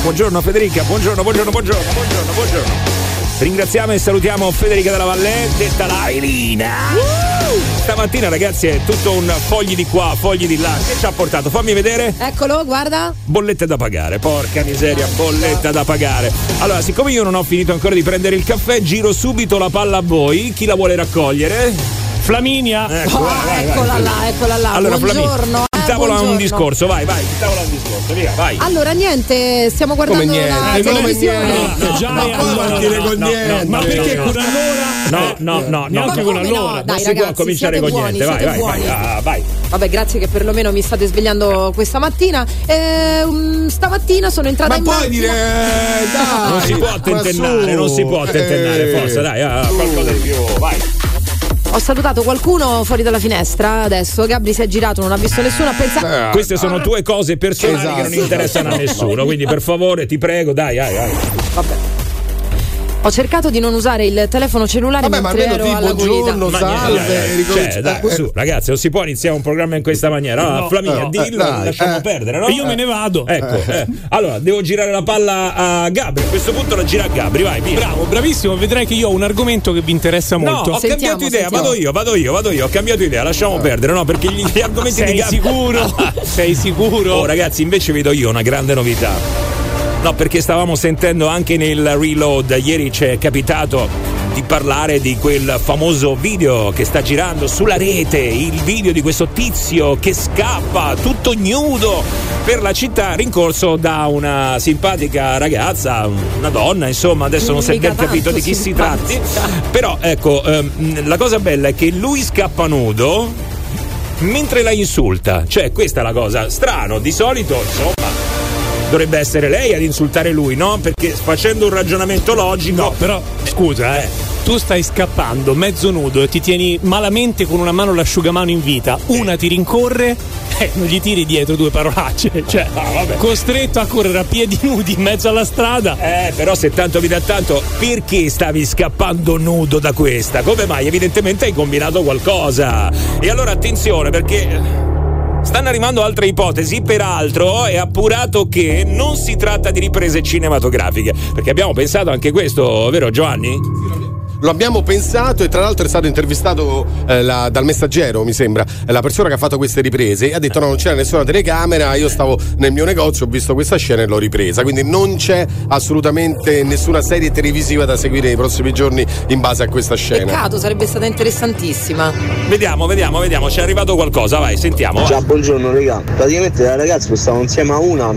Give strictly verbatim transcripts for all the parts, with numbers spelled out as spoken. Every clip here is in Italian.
buongiorno Federica, buongiorno, buongiorno, buongiorno, buongiorno, buongiorno. Ringraziamo e salutiamo Federica della Valle, detta la Elina. Uh! Stamattina ragazzi è tutto un fogli di qua, fogli di là. Che ci ha portato? Fammi vedere. Eccolo, guarda. Bollette da pagare, porca miseria, bolletta da pagare. Allora, siccome io non ho finito ancora di prendere il caffè, giro subito la palla a voi. Chi la vuole raccogliere? Flaminia. Ecco, oh, vai, eccola vai, là, eccola là. Allora, buongiorno. Flaminia, Eh, tavola buongiorno. un discorso, vai, vai, tavola un discorso, via, vai. Allora, niente, stiamo guardando Come niente? la Eh, come televisione. niente? No, già Ma è poi allora, partire no, con no, niente. no, ma perché no, con no. allora? No, no, no, neanche no. con come allora. no? Non Dai, si ragazzi, può cominciare siete con buoni, niente, vai, siete vai, buoni. vai, ah, vai. Vabbè, grazie che perlomeno mi state svegliando questa mattina. Eh, um, stamattina sono entrata Ma in poi macchina. dire dai, Non si può tentennare, non si può tentennare, Eh. forza, dai, ah, qualcosa di più, vai. Ho salutato qualcuno fuori dalla finestra adesso. Gabri si è girato, non ha visto nessuno. Ha pensato. Eh. Queste sono tue cose personali Esatto. che non interessano a nessuno, quindi per favore ti prego, dai, dai, dai. Vabbè. Ho cercato di non usare il telefono cellulare Vabbè, ma mentre almeno ero ti alla buongiorno, guida. Ma salve, niente, dai, ricominci- cioè, dai, eh. su, ragazzi, non si può iniziare un programma in questa maniera. Allora, No, Flaminia, no, dillo, eh, dai, lasciamo eh. perdere, no? E io me ne vado. Ecco, eh. Allora, devo girare la palla a Gabri. A questo punto la gira a Gabri, vai, via. Bravo, bravissimo. Vedrai che io ho un argomento che vi interessa No, molto. ho Sentiamo, cambiato idea, sentiamo. vado io, vado io, vado io, ho cambiato idea, lasciamo perdere, no? Perché gli, gli argomenti di Sei Gabri. sicuro? Sei sicuro? Oh, ragazzi, invece vi do io una grande novità. No, perché stavamo sentendo anche nel reload, ieri ci è capitato di parlare di quel famoso video che sta girando sulla rete, il video di questo tizio che scappa tutto nudo per la città, rincorso da una simpatica ragazza, una donna, insomma, adesso non si è Mica ben capito tanto di chi si simpatica. tratti, però ecco, ehm, la cosa bella è che lui scappa nudo mentre la insulta, cioè questa è la cosa, strano, di solito, insomma, dovrebbe essere lei ad insultare lui, no? Perché facendo un ragionamento logico. No, però scusa, eh. Tu stai scappando mezzo nudo e ti tieni malamente con una mano l'asciugamano in vita. Una ti rincorre e non gli tiri dietro due parolacce. Cioè, Ah, vabbè. costretto a correre a piedi nudi in mezzo alla strada. Eh, però se tanto vi dà tanto, perché stavi scappando nudo da questa? Come mai? Evidentemente hai combinato qualcosa. E allora attenzione, perché stanno arrivando altre ipotesi, peraltro è appurato che non si tratta di riprese cinematografiche, perché abbiamo pensato anche questo, vero Giovanni? Lo abbiamo pensato e tra l'altro è stato intervistato eh, la, dal Messaggero, mi sembra, la persona che ha fatto queste riprese, e ha detto no, non c'era nessuna telecamera, io stavo nel mio negozio, ho visto questa scena e l'ho ripresa, quindi non c'è assolutamente nessuna serie televisiva da seguire nei prossimi giorni in base a questa scena. Peccato, sarebbe stata interessantissima. Vediamo, vediamo, vediamo, c'è arrivato qualcosa, vai, sentiamo. vai. Ciao, buongiorno regà. Praticamente da ragazzo stavo insieme a una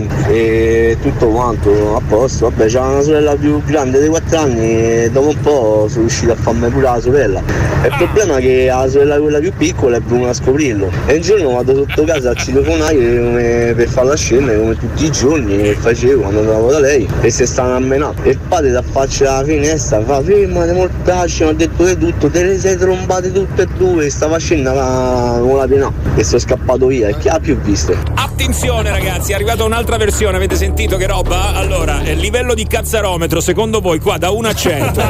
e tutto quanto a posto. Vabbè, c'era una sorella più grande di quattro anni e dopo un po' sono riuscito a farmi pure la sorella. E il problema è che la sorella quella più piccola è venuta a scoprirlo. E un giorno vado sotto casa a citofonare come per fare la scena come tutti i giorni che facevo quando andavo da lei e si stanno a menare. E il padre da faccia alla finestra fa fermate mortacci, mi ha detto che tutto, te le sei trombate tutte e due e stava scena con la pena e sono scappato via e chi ha più visto? Attenzione ragazzi, è arrivata un'altra versione, avete sentito che roba? Allora, il livello di cazzarometro, secondo voi qua da uno a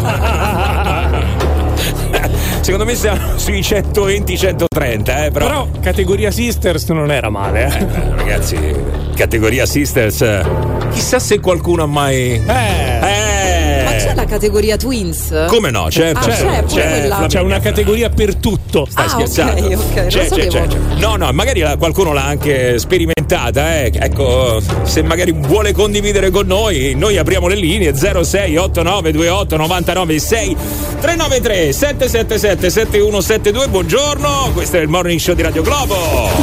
cento? Secondo me siamo sui centoventi centotrenta, eh, però... Però categoria Sisters non era male, eh. Eh, ragazzi, categoria Sisters, eh, chissà se qualcuno ha mai... Eh. Eh... Ma c'è la categoria Twins? Come no, certo. Ah, certo, c'è pure certo, quella. Flaminia. C'è una categoria per tutto. Stai Ah, scherzando? ok, ok, non C'è, lo c'è, c'è, sapevo. c'è. No, no, magari la- qualcuno l'ha anche sperimentata, eh. Ecco, se magari vuole condividere con noi, noi apriamo le linee zero sei otto nove due otto nove nove sei tre nove tre sette sette sette sette uno sette due. Buongiorno, questo è il Morning Show di Radio Globo.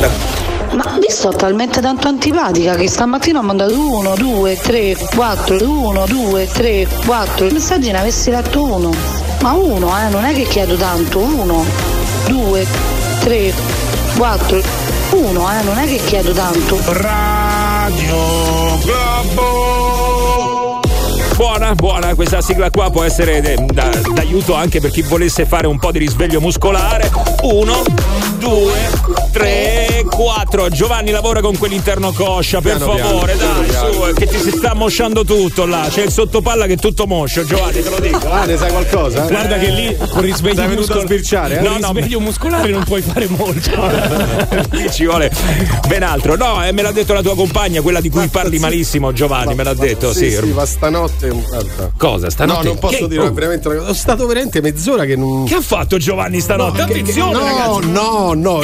Ma vi sto talmente tanto antipatica che stamattina ho mandato uno, due, tre, quattro, uno, due, tre, quattro messaggi, ne avessi letto uno. Ma uno, eh, non è che chiedo tanto, uno, due, tre, quattro, uno, eh, non è che chiedo tanto. Radio Globo. Buona buona, buona, questa sigla qua può essere de, da, d'aiuto anche per chi volesse fare un po' di risveglio muscolare. Uno, due, tre, quattro. Giovanni lavora con quell'interno coscia, per piano favore, piano, dai, piano. Su, che ti si sta mosciando tutto là. C'è il sottopalla che è tutto moscio, Giovanni, te lo dico. Ah, ne sai qualcosa? Guarda eh. che lì con risveglio muscolare. Muscol- a sbirciare, eh? No, no, risveglio muscolare non puoi fare molto. Ci vuole ben altro. No, eh, me l'ha detto la tua compagna, quella di cui ma parli sì. malissimo, Giovanni, ma, me l'ha ma, detto, sì. Sì, sì, ma stanotte. Guarda. Cosa? Stanotte? No, non posso che? dire oh. veramente una cosa. Sono stato veramente mezz'ora che non. Che ha fatto Giovanni stanotte? No, attenzione, che, che, no, ragazzi. No, no,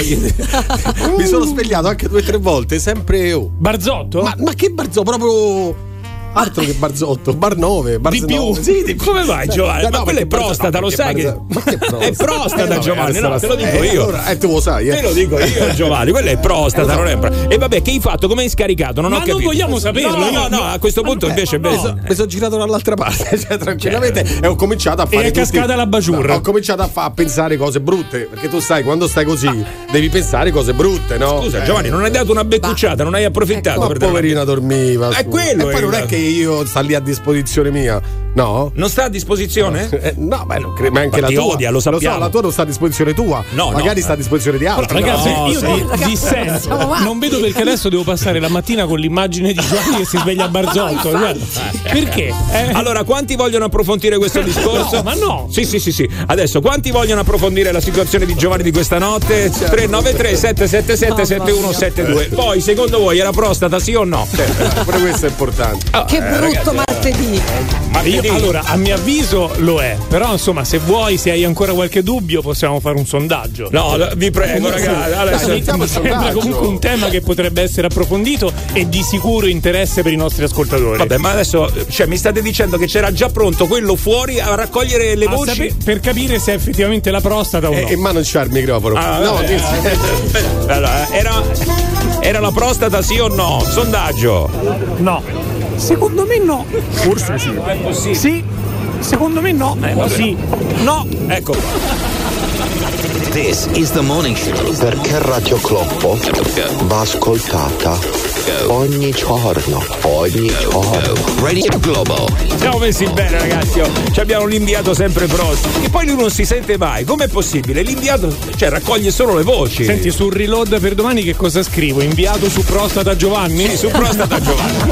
mi sono svegliato anche due o tre volte, sempre oh. Barzotto? Ma, ma che barzotto? Proprio. Altro che Barzotto, Bar nove, Bar di più. Sì, di più. Come vai, Giovanni? No, ma quella è prostata, no, lo sai che. Ma che prostata? È prostata, Giovanni, no, te lo dico eh, io. Allora, eh, tu lo sai, eh. Te lo dico io, Giovanni, quella è prostata, non è. E vabbè, che hai fatto? Come hai scaricato? Non ma ho capito. non vogliamo saperlo. No, no, no, a questo punto invece no, invece. No. Mi sono girato dall'altra parte, cioè tranquillamente, cioè, e ho cominciato a fare. E è cascata tutti... la baciurra. No, ho cominciato a, fa- a pensare cose brutte, perché tu sai, quando stai così, ah. devi pensare cose brutte, no? Scusa, eh. Giovanni, non hai dato una beccucciata, non hai approfittato. Ma per poverina dormiva. È quello. E poi non è che io sta lì a disposizione mia, no? Non sta a disposizione? No, eh, no beh, non credo, ma anche ma la tua. Odia, lo sappiamo. Lo so, la tua non sta a disposizione tua. No, magari no. sta a disposizione di altri. Però, ragazzi, no, io sì. di, ragazzi, dissento. Non vedo perché adesso devo passare la mattina con l'immagine di Giovanni che si sveglia a Barzotto. No, perché? Eh? Allora, quanti vogliono approfondire questo discorso? No, ma no. Sì, sì, sì, sì. Adesso, quanti vogliono approfondire la situazione di Giovanni di questa notte? tre nove tre sette sette sette sette uno sette due. Poi, secondo voi, era prostata, sì o no? Pure questo è importante. Oh, che brutto ragazzi, martedì. martedì. Io, allora, a mio avviso lo è. Però, insomma, se vuoi, se hai ancora qualche dubbio, possiamo fare un sondaggio. No, vi prego, ragazzi. Adesso Dai, mi sembra comunque un tema che potrebbe essere approfondito e di sicuro interesse per i nostri ascoltatori. Vabbè, ma adesso, cioè, mi state dicendo che c'era già pronto quello fuori a raccogliere le a voci sape- per capire se è effettivamente la prostata o no. E, e ma non c'ha il microfono. Ah, no, vabbè, che... allora, era, era la prostata, sì o no? Sondaggio. No. Secondo me no. Forse sì. È possibile. Sì. Secondo me no. Eh, no sì. No. Ecco. This is the morning show. Perché Radio Cloppo va ascoltata ogni giorno, ogni giorno. Radio Globo. Siamo messi bene, ragazzi. Oh. Ci abbiamo l'inviato sempre pronto. E poi lui non si sente mai. Com'è possibile? L'inviato, cioè, raccoglie solo le voci. Senti, sul reload per domani che cosa scrivo? Inviato su prostata Giovanni? Sì, su prostata Giovanni.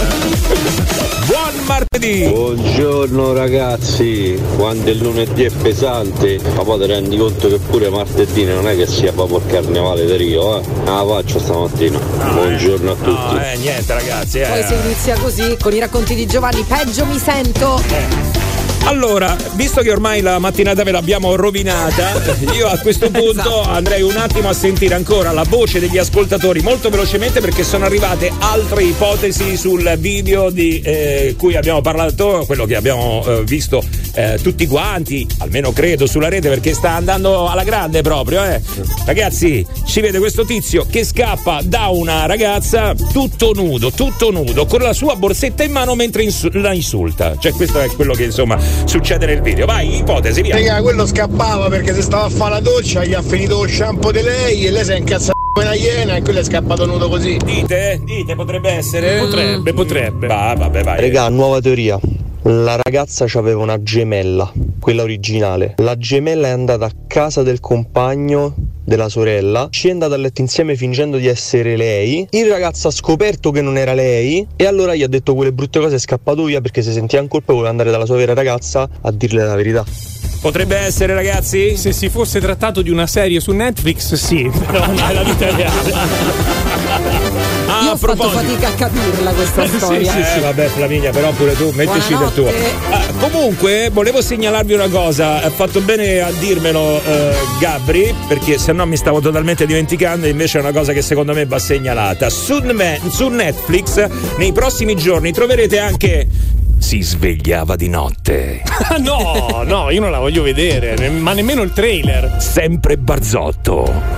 Buon martedì! Buongiorno ragazzi, quando il lunedì è pesante, ma poi ti rendi conto che pure martedì non è che sia proprio il carnevale di Rio, eh? Ah, faccio stamattina. No, Buongiorno eh. a tutti. No, eh, niente ragazzi, eh. Poi si inizia così, con i racconti di Giovanni, peggio mi sento. Eh. Allora, visto che ormai la mattinata ve l'abbiamo rovinata, io a questo punto esatto. andrei un attimo a sentire ancora la voce degli ascoltatori molto velocemente, perché sono arrivate altre ipotesi sul video di eh, cui abbiamo parlato, quello che abbiamo eh, visto eh, tutti quanti, almeno credo, sulla rete, perché sta andando alla grande proprio, eh. Ragazzi, si vede questo tizio che scappa da una ragazza tutto nudo, tutto nudo, con la sua borsetta in mano mentre insu- la insulta. Cioè, questo è quello che insomma succede nel video. Vai, ipotesi, via. Raga, quello scappava perché se stava a fare la doccia gli ha finito lo shampoo di lei e lei si è incazzata come una iena e quello è scappato nudo così. Dite, dite, potrebbe essere? Potrebbe, potrebbe. Va, vabbè, vai. Raga, nuova teoria. La ragazza aveva una gemella, quella originale. La gemella è andata a casa del compagno della sorella, ci è andata a letto insieme fingendo di essere lei. Il ragazzo ha scoperto che non era lei e allora gli ha detto quelle brutte cose, è scappato via perché si sentiva in colpa e voleva andare dalla sua vera ragazza a dirle la verità. Potrebbe essere, ragazzi? Se si fosse trattato di una serie su Netflix, sì, però non è la vita reale. Ah, Io ho fatto fatica a capirla questa storia. Sì, sì, sì. Eh, vabbè, Flaminia, però pure tu mettici del tuo. Ah, comunque, volevo segnalarvi una cosa. Ha fatto bene a dirmelo eh, Gabri, perché se no mi stavo totalmente dimenticando. Invece è una cosa che secondo me va segnalata. Su, me, su Netflix, nei prossimi giorni troverete anche Si svegliava di notte. No, no, io non la voglio vedere, ma nemmeno il trailer. Sempre Barzotto.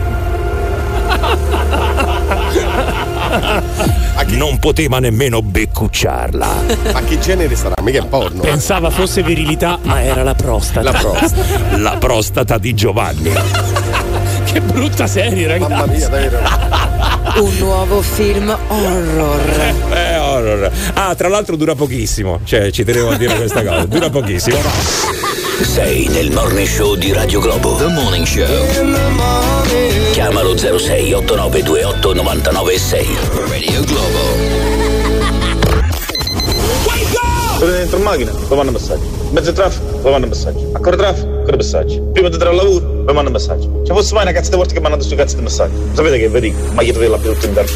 Non poteva nemmeno beccucciarla. Ma che genere sarà? Mica è porno. Pensava fosse virilità, ma era la prostata. La prostata. La prostata di Giovanni. Che brutta serie, ragazzi. Mamma mia, davvero. Un nuovo film horror. Eh, horror. no. Ah, tra l'altro dura pochissimo, cioè ci tenevo a dire questa cosa, dura pochissimo. Sei nel Morning Show di Radio Globo. The Morning Show. Chiamalo zero sei otto nove due otto nove nove sei. Radio Globo. Sono dentro in macchina, poi mando messaggi. Mezzo di traffico, poi mando messaggi. Ancora traffico, ancora messaggi. Prima di andare al lavoro, poi mando messaggi. Ci fosse mai una cazzo di volta che mi hanno dato sui cazzo di messaggi. Sapete che vi dico? Ma io te la più tutto in tempo.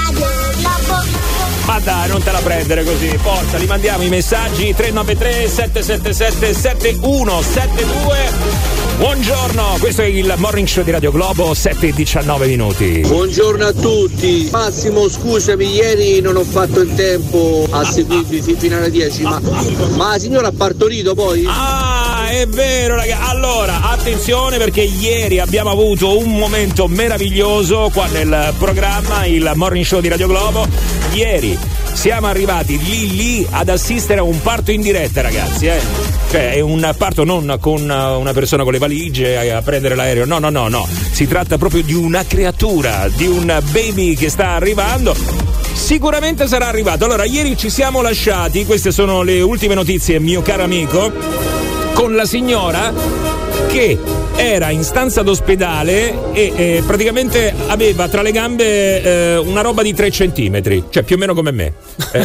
Ma dai, non te la prendere così, forza, li mandiamo i messaggi tre nove tre sette sette sette sette uno sette due. Buongiorno, questo è il Morning Show di Radio Globo, sette e diciannove minuti. Buongiorno a tutti. Massimo, scusami, ieri non ho fatto il tempo a seguirvi fino alle dieci, ma, ma la signora ha partorito poi? Ah, è vero ragazzi. Allora, attenzione perché ieri abbiamo avuto un momento meraviglioso qua nel programma, il Morning Show di Radio Globo. Ieri siamo arrivati lì lì ad assistere a un parto in diretta, ragazzi, eh. Cioè è un parto non con una persona con le valigie a prendere l'aereo, no no no no, si tratta proprio di una creatura, di un baby che sta arrivando. Sicuramente sarà arrivato. Allora, ieri ci siamo lasciati, queste sono le ultime notizie, mio caro amico, con la signora che era in stanza d'ospedale e eh, praticamente aveva tra le gambe eh, una roba di tre centimetri, cioè più o meno come me. Eh,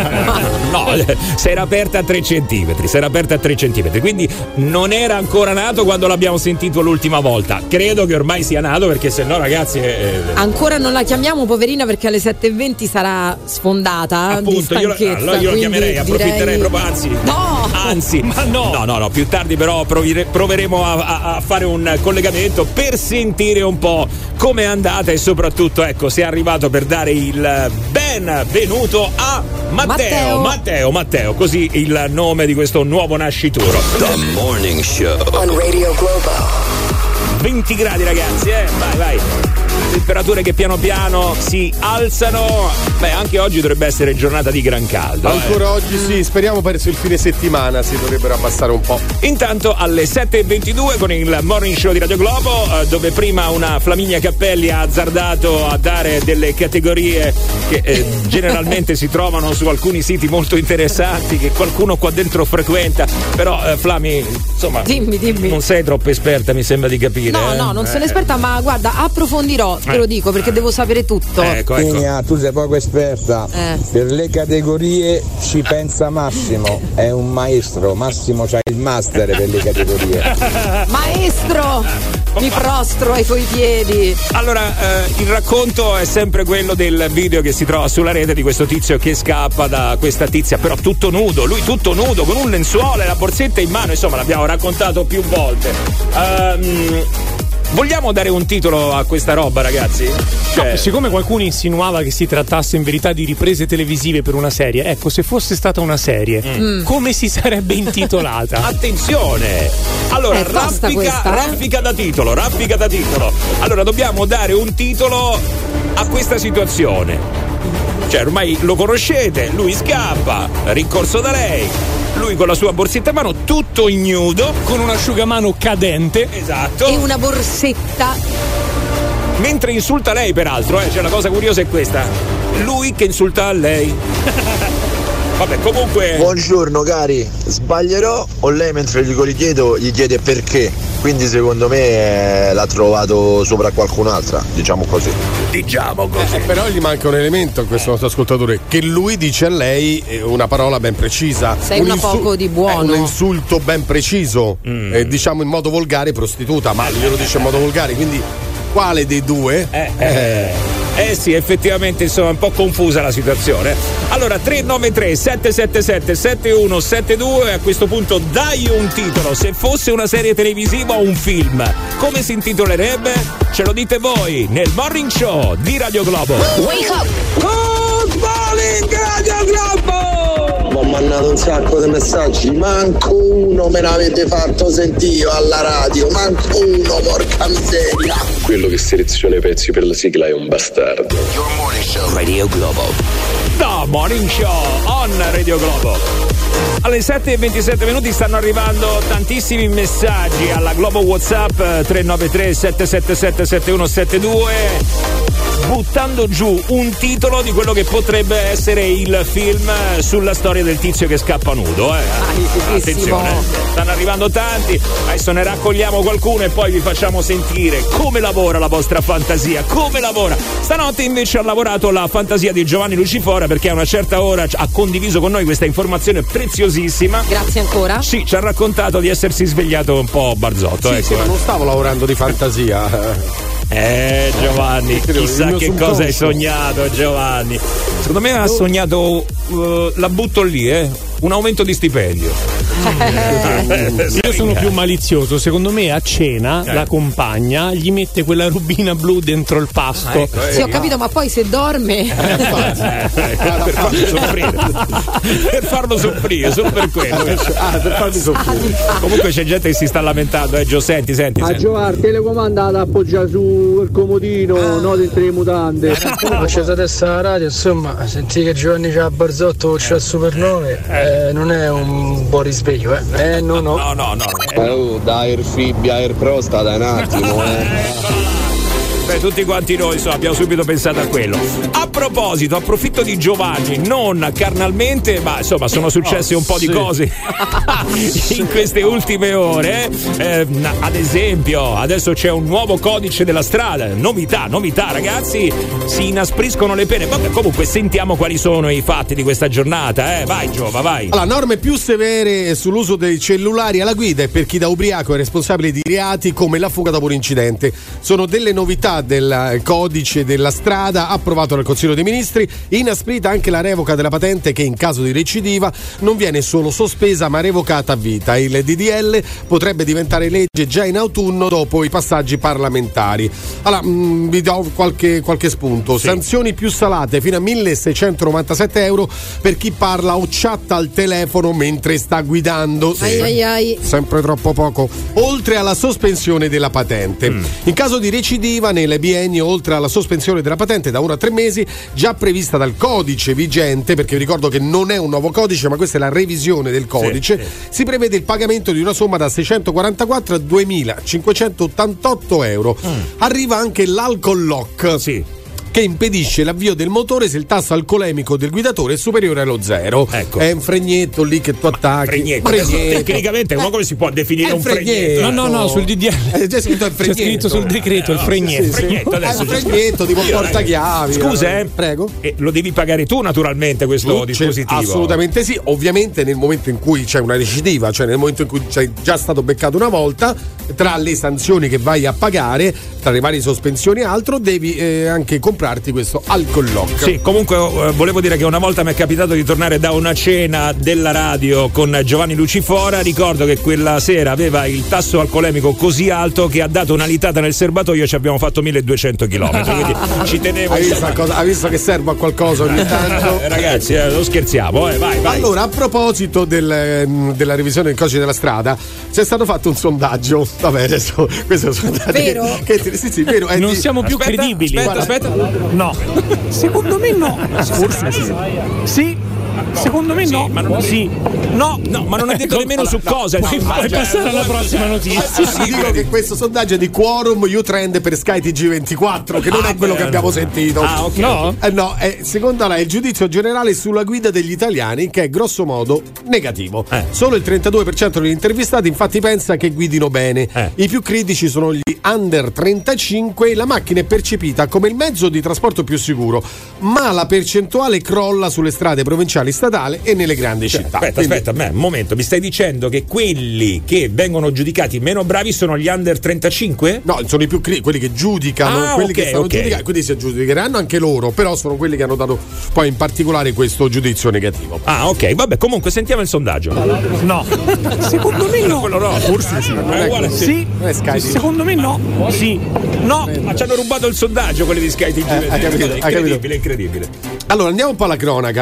no, si era aperta a tre centimetri, si era aperta a tre centimetri, quindi non era ancora nato quando l'abbiamo sentito l'ultima volta. Credo che ormai sia nato, perché se no, ragazzi. Eh, ancora non la chiamiamo, poverina, perché alle sette e venti sarà sfondata. Appunto, di io, allora io lo chiamerei, approfitterei direi... proprio, anzi. No! Anzi, ma no! No, no, no, più tardi però provire, proveremo a, a, a fare un collegamento per sentire un po' come è andata e soprattutto, ecco, se è arrivato per dare il benvenuto a Matteo. Matteo, Matteo, Matteo, così il nome di questo nuovo nascituro. The Morning Show on Radio Globo. venti gradi, ragazzi, eh? Vai, vai. Temperature che piano piano si alzano. Beh, anche oggi dovrebbe essere giornata di gran caldo. Ancora eh. oggi sì, speriamo verso il fine settimana si dovrebbero abbassare un po'. Intanto alle sette e ventidue con il Morning Show di Radio Globo, dove prima una Flaminia Cappelli ha azzardato a dare delle categorie che eh, generalmente si trovano su alcuni siti molto interessanti che qualcuno qua dentro frequenta. Però eh, Flami, insomma, dimmi, dimmi. Non sei troppo esperta, mi sembra di capire. No, eh? no, non eh. sono esperta, ma guarda, approfondirò, te lo dico, perché devo sapere tutto. Ecco, ecco. Tigna, tu sei poco esperta. Eh. Per le categorie ci pensa Massimo, è un maestro. Massimo c'ha il master per le categorie. Maestro, mi prostro ai tuoi piedi. Allora, eh, il racconto è sempre quello del video che si trova sulla rete di questo tizio che scappa da questa tizia, però tutto nudo, lui tutto nudo, con un lenzuolo e la borsetta in mano, insomma l'abbiamo raccontato più volte. Um, Vogliamo dare un titolo a questa roba, ragazzi? Cioè... No, siccome qualcuno insinuava che si trattasse in verità di riprese televisive per una serie, ecco, se fosse stata una serie, mm. come si sarebbe intitolata? Attenzione! Allora, raffica, questa, raffica da titolo, raffica da titolo. Allora, dobbiamo dare un titolo a questa situazione. Cioè, ormai lo conoscete, lui scappa, rincorso da lei. Lui con la sua borsetta in mano, tutto ignudo, con un asciugamano cadente. Esatto. E una borsetta. Mentre insulta lei, peraltro, eh. Cioè, la cosa curiosa è questa. Lui che insulta lei. Vabbè, comunque. Buongiorno cari, sbaglierò o lei mentre gli chiedo gli chiede perché? Quindi secondo me eh, l'ha trovato sopra qualcun'altra, diciamo così. Diciamo così. Eh, però gli manca un elemento a questo nostro ascoltatore, che lui dice a lei una parola ben precisa. Sei un una insu- poco di buono. Un insulto ben preciso, mm. eh, diciamo in modo volgare prostituta, ma glielo dice in modo volgare, quindi quale dei due? Eh, eh. Eh sì, effettivamente, insomma, è un po' confusa la situazione. Allora, tre nove tre sette sette sette sette uno sette due, a questo punto dai un titolo. Se fosse una serie televisiva o un film, come si intitolerebbe? Ce lo dite voi nel Morning Show di Radio Globo. Wake up! Good morning Radio Globo! Ho mandato un sacco di messaggi, manco uno me l'avete fatto sentire alla radio, manco uno, porca miseria. Quello che seleziona i pezzi per la sigla è un bastardo. Your Morning Show Radio Globo. No, Morning Show on Radio Globo. Alle sette e ventisette minuti stanno arrivando tantissimi messaggi alla Globo WhatsApp tre nove tre sette sette sette sette uno sette due. buttando giù un titolo di quello che potrebbe essere il film sulla storia del tizio che scappa nudo. Eh. Attenzione, stanno arrivando tanti. Adesso ne raccogliamo qualcuno e poi vi facciamo sentire come lavora la vostra fantasia, come lavora. Stanotte invece ha lavorato la fantasia di Giovanni Lucifora, perché a una certa ora ha condiviso con noi questa informazione preziosissima. Grazie ancora. Sì, ci ha raccontato di essersi svegliato un po' barzotto. Sì, ecco. sì, ma non stavo lavorando di fantasia. Eh Giovanni, chissà che cosa hai sognato, Giovanni. Secondo me ha sognato, uh, la butto lì, eh, un aumento di stipendio. Eh, io sono più malizioso, secondo me a cena eh. la compagna gli mette quella rubina blu dentro il pasto. Ah, ecco, eh. Sì, ho capito, ma poi se dorme eh, eh, per farlo soffrire per farlo soffrire solo per quello. Ah, per farmi soffrire. Comunque c'è gente che si sta lamentando, eh Gio, senti, senti, a senti. Giovanni telecomanda da appoggiare sul comodino, ah. no dentro le mutande. Ho acceso adesso la radio, insomma, senti che Giovanni c'ha Barzotto, c'ha il supernove, eh, non è un buon risveglio, eh. Eh no no. No, no, no. Eh, oh, da Air Fibbia, Air Prostata un attimo, eh. Beh, tutti quanti noi insomma, abbiamo subito pensato a quello. A proposito, approfitto di Giovanni, non carnalmente, ma insomma sono successe oh, un po' sì. di cose in queste ultime ore. Eh, ad esempio, adesso c'è un nuovo codice della strada, novità, novità ragazzi, si inaspriscono le pene. Vabbè, comunque sentiamo quali sono i fatti di questa giornata, eh. Vai Giova, vai. Allora, norme più severe sull'uso dei cellulari alla guida e per chi da ubriaco è responsabile di reati come la fuga dopo un incidente. Sono delle novità del codice della strada approvato dal Consiglio dei Ministri. Inasprita anche la revoca della patente, che in caso di recidiva non viene solo sospesa ma revocata a vita. Il D D L potrebbe diventare legge già in autunno dopo i passaggi parlamentari. Allora mh, vi do qualche, qualche spunto. Sì. Sanzioni più salate fino a milleseicentonovantasette euro per chi parla o chatta al telefono mentre sta guidando. Sì. Ai, ai, ai. Sempre troppo poco. Oltre alla sospensione della patente. Mm. In caso di recidiva nel biennio, oltre alla sospensione della patente da uno a tre mesi, già prevista dal codice vigente, perché vi ricordo che non è un nuovo codice ma questa è la revisione del codice, sì, sì. Si prevede il pagamento di una somma da seicentoquarantaquattro a duemilacinquecentottantotto euro. Mm. Arriva anche l'alcol lock. Sì. Che impedisce l'avvio del motore se il tasso alcolemico del guidatore è superiore allo zero. Ecco. È un fregnetto lì che tu attacchi. Fregnetto. fregnetto. Tecnicamente, eh. come si può definire un fregnetto? fregnetto? No, no, no, sul D D L. È già scritto il fregnetto. C'è scritto sul decreto il fregnetto. Sì, sì, fregnetto adesso. È un fregnetto tipo portachiavi. Scusa, eh. Prego. E lo devi pagare tu naturalmente questo tu, dispositivo? Assolutamente sì. Ovviamente nel momento in cui c'è una recidiva, cioè nel momento in cui sei già stato beccato una volta, tra le sanzioni che vai a pagare, tra le varie sospensioni e altro, devi eh, anche comprarti questo alcol lock. Sì, comunque eh, volevo dire che una volta mi è capitato di tornare da una cena della radio con Giovanni Lucifora. Ricordo che quella sera aveva il tasso alcolemico così alto che ha dato una litata nel serbatoio e ci abbiamo fatto milleduecento chilometri. Quindi ci tenevo. Hai visto, cosa, hai visto che serve a qualcosa ogni tanto? eh, ragazzi, eh, non scherziamo, eh, vai, vai. Allora, a proposito del, della revisione del codice della strada, c'è stato fatto un sondaggio. Vabbè, adesso questo è un sondaggio. Vero? Che, che, sì, sì, vero. Non di, siamo più aspetta, credibili. Aspetta, aspetta. No. Secondo me no. Forse sì. Sì. Secondo me sì, no. Ma non sì. No. No, ma non ha detto nemmeno su no, cosa. Puoi, puoi passare alla prossima notizia. Sì, sì, dico che questo sondaggio è di Quorum U-Trend per Sky T G ventiquattro, che non ah, è quello beh, che abbiamo sentito. Ah, ok. No? Eh, no, è, secondo me è il giudizio generale sulla guida degli italiani, che è grosso modo negativo. Eh. Solo il trentadue per cento degli intervistati infatti pensa che guidino bene. Eh. I più critici sono gli under trentacinque. La macchina è percepita come il mezzo di trasporto più sicuro, ma la percentuale crolla sulle strade provinciali, statali e nelle grandi cioè, città. Aspetta, Quindi... aspetta, a me, un momento, mi stai dicendo che quelli che vengono giudicati meno bravi sono gli under trentacinque? No, sono i più cri- quelli che giudicano, ah, quelli okay, che stanno okay. giudicando, quindi si aggiudicheranno anche loro, però sono quelli che hanno dato poi in particolare questo giudizio negativo. Ah, ok, vabbè, comunque sentiamo il sondaggio. No. Secondo me no. Quello no, forse sì. Ma è uguale, sì. Sì. È Sky sì. Secondo me no. Sì. No. Ma ci hanno rubato il sondaggio quelli di Sky T G. Eh, hai capito, incredibile, hai capito. incredibile. Allora, andiamo un po' alla cronaca.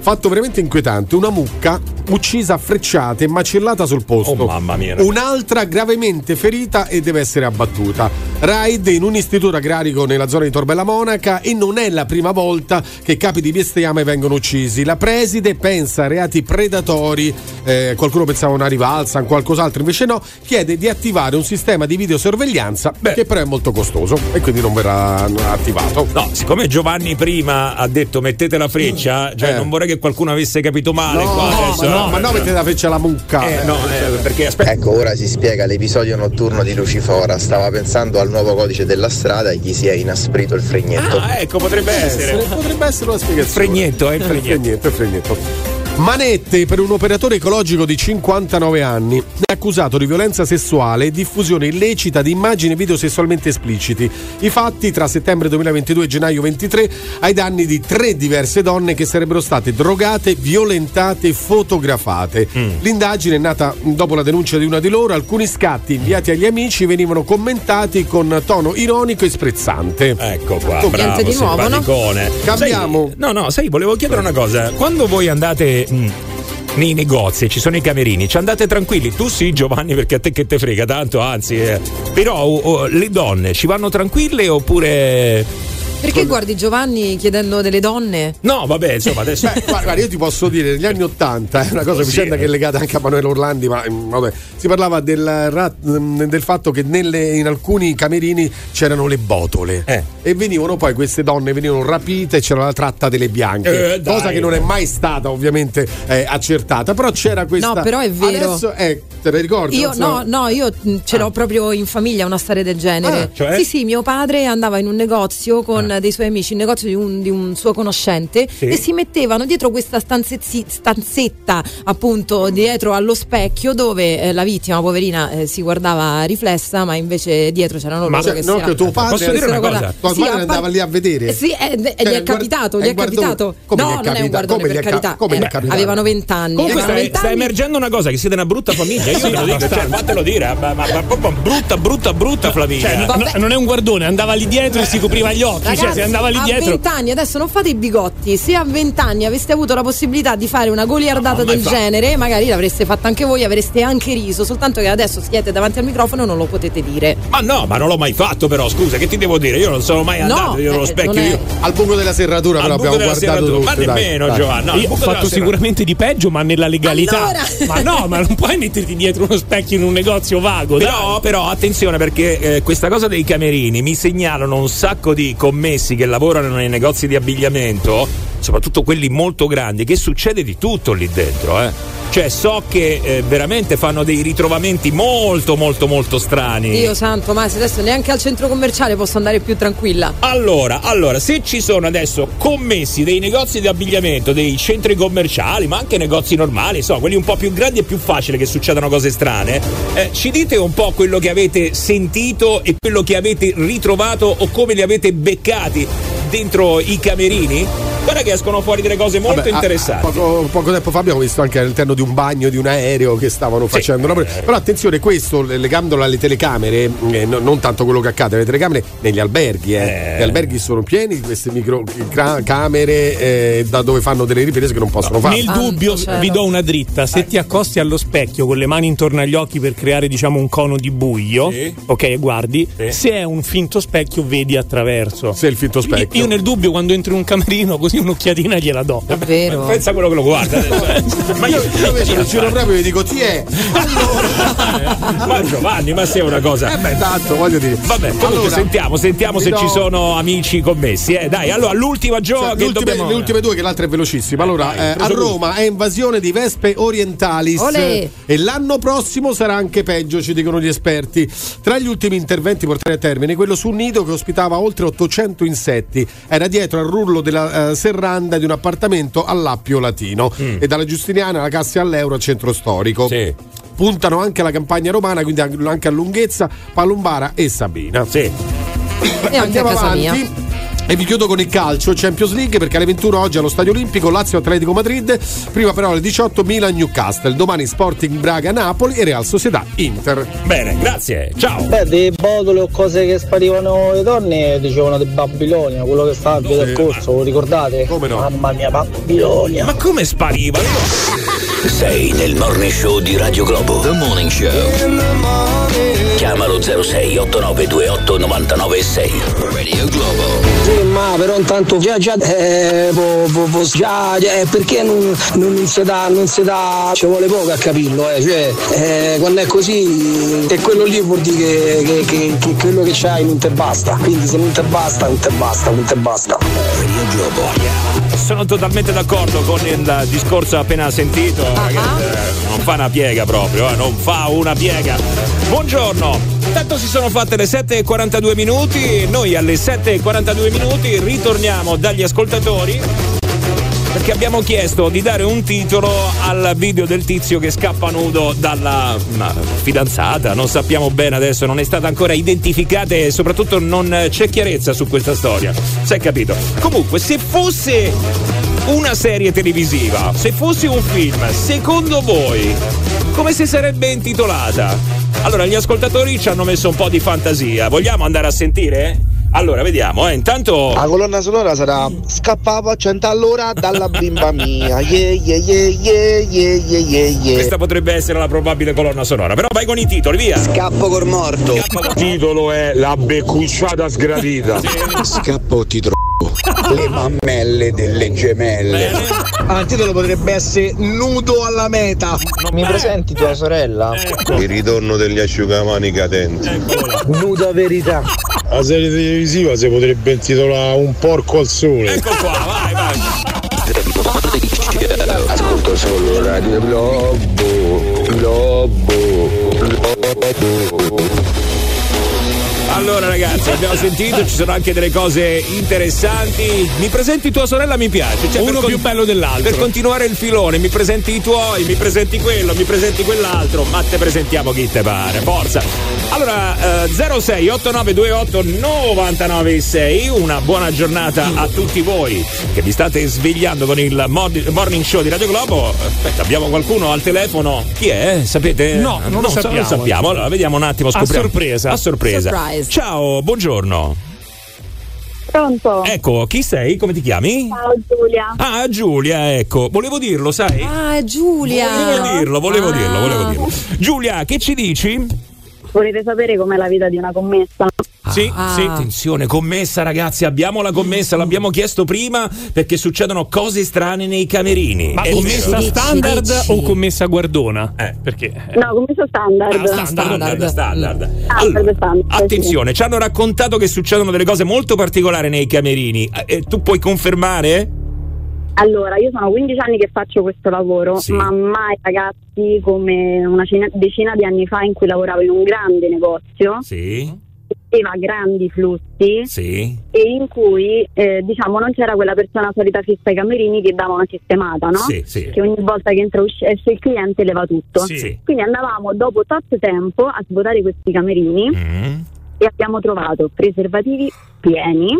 fatto veramente inquietante, una mucca uccisa a frecciate e macellata sul posto. Oh mamma mia. Un'altra gravemente ferita e deve essere abbattuta. Raid in un istituto agrario nella zona di Torbella Monaca, e non è la prima volta che capi di bestiame vengono uccisi. La preside pensa a reati predatori, eh, qualcuno pensava una rivalsa, qualcos'altro, invece no, chiede di attivare un sistema di videosorveglianza Beh. che però è molto costoso e quindi non verrà attivato. No, siccome Giovanni prima ha detto mettete la freccia, cioè Eh. non vorrei che qualcuno avesse capito male No, qua adesso. ma no, ma no, mettete la freccia alla mucca. Eh, no, eh, perché aspetta. Ecco, ora si spiega l'episodio notturno di Lucifora. Stava pensando al nuovo codice della strada e gli si è inasprito il fregnetto. Ah, ecco, potrebbe essere. Potrebbe essere una spiegazione. Fregnetto, eh, Il fregnetto. fregnetto, il fregnetto. Manette per un operatore ecologico di cinquantanove anni, è accusato di violenza sessuale e diffusione illecita di immagini e video sessualmente espliciti. I fatti tra settembre duemilaventidue e gennaio ventitré ai danni di tre diverse donne che sarebbero state drogate, violentate e fotografate. Mm. L'indagine è nata dopo la denuncia di una di loro. Alcuni scatti inviati agli amici venivano commentati con tono ironico e sprezzante. Ecco qua, Come- bravo, Niente di nuovo, no? simpaticone. Cambiamo. Sai, no, no, sai, volevo chiedere una cosa. Quando voi andate mh, nei negozi, ci sono i camerini, ci andate tranquilli? Tu sì, Giovanni, perché a te che te frega tanto, anzi. eh. Però oh, oh, le donne ci vanno tranquille oppure... Perché guardi Giovanni chiedendo delle donne? No, vabbè, insomma, adesso... Beh, guarda, io ti posso dire, negli anni Ottanta è una cosa, Sì, vicenda eh. che è legata anche a Manuela Orlandi, ma mm, vabbè, si parlava del, ra- del fatto che nelle, in alcuni camerini c'erano le botole Eh. e venivano poi queste donne venivano rapite e c'era la tratta delle bianche, Eh, dai. cosa che non è mai stata ovviamente eh, accertata, però c'era questa. No, però è vero. Adesso, eh, te la ricordi? Io no, no, io mh, ce l'ho proprio in famiglia una storia del genere. Ah, cioè? Sì, sì, mio padre andava in un negozio con dei suoi amici, il negozio di un, di un suo conoscente, Sì. e si mettevano dietro questa stanzezzi- stanzetta appunto dietro allo specchio dove eh, la vittima poverina eh, si guardava riflessa, ma invece dietro c'erano Ma loro cioè, che no, si che tuo padre Posso dire una guarda- cosa? tua Sì, madre a par- andava lì a vedere? Sì, è, è- Cioè, gli è il guard- capitato, è gli è il guardone. capitato. Come no, gli è non è un capitato? guardone, Come gli per è ca- carità. come gli è Eh, capitato? avevano vent'anni. Comunque avevano sta, sta vent'anni. emergendo una cosa, che siete una brutta famiglia. Io Sì, te lo dico, cioè, abbastanza. fatelo dire, ma, ma, ma proprio brutta, brutta, brutta famiglia. Cioè, no- Vabbè. no- non è un guardone, andava lì dietro e si copriva gli occhi. Ragazzi, cioè, se andava lì a dietro. vent'anni, adesso non fate i bigotti. Se a vent'anni aveste avuto la possibilità di fare una goliardata No, mai del fatto. genere, magari l'avreste fatta anche voi, avreste anche riso. Soltanto che adesso siete davanti al microfono e non lo potete dire. Ma no, ma non l'ho mai fatto, però scusa, che ti devo dire? Io non sono mai No, andato dietro lo eh, specchio. non è- Io Al buco della serratura Al però buco abbiamo della guardato serratura, tutti, ma dai, nemmeno, dai. Giovanni. No, al Io ho buco della fatto serratura. sicuramente di peggio, ma nella legalità. Allora. Ma no, ma non puoi metterti dietro uno specchio in un negozio vago. dai. Però, però attenzione, perché eh, questa cosa dei camerini mi segnalano un sacco di commessi che lavorano nei negozi di abbigliamento, soprattutto quelli molto grandi, che succede di tutto lì dentro, eh. Cioè so che eh, veramente fanno dei ritrovamenti molto molto molto strani. Dio santo, ma se adesso neanche al centro commerciale posso andare più tranquilla. Allora, allora, se ci sono adesso commessi dei negozi di abbigliamento, dei centri commerciali, ma anche negozi normali, so, quelli un po' più grandi è più facile che succedano cose strane, eh, ci dite un po' quello che avete sentito e quello che avete ritrovato o come li avete beccati dentro i camerini? Guarda che escono fuori delle cose molto Vabbè, a- interessanti. a poco, poco tempo fa abbiamo visto anche all'interno di un bagno di un aereo che stavano facendo. no? Però attenzione, questo legandolo alle telecamere, eh, no- non tanto quello che accade alle telecamere negli alberghi. Eh. Eh. Gli alberghi sono pieni di queste micro cra- camere eh, da dove fanno delle riprese che non possono fare. Nel Santo dubbio cielo. vi do una dritta: se ti accosti allo specchio con le mani intorno agli occhi per creare, diciamo, un cono di buio, Sì. ok, guardi, Sì. se è un finto specchio vedi attraverso. Se è il finto specchio. Io, io nel dubbio, quando entro in un camerino, così un'occhiatina gliela do. Davvero? Pensa a quello che lo guarda adesso, eh. Ma io, Io invece lo giro proprio e dico chi è? ma Giovanni, ma sei una cosa. Eh beh, tanto voglio dire. Vabbè, comunque Allora, sentiamo, sentiamo vi se do- ci sono amici commessi. Eh. Dai, allora l'ultima gioco Cioè, che le, ultime, dobbiamo. le ultime due, che l'altra è velocissima. Allora, vai, eh, a preso Roma è invasione di vespe orientalis. Olè. E l'anno prossimo sarà anche peggio, ci dicono gli esperti. Tra gli ultimi interventi portati a termine, quello su un nido che ospitava oltre ottocento insetti. Era dietro al rullo della eh, serranda di un appartamento all'Appio Latino. Mm. E dalla Giustiniana alla Cassia all'Euro al centro storico. Sì. Puntano anche alla campagna romana, quindi anche a Lunghezza, Palombara e Sabina. Sì. E anche a Andiamo casa avanti. mia. E vi chiudo con il calcio, Champions League, perché alle ventuno oggi allo Stadio Olimpico Lazio Atletico Madrid, prima però alle diciotto Milan Newcastle, domani Sporting Braga Napoli e Real Società Inter. Bene, grazie, ciao. Beh, dei botole o cose che sparivano le donne dicevano di Babilonia, quello che stava al via del corso, lo ricordate? Come no? Mamma mia, Babilonia. Ma come spariva? Sei nel Morning Show di Radio Globo. The Morning Show. Chiamalo zero sei otto nove due otto nove nove sei. Radio Globo. Sì, ma però intanto già già eh, po, po, po, già eh, perché non, non, non si dà non si dà ci vuole poco a capirlo, eh, cioè eh, quando è così è quello lì vuol dire che, che, che, che quello che c'hai non te basta, quindi se non te basta non te basta, non te basta. Radio Globo. Sono totalmente d'accordo con il discorso appena sentito, ragazzi, eh, non fa una piega proprio, eh, non fa una piega. Buongiorno, intanto si sono fatte le sette e quarantadue minuti, noi alle sette e quarantadue minuti ritorniamo dagli ascoltatori perché abbiamo chiesto di dare un titolo al video del tizio che scappa nudo dalla fidanzata, non sappiamo bene adesso, non è stata ancora identificata e soprattutto non c'è chiarezza su questa storia, si è capito. Comunque, se fosse una serie televisiva, se fosse un film, secondo voi come si sarebbe intitolata? Allora, gli ascoltatori ci hanno messo un po' di fantasia, vogliamo andare a sentire? Allora, vediamo, eh. Intanto la colonna sonora sarà Scappavo a cento all'ora dalla bimba mia. Yeah, yeah, yeah, yeah, yeah, yeah, yeah, yeah. Questa potrebbe essere la probabile colonna sonora, però vai con i titoli, via. Scappo col morto. Il titolo è La beccucciata sgradita. Sì. Scappo ti troppo. Le mammelle delle gemelle. Ah, il titolo potrebbe essere Nudo alla meta. Mi presenti tua sorella? Il ritorno degli asciugamani cadenti. Nuda verità. La serie televisiva si potrebbe intitolare Un porco al sole. Ecco qua, vai, vai. Ascolto solo Radio Globo, Globo, Globo. Allora ragazzi, abbiamo sentito, ci sono anche delle cose interessanti. Mi presenti tua sorella, mi piace, cioè, uno per più bello dell'altro. Per continuare il filone, mi presenti i tuoi, mi presenti quello, mi presenti quell'altro, ma te presentiamo chi te pare, forza. Allora, eh, zero sei otto nove due otto nove nove sei, una buona giornata a tutti voi che vi state svegliando con il Morning Show di Radio Globo. Aspetta, abbiamo qualcuno al telefono? Chi è? Sapete? No, non, non lo sappiamo. Lo sappiamo. Allora, vediamo un attimo, scopriamo. A sorpresa. A sorpresa. Surprise. Ciao, buongiorno. Pronto? Ecco, chi sei? Come ti chiami? Ciao Giulia. Ah, Giulia, ecco. Volevo dirlo, sai? Ah, Giulia. Volevo dirlo, volevo ah. dirlo, volevo dirlo. Giulia, che ci dici? Volete sapere com'è la vita di una commessa? Sì, ah. sì, attenzione, commessa ragazzi, abbiamo la commessa, l'abbiamo chiesto prima perché succedono cose strane nei camerini. Ma È commessa vero. standard dici. o commessa guardona? Eh, perché? No, commessa standard. Ah, standard, standard. Standard, standard, Attenzione, ci hanno raccontato che succedono delle cose molto particolari nei camerini. Eh, tu puoi confermare? Allora, io sono quindici anni che faccio questo lavoro, Sì. ma mai ragazzi come una cina- decina di anni fa in cui lavoravo in un grande negozio, Sì. che aveva grandi flussi Sì. e in cui eh, diciamo non c'era quella persona solita fissa ai camerini che dava una sistemata, no? Sì, sì. Che ogni volta che entra o esce il cliente leva tutto. Sì. Quindi andavamo dopo tot tempo a svuotare questi camerini Mm. e abbiamo trovato preservativi pieni.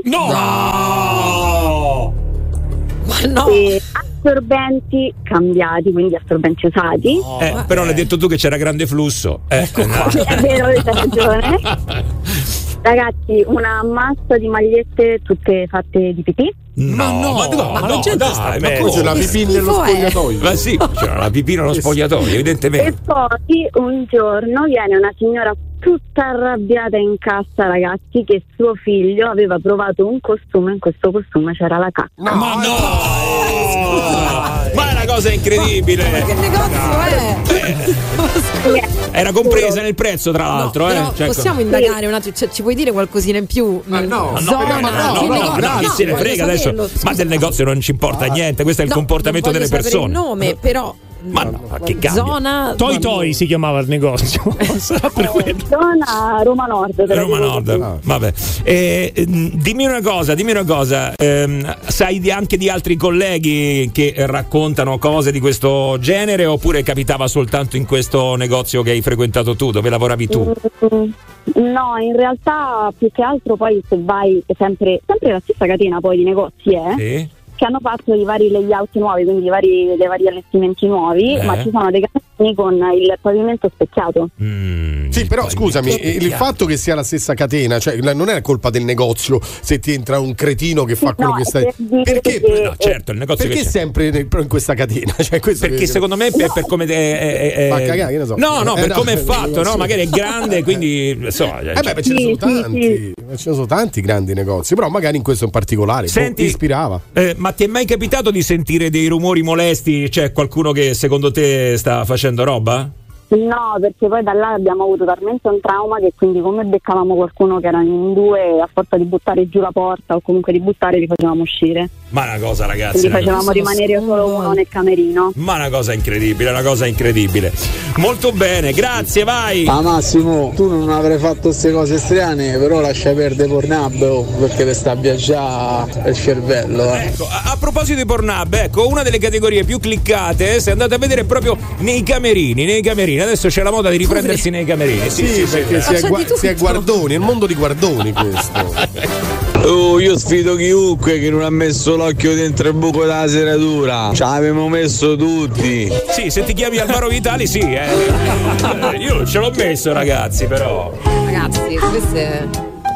No! Ma no! E assorbenti cambiati, quindi assorbenti usati. Eh, però l'hai detto tu che c'era grande flusso. Ecco eh, no. Sì, è vero, avete ragione. Ragazzi, una massa di magliette tutte fatte di pipì. No, Ma no, ma, no, ma no, la gente dai, sta- beh, Poi c'è la Che pipì nello schifo è? spogliatoio. Ma sì, c'era la pipì nello spogliatoio, E evidentemente. poi un giorno viene una signora tutta arrabbiata in cassa, ragazzi, che suo figlio aveva provato un costume, in questo costume c'era la cacca. Ma no! Ma è una cosa incredibile! Che negozio è? Era compresa nel prezzo, tra l'altro, No, eh. però Cioè, possiamo indagare un attimo, cioè, ci puoi dire qualcosina in più? Ma no, No, Zona, no, no, che no, negozio? no, chi se ne voglio frega adesso? saperlo, Ma del negozio non ci importa niente, questo è il No, comportamento non delle voglio sapere persone. il nome, però Ma no, ma che cambia? zona Toi Toi si chiamava il negozio. Sarà per quello. Zona Roma Nord. te la Roma dico Nord, così. vabbè. Eh, ehm, dimmi una cosa, dimmi una cosa. ehm, sai di anche di altri colleghi che raccontano cose di questo genere oppure capitava soltanto in questo negozio che hai frequentato tu, dove lavoravi tu? Mm, No, in realtà più che altro poi se vai sempre, sempre la stessa catena poi di negozi eh, sì. che hanno fatto i vari layout nuovi, quindi i vari, dei vari allestimenti nuovi, eh. ma ci sono dei cammini con il pavimento specchiato. Mm, sì, però scusami, il fatto che sia la stessa catena, cioè non è colpa del negozio se ti entra un cretino che fa quello no, che stai. Per perché? che, no, certo, il negozio perché che c'è. sempre nel, in questa catena? Cioè, questo perché che... secondo me per, per come è, è, è... fa cagare, che ne so. No, no, eh, per no, come è fatto, no? Magari è grande, quindi insomma, eh beh, ce ne sono tanti, ce ne sono tanti grandi negozi, però magari in questo in particolare. Senti, boh, ispirava. Eh, ma ti è mai capitato di sentire dei rumori molesti? C'è cioè, qualcuno che secondo te sta facendo roba? No, perché poi da là abbiamo avuto talmente un trauma che quindi come beccavamo qualcuno che era in due, a forza di buttare giù la porta o comunque di buttare li facevamo uscire. Ma una cosa, ragazzi, quindi facevamo rimanere solo uno nel camerino. Ma una cosa incredibile, una cosa incredibile. Molto bene, grazie, vai. Ah Massimo, tu non avrei fatto queste cose strane, però lascia perdere Pornhub, oh, perché te sta a viaggiare il cervello. Eh. Ecco, a, a proposito di Pornhub, ecco, una delle categorie più cliccate, se andate a vedere proprio nei camerini, nei camerini. Adesso c'è la moda di riprendersi nei camerini. Sì, sì, sì, perché si è, gua- si è guardoni, è il mondo di guardoni questo. Oh, io sfido chiunque che non ha messo l'occhio dentro il buco della serratura. Ci avevamo messo tutti. Sì, se ti chiami Alvaro Vitali, sì, eh. Io non ce l'ho messo, ragazzi, però. Ragazzi, questo è.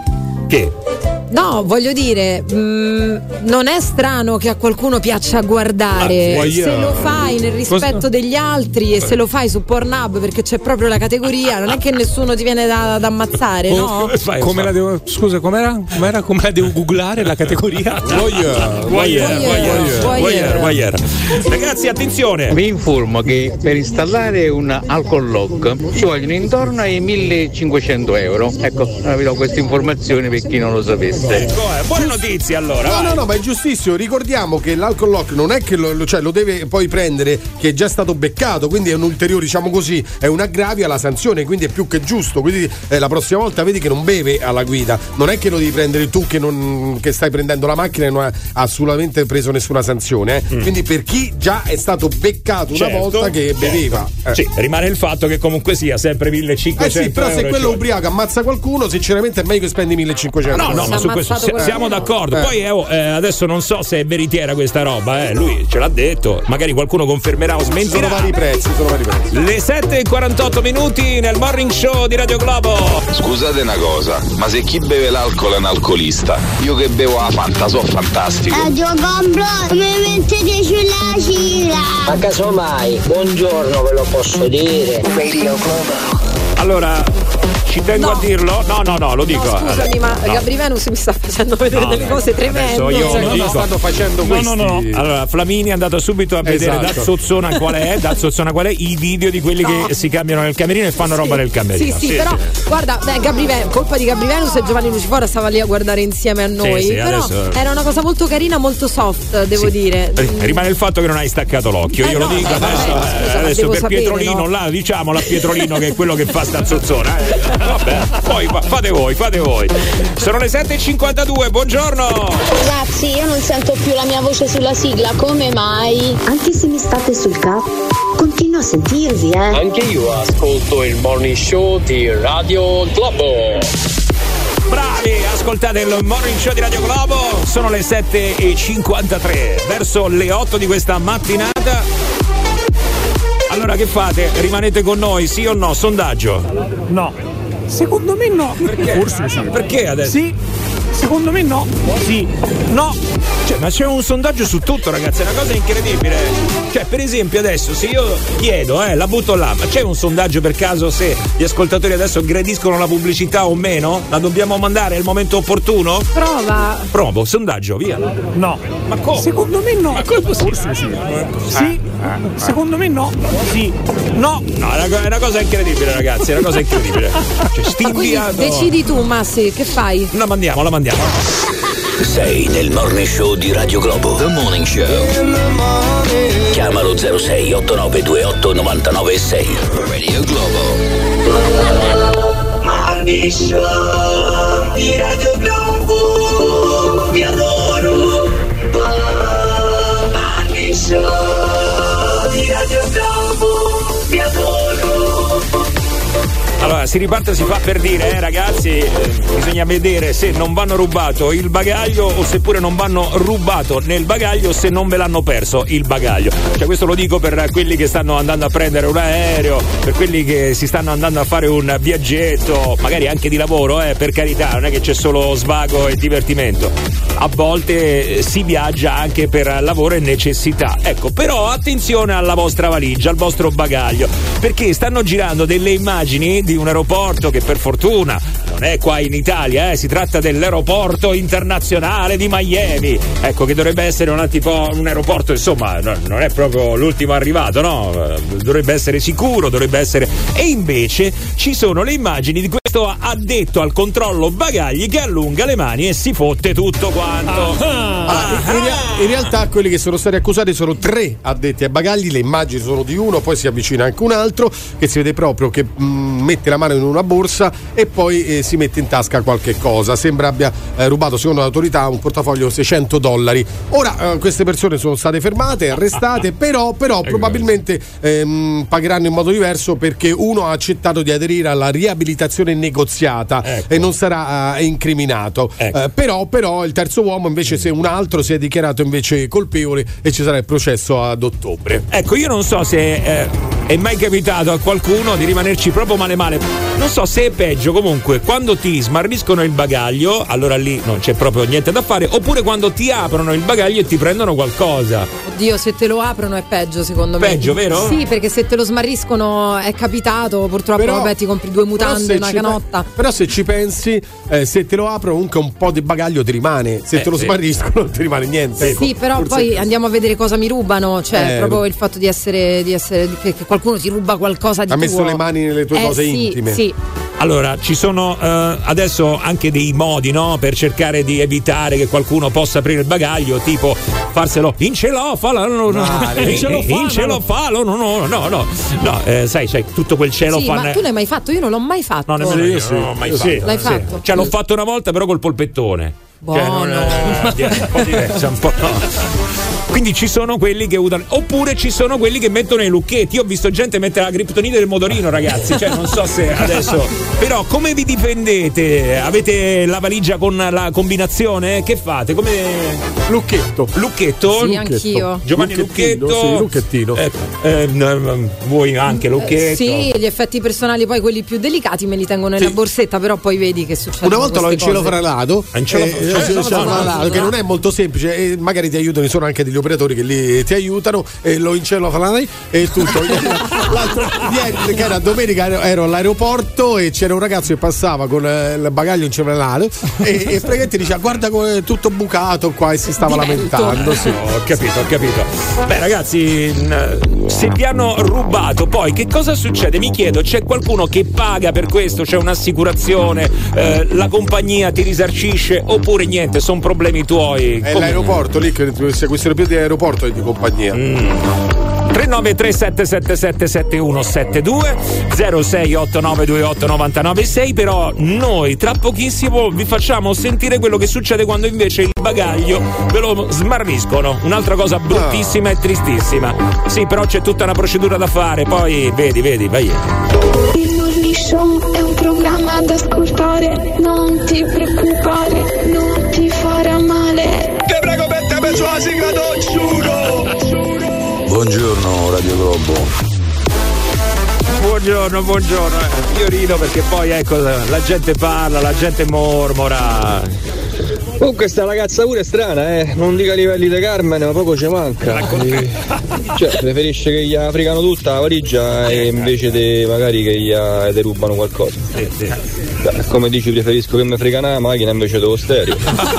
Che? No, voglio dire, mh, non è strano che a qualcuno piaccia guardare. Ah, se lo fai nel rispetto Cosa? degli altri e se lo fai su Pornhub perché c'è proprio la categoria, non è che nessuno ti viene da, da ammazzare, no? Come, fai, come la devo, scusa, com'era? com'era? Come la devo googlare la categoria? Voyeur, voyeur, voyeur, voyeur. Ragazzi, attenzione! Vi informo che per installare un alcol lock ci vogliono intorno ai millecinquecento euro. Ecco, vi do queste informazioni per chi non lo sapesse. Ecco, eh, buone notizie allora. No, vai. no, no, ma è giustissimo. Ricordiamo che l'alcol lock non è che lo, cioè, lo deve poi prendere che è già stato beccato, quindi è un ulteriore, diciamo così, è un aggravio alla sanzione, quindi è più che giusto. Quindi eh, la prossima volta vedi che non beve alla guida, non è che lo devi prendere tu che, non, che stai prendendo la macchina e non ha assolutamente preso nessuna sanzione. Eh. Mm. Quindi per chi già è stato beccato certo, una volta che beveva. Certo. Eh. Sì, rimane il fatto che comunque sia sempre millecinquecento eh sì, però se quello ubriaco ammazza qualcuno, sinceramente è meglio che spendi millecinquecento. No, no, ma su questo siamo d'accordo. Eh. Poi eh, adesso non so se è veritiera questa roba, eh. Lui ce l'ha detto, magari qualcuno confermerà o smentirà. Sono vari prezzi, sono vari prezzi. Le sette e quarantotto minuti nel Morning Show di Radio Globo. Scusate una cosa, ma se chi beve l'alcol è un alcolista, io che bevo la Fanta so fantastico. Radio Globo, mi mettete sulla sigla. Ma casomai, buongiorno ve lo posso dire. Radio Globo. Allora, ci tengo no. a dirlo? No, no, no, lo dico. No, scusami, ma no. Gabri Venus mi sta facendo vedere no, delle cose tremende. Adesso io cioè, lo dico. stanno facendo no, no, no. Allora, Flamini è andato subito a vedere esatto. da Zozzona qual è, da Zozzona qual è i video di quelli no. che si cambiano nel camerino e fanno sì, roba nel camerino. Sì, sì, sì però sì. guarda, beh, Gabri Venus, colpa di Gabri Venus e Giovanni Lucifora stava lì a guardare insieme a noi. Sì, sì, però adesso... era una cosa molto carina, molto soft, devo sì. dire. Rimane il fatto che non hai staccato l'occhio, eh io no, lo dico eh, adesso, vabbè, eh, scusa, adesso per sapere, Pietrolino, no? là diciamo la Pietrolino che è quello che fa sta Zozzona. Eh. Vabbè, poi fate voi, fate voi. Sono le sette e cinquantadue, buongiorno. Ragazzi, io non sento più la mia voce sulla sigla, come mai? Anche se mi state sul capo, continuo a sentirvi, eh. Anche io ascolto il Morning Show di Radio Globo. Bravi, ascoltate il Morning Show di Radio Globo. Sono le sette e cinquantatré, verso le otto di questa mattinata. Allora che fate? Rimanete con noi, sì o no? Sondaggio? No. Secondo me no. Perché? Forse sì. Perché adesso? Sì. Secondo me no. Sì. No. Cioè, ma c'è un sondaggio su tutto, ragazzi, è una cosa incredibile. Cioè, per esempio, adesso se io chiedo, eh, la butto là, ma c'è un sondaggio per caso se gli ascoltatori adesso gradiscono la pubblicità o meno? La dobbiamo mandare al momento opportuno? Prova. Provo, sondaggio, via. No. Ma come? Secondo me no. Ma come possibile? Forse sì. Sì. Secondo me no. Sì. No. No, è una cosa incredibile, ragazzi, è una cosa incredibile. Cioè, sti inviando... Decidi tu, Massi, che fai? La mandiamo, la mandiamo. Sei nel Morning Show di Radio Globo. The Morning Show. Chiamalo zero sei otto nove due otto nove nove sei. Radio Globo. Morning Show di Radio Globo. Mi adoro. Morning Show di Radio Globo. Mi adoro. Allora, si riparte, si fa per dire, eh ragazzi, eh, bisogna vedere se non vanno rubato il bagaglio o seppure non vanno rubato nel bagaglio se non ve l'hanno perso il bagaglio. Cioè, questo lo dico per quelli che stanno andando a prendere un aereo, per quelli che si stanno andando a fare un viaggetto, magari anche di lavoro, eh, per carità, non è che c'è solo svago e divertimento. A volte si viaggia anche per lavoro e necessità. Ecco, però attenzione alla vostra valigia, al vostro bagaglio, perché stanno girando delle immagini di un aeroporto che per fortuna non è qua in Italia, eh, si tratta dell'aeroporto internazionale di Miami. Ecco, che dovrebbe essere un, tipo, un aeroporto, insomma, no, non è proprio l'ultimo arrivato, no? Dovrebbe essere sicuro, dovrebbe essere. E invece ci sono le immagini di questo addetto al controllo bagagli che allunga le mani e si fotte tutto quanto. Ah, in, rea- in realtà quelli che sono stati accusati sono tre addetti ai bagagli, le immagini sono di uno, poi si avvicina anche un altro che si vede proprio che mh, mette la mano in una borsa e poi eh, si mette in tasca qualche cosa. Sembra abbia eh, rubato, secondo l'autorità, un portafoglio seicento dollari. Ora eh, queste persone sono state fermate, arrestate, però, però probabilmente ehm, pagheranno in modo diverso, perché uno ha accettato di aderire alla riabilitazione negoziata, ecco, e non sarà eh, incriminato. Ecco. Eh, però, però il terzo uomo invece, se un altro si è dichiarato invece colpevole, e ci sarà il processo ad ottobre. Ecco, io non so se eh, è mai capitato a qualcuno di rimanerci proprio male male. Non so se è peggio comunque quando ti smarriscono il bagaglio, allora lì non c'è proprio niente da fare, oppure quando ti aprono il bagaglio e ti prendono qualcosa. Oddio, se te lo aprono è peggio, secondo me. Peggio, vero? Sì, perché se te lo smarriscono è capitato, purtroppo, Però- vabbè, ti compri due mutande, una ci canotta. pe- però se ci pensi, eh, se te lo aprono comunque un po' di bagaglio ti rimane, se Eh, te lo sì. smarriscono non ti rimane niente. Sì, però Forse- poi andiamo a vedere cosa mi rubano, cioè Eh, proprio il fatto di essere, di essere che, che qualcuno ti ruba qualcosa di ha messo tuo. le mani nelle tue Eh, cose sì, intime. Sì. Allora, ci sono eh, adesso anche dei modi, no? Per cercare di evitare che qualcuno possa aprire il bagaglio, tipo farselo in celofano, no, no, Vale. in celofano, in celofano, no, no, no, no, no, eh, sai, sai, tutto quel Sì, celofano. ma tu l'hai mai fatto? Io non l'ho mai fatto. No, nemmeno io, sì. non l'ho mai Io fatto. sì. L'hai Sì. fatto? Cioè, l'ho fatto una volta, però col polpettone. Cioè, non Buono. è, è un po' diverso, un po', no. Quindi ci sono quelli che usano, oppure ci sono quelli che mettono i lucchetti. Io ho visto gente mettere la criptonite del motorino, ragazzi. Cioè, non so se adesso. Però, come vi difendete? Avete la valigia con la combinazione? Che fate? Come. Lucchetto. Lucchetto? Sì, anch'io. Giovanni Lucchettino, Lucchetto. sì, lucchettino. Eh, eh, n- vuoi anche Lucchetto? Sì, gli effetti personali, poi quelli più delicati me li tengo nella Sì. borsetta, però poi vedi che succede. Una volta l'ho incelofranato, In celofra- eh, cioè, sì, no, incelofranato, no, no, che non è molto semplice, e magari ti aiutano, ci sono anche degli operatori che lì ti aiutano, e lo incelofranai e tutto. L'altro ieri, che era domenica, ero- ero all'aeroporto e c'era un ragazzo che passava con eh, il bagaglio incelofranato e, e praticamente diceva: guarda come è tutto bucato qua, e si stava Divento. lamentando. Sì. Ho capito, ho capito. Beh, ragazzi, mh, se vi hanno rubato, poi che cosa succede? Mi chiedo, c'è qualcuno che paga per questo? C'è un'assicurazione? Eh, la compagnia ti risarcisce? Oppure niente, sono problemi tuoi? È Come- l'aeroporto lì, che sia questione più di aeroporto che di compagnia. tre nove tre sette sette sette sette uno sette due zero sei otto nove due otto nove nove sei. Però noi tra pochissimo vi facciamo sentire quello che succede quando invece il bagaglio ve lo smarriscono. Un'altra cosa bruttissima e tristissima. Sì, però c'è tutta una procedura da fare. Poi vedi, vedi, vai. Il Morning Show è un programma da ascoltare, non ti preoccupare, non ti farà male. Ti prego, mettimi sulla sigla, non giuro! Buongiorno Radio Globo. Buongiorno, buongiorno. Io rido perché poi ecco la gente parla, la gente mormora. Comunque sta ragazza pure è strana, eh. Non dico a livelli di Carmen, ma poco ci manca. Eh, cioè, preferisce che gli frigano tutta la valigia e invece de, magari che gli derubano qualcosa. Sì, sì. Beh, come dici, preferisco che mi frigano la macchina invece dello stereo.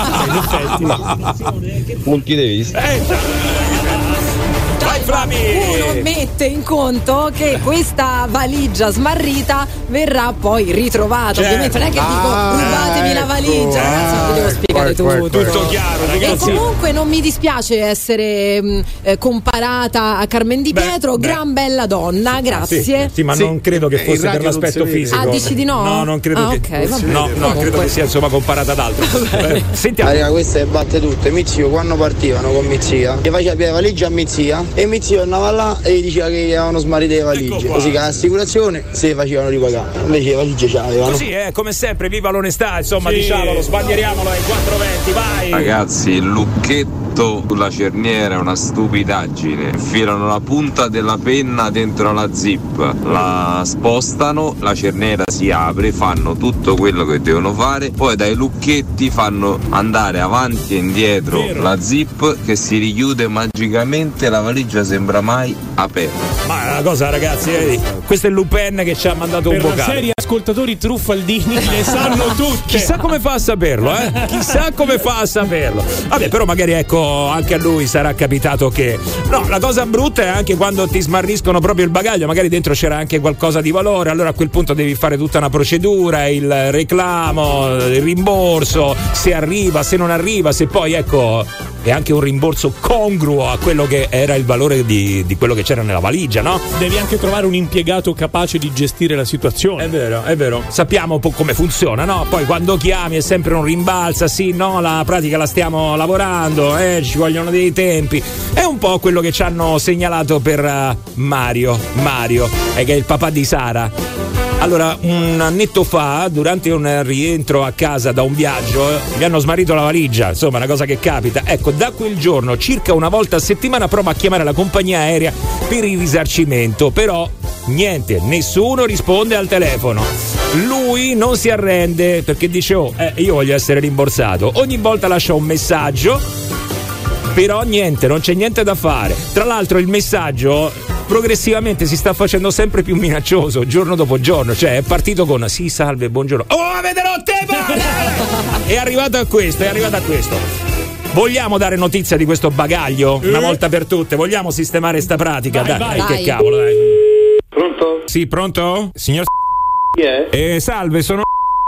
Ma punti di vista. Vai Flami! Uno mette in conto che questa valigia smarrita verrà poi ritrovata. Certo. Ovviamente non è che dico Ah, rubatevi la ecco. valigia, ragazzi, non vi devo spiegare ecco, tutto. ecco, Tutto chiaro, E ragazzi. comunque non mi dispiace essere mh, eh, comparata a Carmen Di Beh, Pietro, beh. gran bella donna, grazie. Sì, sì, ma Sì, non credo che in fosse radio per non l'aspetto si vede. fisico. Ah, dici di no? No, non credo Ah, che ok, va bene. No, no, Comunque. credo che sia insomma comparata ad altro. Eh, Sentiamo. Raga, queste batte tutte. Mio zio quando partivano con mia zia, gli faceva la valigia a mia zia e mio zio andava là e gli diceva che gli avevano smarrito le valigie, Ecco così che l'assicurazione se le facevano ripagare, invece le valigie ce l'avevano. Così è, come sempre, viva l'onestà, insomma, Sì. diciamolo, sbandieriamolo ai quattro venti, vai! Ragazzi, il lucchetto sulla cerniera è una stupidaggine. Infilano la punta della penna dentro la zip, la spostano, la cerniera si apre, fanno tutto quello che devono fare, poi dai lucchetti fanno andare avanti e indietro Vero. la zip che si richiude magicamente, la valigia sembra mai aperta. Ma è una cosa, ragazzi, vedi? Questo è Lupin che ci ha mandato Per un la vocale. serie ascoltatori truffaldini le sanno tutte. Chissà come fa a saperlo, eh? Chissà come fa a saperlo. Vabbè, però magari ecco, anche a lui sarà capitato che. No, la cosa brutta è anche quando ti smarriscono proprio il bagaglio, magari dentro c'era anche qualcosa di valore, allora a quel punto devi fare tutta una procedura, il reclamo, il rimborso, se arriva, se non arriva, se poi ecco. È anche un rimborso congruo a quello che era il valore di, di quello che c'era nella valigia, no? Devi anche trovare un impiegato capace di gestire la situazione. È vero, è vero. Sappiamo un po' come funziona, no? Poi quando chiami è sempre un rimbalza, sì, no, la pratica la stiamo lavorando, eh, ci vogliono dei tempi. È un po' quello che ci hanno segnalato per uh, Mario, Mario, eh, che è il papà di Sara. Allora, un annetto fa, durante un rientro a casa da un viaggio, gli hanno smarrito la valigia, insomma, una cosa che capita. Ecco, da quel giorno, circa una volta a settimana, prova a chiamare la compagnia aerea per il risarcimento, però niente, nessuno risponde al telefono. Lui non si arrende perché dice, oh, eh, io voglio essere rimborsato. Ogni volta lascia un messaggio, però niente, non c'è niente da fare. Tra l'altro il messaggio progressivamente si sta facendo sempre più minaccioso giorno dopo giorno, cioè è partito con sì salve buongiorno, oh avete rotto le palle! È arrivato a questo, è arrivato a questo. Vogliamo dare notizia di questo bagaglio una volta per tutte? Vogliamo sistemare sta pratica? Vai, dai, vai. che Dai. cavolo, dai. Pronto? Sì, pronto? Signor Chi è? eh, salve, sono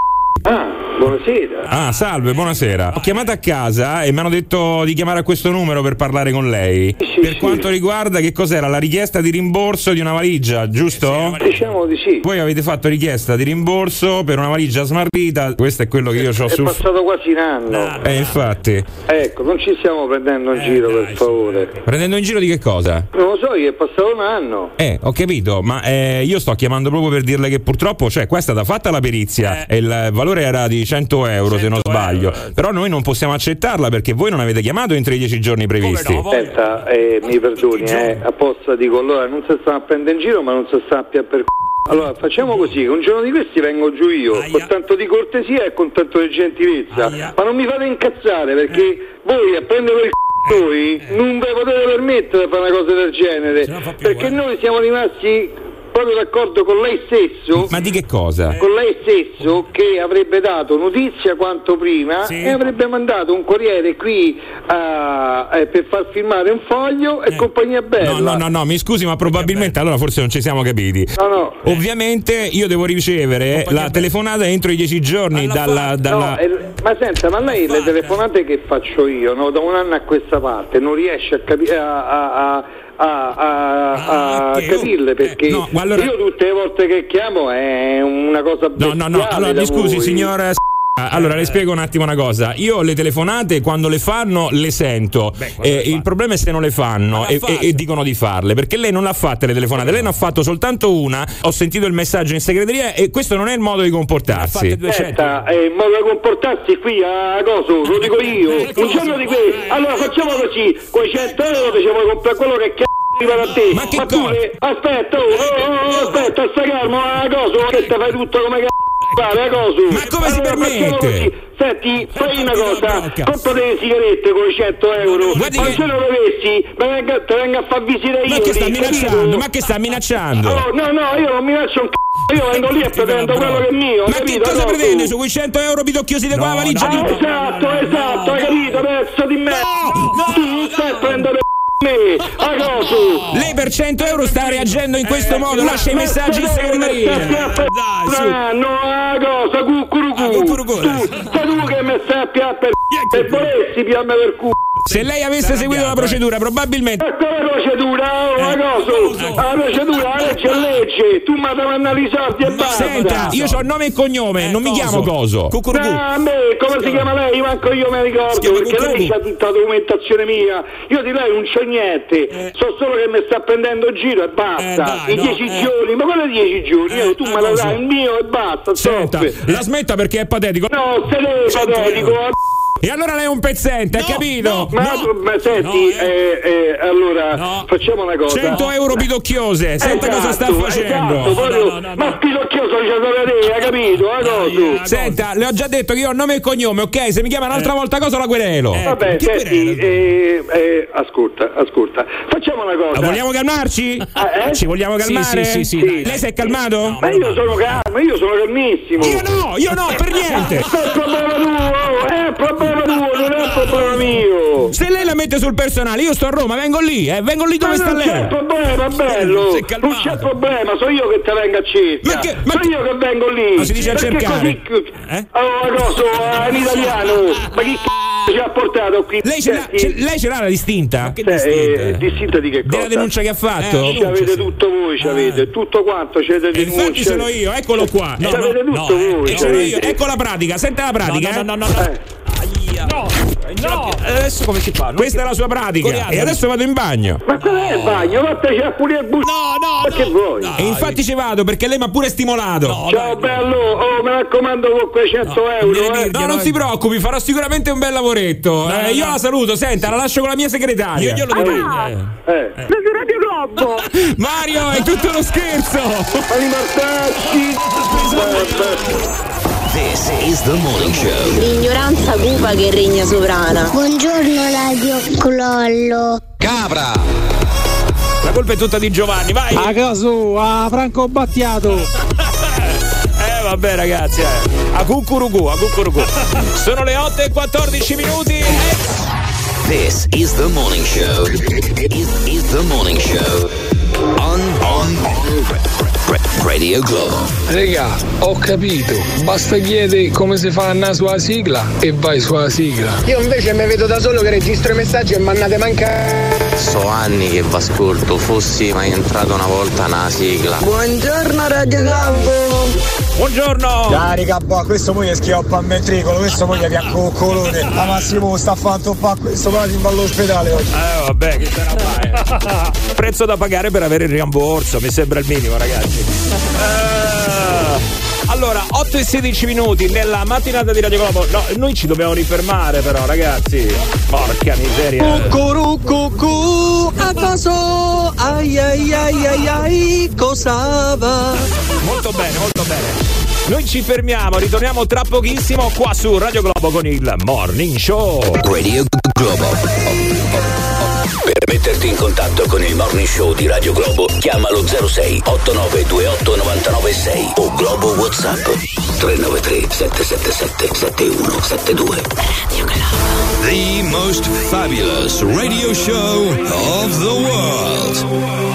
Ah, buonasera. Ah, salve, buonasera. Ho chiamato a casa e mi hanno detto di chiamare a questo numero per parlare con lei. Sì, per sì. quanto riguarda che cos'era? La richiesta di rimborso di una valigia, giusto? Diciamo di sì. Voi avete fatto richiesta di rimborso per una valigia smarrita, questo è quello che io ho È sul. passato quasi un anno. Eh, infatti. Ecco, non ci stiamo prendendo in giro, per favore. Prendendo in giro di che cosa? Non lo so, è passato un anno. Eh, ho capito, ma eh, io sto chiamando proprio per dirle che purtroppo, cioè, questa è stata fatta la perizia e il valore era di cento euro se non sbaglio. Però noi non possiamo accettarla perché voi non avete chiamato entro i dieci giorni previsti. Senta, eh, mi perdoni, eh, apposta dico, allora non si sta a prendere in giro, ma non si sta a per c***o. Allora facciamo così, che un giorno di questi vengo giù io, con tanto di cortesia e con tanto di gentilezza, ma non mi fate incazzare perché voi a prendere il c***o voi non ve potete permettere di fare una cosa del genere, perché noi siamo rimasti proprio d'accordo con lei stesso. Ma di che cosa? Con lei stesso che avrebbe dato notizia quanto prima e avrebbe mandato un corriere qui a, eh, per far firmare un foglio e compagnia bella. No, no, no, no, mi scusi, ma probabilmente allora forse non ci siamo capiti. No, no. Ovviamente io devo ricevere la telefonata entro i dieci giorni dalla. dalla... No, eh, ma senta, ma lei le telefonate che faccio io, no, da un anno a questa parte, non riesce a capire a, a, a a, a, a capirle perché no, allora... io tutte le volte che chiamo è una cosa no no no allora mi scusi voi. signor allora le spiego un attimo una cosa, io le telefonate quando le fanno le sento. Beh, eh, il problema è se non le fanno e, e, e dicono di farle, perché lei non l'ha fatte le telefonate, lei ne ha fatto soltanto una, ho sentito il messaggio in segreteria e questo non è il modo di comportarsi. Aspetta, è il modo di comportarsi qui a coso, lo dico io un giorno di qui, allora facciamo così, con i cento euro facciamo comprare quello che c***o arriva da te, ma che ma tu le... aspetta, oh, oh, oh, aspetta, stai calmo, a coso, che te fai tutto come c***o fare, a coso. Ma come si allora, permette? Senti, fai una cosa, compra delle sigarette con i cento euro, ma che... se non lo avessi, te venga a far visitare io. Ma che sta minacciando? Ma che sta minacciando? Oh, no, no, io non minaccio un c***o, io vengo lì e pretendo quello che è mio. Ma che cosa pretende su quei cento euro pidocchiosi di quella valigia? Ah, esatto, esatto, hai capito, pezzo di merda. Tu non stai a prendere me, a coso. Lei per cento euro sta reagendo in questo modo, lascia i messaggi in segreteria. Dai, su. No, a cosa, cucurucu. Sei tu che mi stai a piare per e vorresti piarmi per culo. Se lei avesse seguito la procedura, probabilmente. Ecco la procedura, oh, a cosa? La procedura, la legge è legge, legge, tu mi devi andare i soldi e basta. Senta, io ho nome e cognome, eh, non coso. mi chiamo Coso. Cucurugu. No, a me, come si chiama lei? Manco io me ricordo, perché Cucurugu. Lei c'ha tutta la documentazione mia. Io di lei non c'ho niente, eh. so solo che mi sta prendendo in giro e basta. Eh, dai, I dieci no, giorni, eh. ma quello dieci giorni, eh, tu me la dai il mio e basta. Senta, stop. La smetta perché è patetico. No, se lei è patetico. E allora lei è un pezzente, no, hai capito? No, ma, no, ma senti, no, eh. Eh, eh, allora no. facciamo una cosa. cento euro pidocchiose, senta esatto, cosa sta facendo. Esatto, no, no, no, no, ma pidocchioso c'è da vedere, hai capito? No, no, senta, le ho già detto che io ho nome e cognome, ok? Se mi chiama un'altra eh. volta cosa la querelo. Eh, Vabbè, senti, eh, eh, ascolta, ascolta. Facciamo una cosa. Ma vogliamo calmarci? Ah, eh? Ci vogliamo calmare? Sì, sì, sì, sì, sì. Lei si è calmato? No, ma io sono calmo, io sono calmissimo. Io no, io no, per niente. È il problema tuo, è il problema tuo, non è problema mio. Se lei la mette sul personale, io sto a Roma, vengo lì, eh, vengo lì dove ma sta non lei. Non c'è problema, bello. Non c'è problema, so io che te vengo a cercare. Ma che, ma so che... io che vengo lì. Ma si dice a cercare? Così... Eh? Allora, cosa, in italiano. Ma chi c***o ci ha portato qui? Lei ce l'ha, ce, lei ce l'ha la distinta? Che distinta? Eh, distinta di che cosa? Della denuncia che ha fatto? Eh, ci avete tutto voi, ci avete tutto quanto, c'è denuncia. Infatti sono io, eccolo qua. No, ci avete tutto no, voi. Eh, sono io. Ecco la pratica, senta la pratica. No, no, no, no. no. Eh. No, no, adesso come si fa? Non Questa si... è la sua pratica. Coriandolo. E adesso vado in bagno. Ma qual è il bagno? Vattene a pulire il busto. No, no, ma che vuoi? No, e infatti ci vado perché lei mi ha pure stimolato. No, ciao dai, bello, oh, mi raccomando con quei cento no, euro. Eh. No, non si preoccupi, farò sicuramente un bel lavoretto. No, eh, no, io no. la saluto, senta, la lascio con la mia segretaria. Io glielo dico. Ah, eh. eh. eh. Radio Globo. Mario, è tutto uno scherzo. Ai mortacci. This is the morning show. L'ignoranza cupa che regna sovrana. Buongiorno Radio Glollo. Cabra. La colpa è tutta di Giovanni, vai. A caso, a Franco Battiato. Eh vabbè ragazzi, eh. A cucurugu, a cucurugu. Sono le otto e quattordici minuti. This is the morning show. Is, is the morning show. On, on, on Radio Globo. Regà, ho capito. Basta chiedere come si fa a andare sulla sigla e vai sulla sigla. Io invece mi vedo da solo che registro i messaggi e mannate manca. So anni che v'ascolto, fossi mai entrato una volta nella sigla. Buongiorno Radio Globo. Buongiorno. Carica, boh, questo poi è schioppa a metricolo, questo poi è bianco colore. La Massimo sta fatto fa questo quasi va all'ospedale oggi. Eh vabbè, che te la fai? Prezzo da pagare per avere il rimborso, mi sembra il minimo, ragazzi. Uh, allora, otto e sedici minuti nella mattinata di Radio Globo. No, noi ci dobbiamo rifermare però, ragazzi. Porca miseria. Cucurucucu, a caso, ai ai ai ai ai, cosa va? Molto bene, molto bene. Noi ci fermiamo, ritorniamo tra pochissimo qua su Radio Globo con il Morning Show. Radio Globo. Per metterti in contatto con il Morning Show di Radio Globo, chiamalo zero sei otto nove due otto nove nove sei o Globo WhatsApp tre nove tre sette sette sette sette uno sette due. Radio Globo. The most fabulous radio show of the world.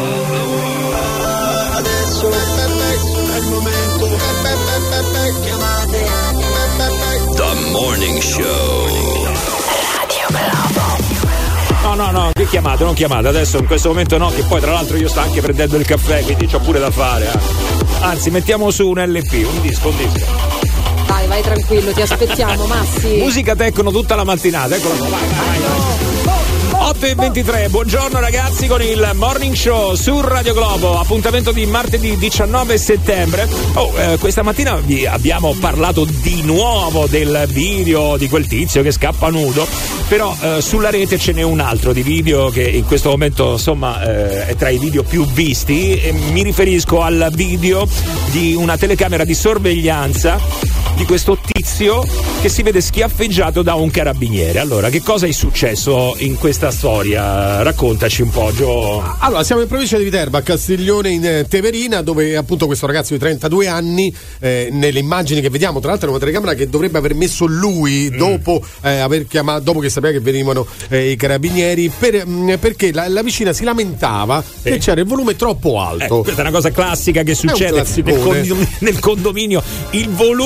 Adesso è il momento. Chiamate. The Morning Show. Radio Globo. No, no, no, che chiamate, non chiamate, adesso in questo momento no, che poi tra l'altro io sto anche prendendo il caffè, quindi c'ho pure da fare. Eh. Anzi, mettiamo su un L P, un disco, un disco. Vai, vai tranquillo, ti aspettiamo, Massi. Musica tecno tutta la mattinata, eccolo qua, vai, vai, vai. otto e ventitré, buongiorno ragazzi con il Morning Show su Radio Globo, appuntamento di martedì diciannove settembre. Oh, eh, questa mattina vi abbiamo parlato di nuovo del video di quel tizio che scappa nudo, però eh, sulla rete ce n'è un altro di video che in questo momento insomma eh, è tra i video più visti, e mi riferisco al video di una telecamera di sorveglianza di questo tizio che si vede schiaffeggiato da un carabiniere. Allora, che cosa è successo in questa storia? Raccontaci un po', Gio. Allora, siamo in provincia di Viterbo, a Castiglione in Teverina, dove appunto questo ragazzo di trentadue anni, eh, nelle immagini che vediamo, tra l'altro è una telecamera che dovrebbe aver messo lui mm. dopo eh, aver chiamato, dopo che sapeva che venivano eh, i carabinieri, per, mh, perché la, la vicina si lamentava eh. che c'era il volume troppo alto. Eh, questa è una cosa classica che succede nel condominio, nel condominio. Il volume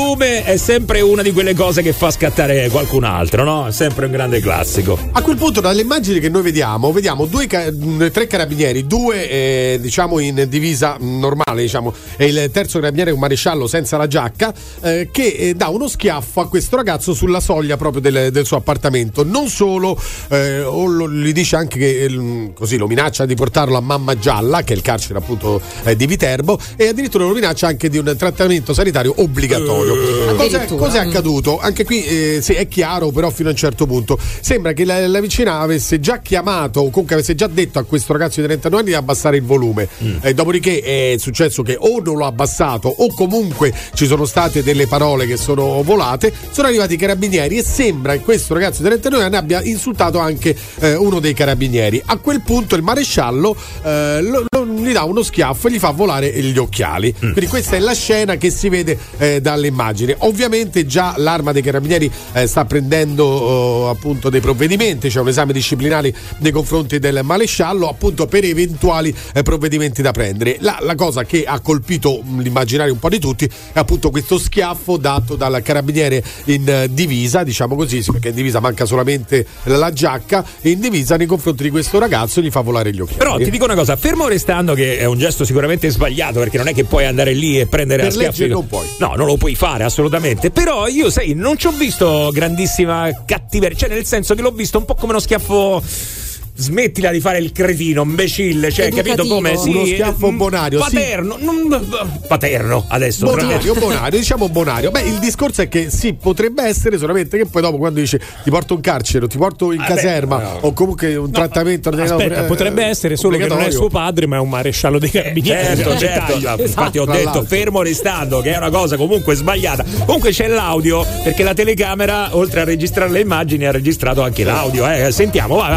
immagine è sempre una di quelle cose che fa scattare qualcun altro, no? È sempre un grande classico. A quel punto, dalle immagini che noi vediamo, vediamo due, tre carabinieri, due eh, diciamo in divisa normale, diciamo, e il terzo carabiniere è un maresciallo senza la giacca, eh, che eh, dà uno schiaffo a questo ragazzo sulla soglia proprio del, del suo appartamento. Non solo, eh, o lo, gli dice anche che eh, così lo minaccia di portarlo a Mamma Gialla, che è il carcere appunto eh, di Viterbo, e addirittura lo minaccia anche di un trattamento sanitario obbligatorio. Uh, cos'è, cos'è accaduto? Anche qui eh, sì, è chiaro, però fino a un certo punto sembra che la, la vicina avesse già chiamato, o comunque avesse già detto a questo ragazzo di trentanove anni di abbassare il volume. Mm. Eh, dopodiché è successo che o non l'ho abbassato o comunque ci sono state delle parole che sono volate. Sono arrivati i carabinieri e sembra che questo ragazzo di trentanove anni abbia insultato anche eh, uno dei carabinieri. A quel punto il maresciallo eh, lo, lo, gli dà uno schiaffo e gli fa volare gli occhiali. Mm. Quindi questa è la scena che si vede eh, dalle immagini. Ovviamente già l'arma dei carabinieri eh, sta prendendo oh, appunto dei provvedimenti, c'è un esame disciplinare nei confronti del maresciallo appunto per eventuali eh, provvedimenti da prendere. La, la cosa che ha colpito l'immaginario un po' di tutti è appunto questo schiaffo dato dal carabiniere in uh, divisa, diciamo così, perché in divisa manca solamente la giacca, in divisa nei confronti di questo ragazzo gli fa volare gli occhiali. Però ti dico una cosa, fermo restando che è un gesto sicuramente sbagliato, perché non è che puoi andare lì e prendere per a schiaffi. Non puoi. No, non lo puoi fare assolutamente. Però io, sai, non ci ho visto grandissima cattiveria, cioè nel senso che l'ho visto un po' come uno schiaffo. Smettila di fare il cretino, imbecille, cioè, educativo. Capito come? Sì, uno schiaffo mh, bonario, paterno, sì. non, paterno adesso. Bonario, bonario, diciamo bonario. Beh, il discorso è che sì, potrebbe essere solamente che poi dopo quando dice ti porto in carcere, ti porto in ah, caserma beh, no. o comunque un no, trattamento. Aspetta, eh, potrebbe essere solo che non è suo padre, ma è un maresciallo dei carabinieri. Eh, certo, certo. No, infatti esatto, ho detto l'altro. Fermo restando, che è una cosa comunque sbagliata. Comunque c'è l'audio, perché la telecamera, oltre a registrare le immagini, ha registrato anche l'audio. Eh. Sentiamo, va, va.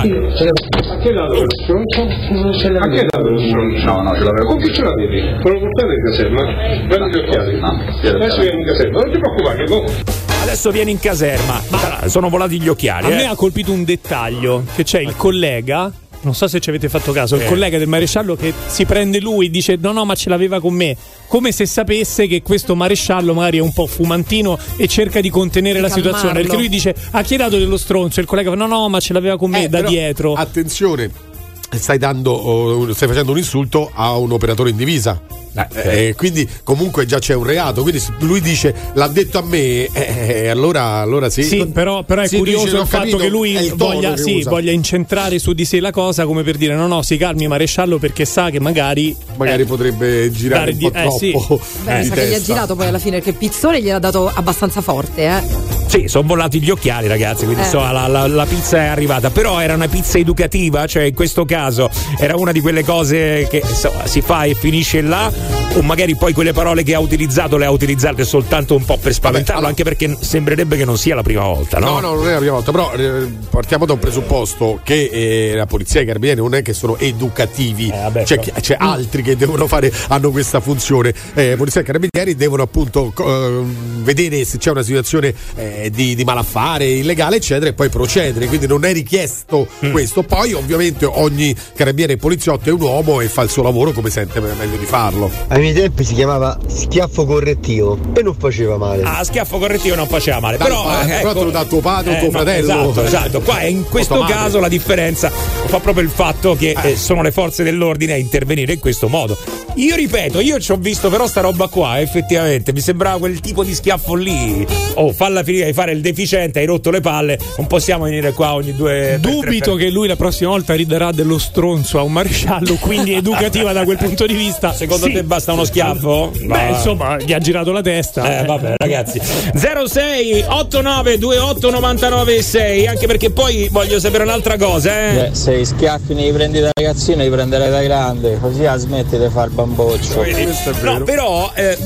A che lato lo stronzo? Non ce l'avevo. A che lato lo stronzo? No, no, ce l'avevo. Con chi ce l'avevi? Te lo portate in caserma? Prendi gli occhiali. No, adesso vieni in caserma, non ti preoccupare, che adesso vieni in caserma. Ma sono volati gli occhiali. A eh. me ha colpito un dettaglio, che c'è il collega. Non so se ci avete fatto caso, il eh. collega del maresciallo che si prende lui, dice no no ma ce l'aveva con me, come se sapesse che questo maresciallo magari è un po' fumantino e cerca di contenere di la calmarlo. Situazione, perché lui dice ha chiedato dello stronzo, il collega fa no no ma ce l'aveva con me eh, da però, dietro. Attenzione, stai dando, stai facendo un insulto a un operatore in divisa. Eh, eh, quindi comunque già c'è un reato, quindi se lui dice l'ha detto a me, eh, allora, allora sì. Sì, però, però è sì, curioso dice, il fatto capito, che lui voglia, che sì, voglia incentrare su di sé la cosa, come per dire no no si calmi maresciallo, perché sa che magari magari eh, potrebbe girare un po' di, troppo. Eh, sì. Beh, sa che gli ha girato poi alla fine, che Pizzone gliel'ha dato abbastanza forte, eh. Sì, sono volati gli occhiali, ragazzi, quindi eh. so, la, la, la pizza è arrivata, però era una pizza educativa, cioè in questo caso era una di quelle cose che so, si fa e finisce là, o magari poi quelle parole che ha utilizzato le ha utilizzate soltanto un po' per spaventarlo. Vabbè, allora, anche perché sembrerebbe che non sia la prima volta, no? No, no, non è la prima volta, però eh, partiamo da un presupposto che eh, la polizia e i carabinieri non è che sono educativi, eh, vabbè, c'è, però. c'è altri che devono fare, hanno questa funzione. Eh, polizia e carabinieri devono appunto eh, vedere se c'è una situazione eh, Di, di malaffare illegale eccetera e poi procedere, quindi non è richiesto mm. questo. Poi ovviamente ogni carabiniere e poliziotto è un uomo e fa il suo lavoro come sente meglio di farlo. Ai miei tempi si chiamava schiaffo correttivo e non faceva male. Ah, schiaffo correttivo non faceva male, dal però padre, eh, però ecco, te lo dà tuo padre o eh, tuo no, fratello. Esatto, esatto. Qua in questo caso la differenza fa proprio il fatto che eh. sono le forze dell'ordine a intervenire in questo modo. Io ripeto, io ci ho visto però sta roba qua, effettivamente mi sembrava quel tipo di schiaffo lì. Oh, falla finire di fare il deficiente, hai rotto le palle, non possiamo venire qua ogni due. Dubito tre, tre. che lui la prossima volta riderà dello stronzo a un maresciallo, quindi educativa da quel punto di vista. Secondo sì. te basta uno schiaffo? Beh, Va. insomma, gli ha girato la testa. Eh, vabbè, ragazzi. zero sei otto nove due otto nove nove sei, anche perché poi voglio sapere un'altra cosa, eh. Beh, se i schiaffi ne li prendi da ragazzino, li prenderai da grande, così la smetti di far bamboccio. No, però eh,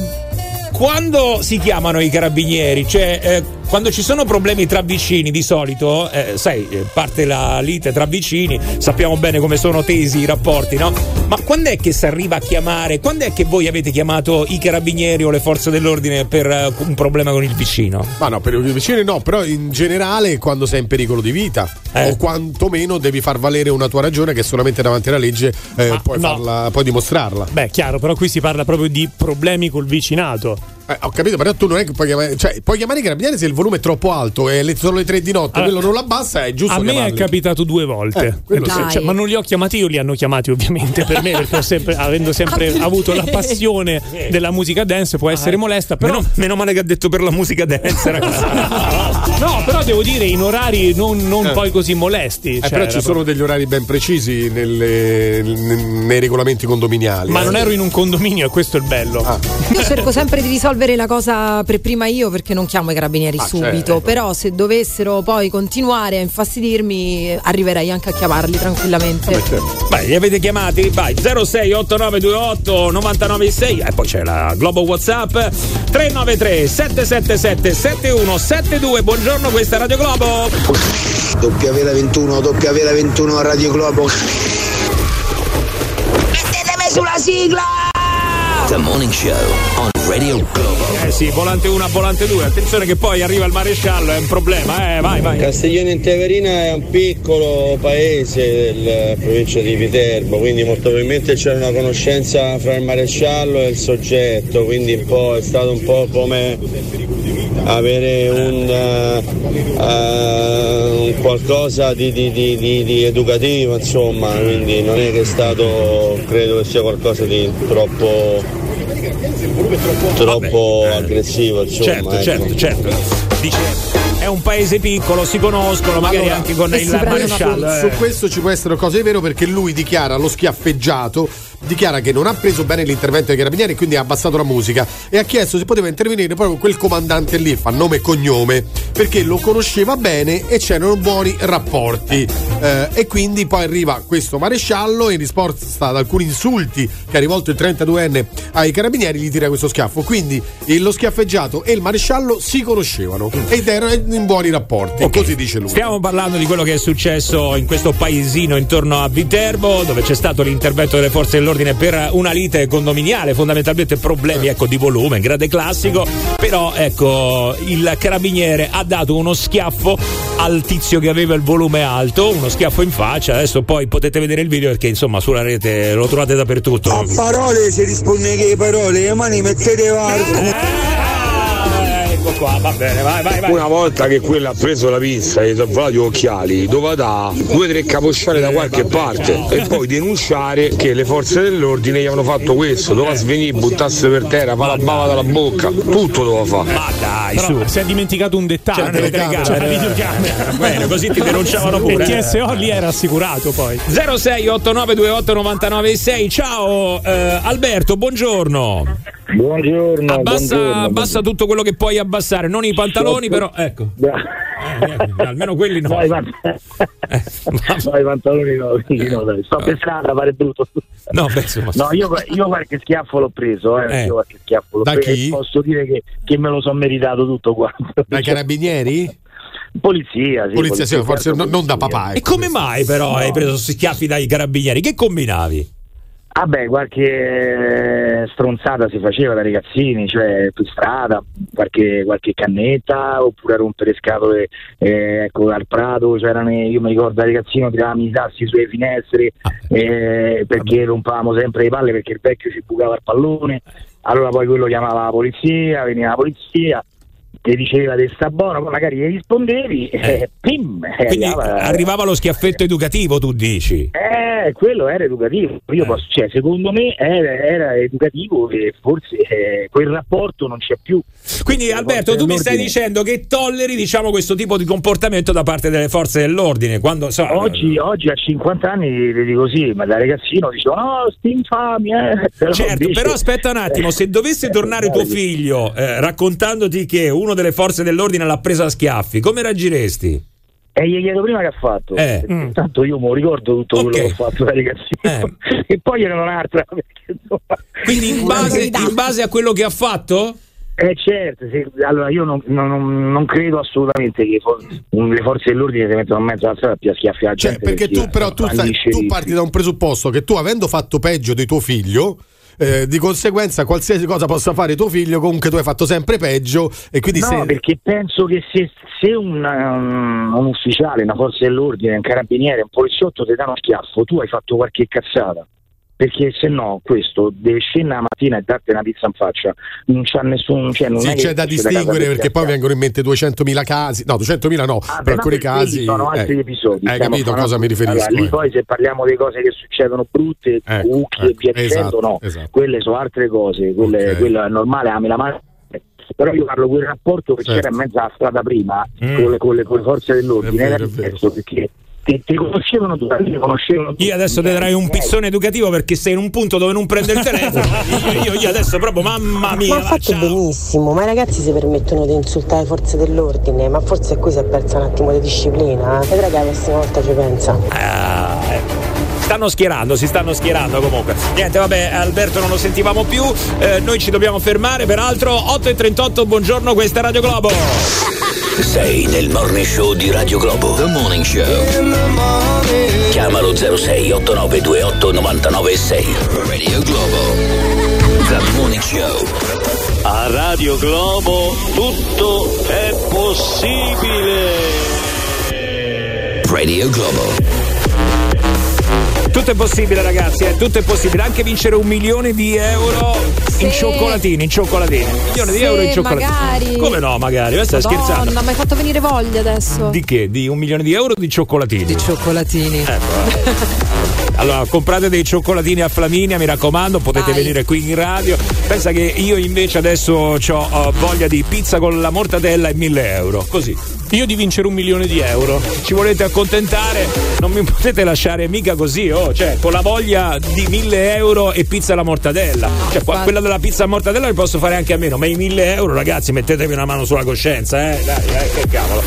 quando si chiamano i carabinieri, cioè eh, quando ci sono problemi tra vicini di solito, eh, sai, parte la lite tra vicini, sappiamo bene come sono tesi i rapporti, no? Ma quando è che si arriva a chiamare, quando è che voi avete chiamato i carabinieri o le forze dell'ordine per uh, un problema con il vicino? Ma no, per i vicini no, però in generale quando sei in pericolo di vita eh. o quantomeno devi far valere una tua ragione che solamente davanti alla legge eh, puoi, no. farla, puoi dimostrarla. Beh, chiaro, però qui si parla proprio di problemi col vicinato. Eh, ho capito, però tu non è che puoi chiamare, cioè puoi chiamare i carabinieri se il volume è troppo alto e sono le tre di notte, allora, quello non l'abbassa, è giusto. A me chiamarli. è capitato due volte, eh, cioè, ma non li ho chiamati io, li hanno chiamati ovviamente per me, perché ho sempre, avendo sempre avuto la passione della musica dance, può essere molesta, però meno, meno male che ha detto per la musica dance, ragazzi. No, però devo dire in orari non, non eh. poi così molesti. Eh, cioè, però ci sono proprio... degli orari ben precisi nelle, nei regolamenti condominiali. Ma eh. non ero in un condominio e questo è il bello. Ah. Io cerco sempre di risolvere la cosa per prima io, perché non chiamo i carabinieri ah, subito, certo. Però se dovessero poi continuare a infastidirmi arriverei anche a chiamarli tranquillamente. Vabbè, certo. Vai, li avete chiamati? Vai, zero sei otto nove due otto nove nove sei e poi c'è la Globo WhatsApp tre nove tre sette sette sette sette uno sette due. Buongiorno, questa è Radio Globo. W la ventuno, W la ventuno Radio Globo. Mettetemi sulla sigla! The Morning Show on Radio Globo. Eh sì, volante uno a volante due. Attenzione che poi arriva il maresciallo, è un problema, eh, vai, vai. Castiglione in Teverina è un piccolo paese della provincia di Viterbo, quindi molto probabilmente c'era una conoscenza fra il maresciallo e il soggetto, quindi un po' è stato un po' come avere un, uh, uh, un qualcosa di, di, di, di, di educativo, insomma, quindi non è che è stato, credo che sia qualcosa di troppo troppo Vabbè, aggressivo, insomma. Certo, ecco. certo, certo. Dice, è un paese piccolo, si conoscono, magari allora, anche con il maresciallo. Su, eh. su questo ci può essere cose di vero, perché lui dichiara lo schiaffeggiato, dichiara che non ha preso bene l'intervento dei carabinieri e quindi ha abbassato la musica e ha chiesto se poteva intervenire proprio quel comandante lì, fa nome e cognome, perché lo conosceva bene e c'erano buoni rapporti, eh, e quindi poi arriva questo maresciallo e in risposta ad alcuni insulti che ha rivolto il trentaduenne ai carabinieri gli tira questo schiaffo, quindi lo schiaffeggiato e il maresciallo si conoscevano ed erano in buoni rapporti, okay. Così dice lui. Stiamo parlando di quello che è successo in questo paesino intorno a Viterbo, dove c'è stato l'intervento delle forze dell'ordine per una lite condominiale, fondamentalmente problemi ecco di volume, grande classico, però ecco il carabiniere ha dato uno schiaffo al tizio che aveva il volume alto, uno schiaffo in faccia. Adesso poi potete vedere il video perché insomma sulla rete lo trovate dappertutto. A parole si risponde che parole, le mani mettete varco. Eh, ecco qua, va bene, vai, vai, vai. Una volta che quello ha preso la pizza e gli ha volato gli occhiali, dove da due o tre caposciate da qualche parte e poi denunciare che le forze dell'ordine gli avevano fatto questo, doveva svenire, buttasse per terra, fa la bava dalla bocca, tutto doveva fare. Ma dai, però su. Si è dimenticato un dettaglio. C'era la telecamera, c'era la videocamera. Bene, così ti denunciavano pure. Il T S O lì era assicurato poi. zero sei otto nove due otto nove nove sei. Ciao eh, Alberto, buongiorno. Buongiorno. Abbassa, buongiorno, abbassa tutto quello che puoi abbassare, non i pantaloni, però ecco. Eh, eh, almeno quelli no. No, i, pant- eh, no, i pantaloni no, no dai. Sto per strada, pare brutto. No, beh, insomma, no io, io qualche schiaffo l'ho preso, eh. Eh. Io qualche schiaffo l'ho Da preso. chi? Posso dire che, che me lo sono meritato tutto quanto. Dai carabinieri? Polizia, sì. Polizia, sì, forse polizia. non, non da papà. Ecco. E come mai però no. hai preso schiaffi dai carabinieri? Che combinavi? Ah beh, qualche stronzata si faceva da ragazzini, cioè per strada, qualche, qualche cannetta, oppure a rompere scatole, eh, ecco, al prato, c'erano, io mi ricordo da ragazzino tiravamo i sassi sulle finestre, eh, perché rompavamo sempre le palle perché il vecchio ci bucava il pallone, allora poi quello chiamava la polizia, veniva la polizia, ti diceva che sta buono, poi magari gli rispondevi e eh. pim! Quindi arrivava, arrivava lo schiaffetto educativo, tu dici? Eh, quello era educativo. Io posso, cioè, secondo me era, era educativo e forse eh, quel rapporto non c'è più. Quindi Alberto, tu mi stai dicendo che tolleri, diciamo, questo tipo di comportamento da parte delle forze dell'ordine quando so, oggi, oggi a cinquanta anni ti dico sì, ma da ragazzino dicevo no, sti infami, eh. Però certo, invece, però aspetta un attimo, se dovesse eh, tornare eh, tuo figlio eh, raccontandoti che uno delle forze dell'ordine l'ha presa a schiaffi, come reagiresti? E gli chiedo prima che ha fatto, eh. intanto io mi ricordo tutto okay. quello che ho fatto da ragazzino eh. e poi era un'altra. Quindi in base, in base a quello che ha fatto? Eh certo, sì. Allora io non, non, non credo assolutamente che for- le forze dell'ordine si mettono in mezzo alla strada più a schiaffiare la cioè, gente. perché tu però tu, sai, tu parti da un presupposto che tu, avendo fatto peggio di tuo figlio, Eh, di conseguenza qualsiasi cosa possa fare tuo figlio comunque tu hai fatto sempre peggio e quindi no, se... perché penso che se, se un, um, un ufficiale, una forza dell'ordine, un carabiniere, un poliziotto ti dà uno schiaffo, tu hai fatto qualche cazzata. perché se no questo deve scendere la mattina e darti una pizza in faccia, non c'ha nessun, cioè non sì, è c'è da distinguere, perché poi vengono in mente duecentomila casi, no duecentomila no, ah, per alcuni casi sono altri eh, episodi, hai capito a cosa mi riferisco? Allora, lì eh. poi se parliamo di cose che succedono brutte, ecco, buchi ecco, e via dicendo, esatto, no, esatto. quelle sono altre cose, quelle, okay. quella è normale, ami la mano. Però io parlo di quel rapporto che certo. c'era in mezzo alla strada prima mm. con, le, con, le, con le forze dell'ordine, era diverso, perché ti, ti conoscevano tu, ti conoscevano tu. Io adesso ti darai un pizzone educativo perché sei in un punto dove non prende il telefono. io, io, io adesso proprio mamma mia. Ma ha fatto ciao. benissimo, ma i ragazzi si permettono di insultare le forze dell'ordine, ma forse qui si è persa un attimo di disciplina. Vedrai che la prossima volta ci pensa. Ah, ecco. Stanno schierando, si stanno schierando comunque. Niente, vabbè, Alberto non lo sentivamo più. Eh, noi ci dobbiamo fermare, peraltro. otto e trentotto, buongiorno, questa è Radio Globo. Sei nel Morning Show di Radio Globo. The Morning Show. Chiamalo zero sei otto nove due otto nove nove sei. Radio Globo. The Morning Show. A Radio Globo tutto è possibile. Radio Globo. Tutto è possibile, ragazzi, eh? Tutto è possibile, anche vincere un milione di euro sì. in cioccolatini, in cioccolatini. Un milione sì, di euro in cioccolatini. Magari. Come no, magari? Ma stai Madonna, scherzando? ma mi hai fatto venire voglia adesso. Di che? Di un milione di euro o di cioccolatini? Di cioccolatini. Ecco. Allora, comprate dei cioccolatini a Flaminia, mi raccomando, potete Vai. venire qui in radio. Pensa che io invece adesso ho uh, voglia di pizza con la mortadella e mille euro. Così. Io di vincere un milione di euro. Ci volete accontentare? Non mi potete lasciare mica così, oh, cioè con la voglia di mille euro e pizza alla mortadella. No, cioè qua, quella della pizza alla mortadella vi posso fare anche a meno, ma i mille euro, ragazzi, mettetevi una mano sulla coscienza, eh. Dai, eh, che cavolo.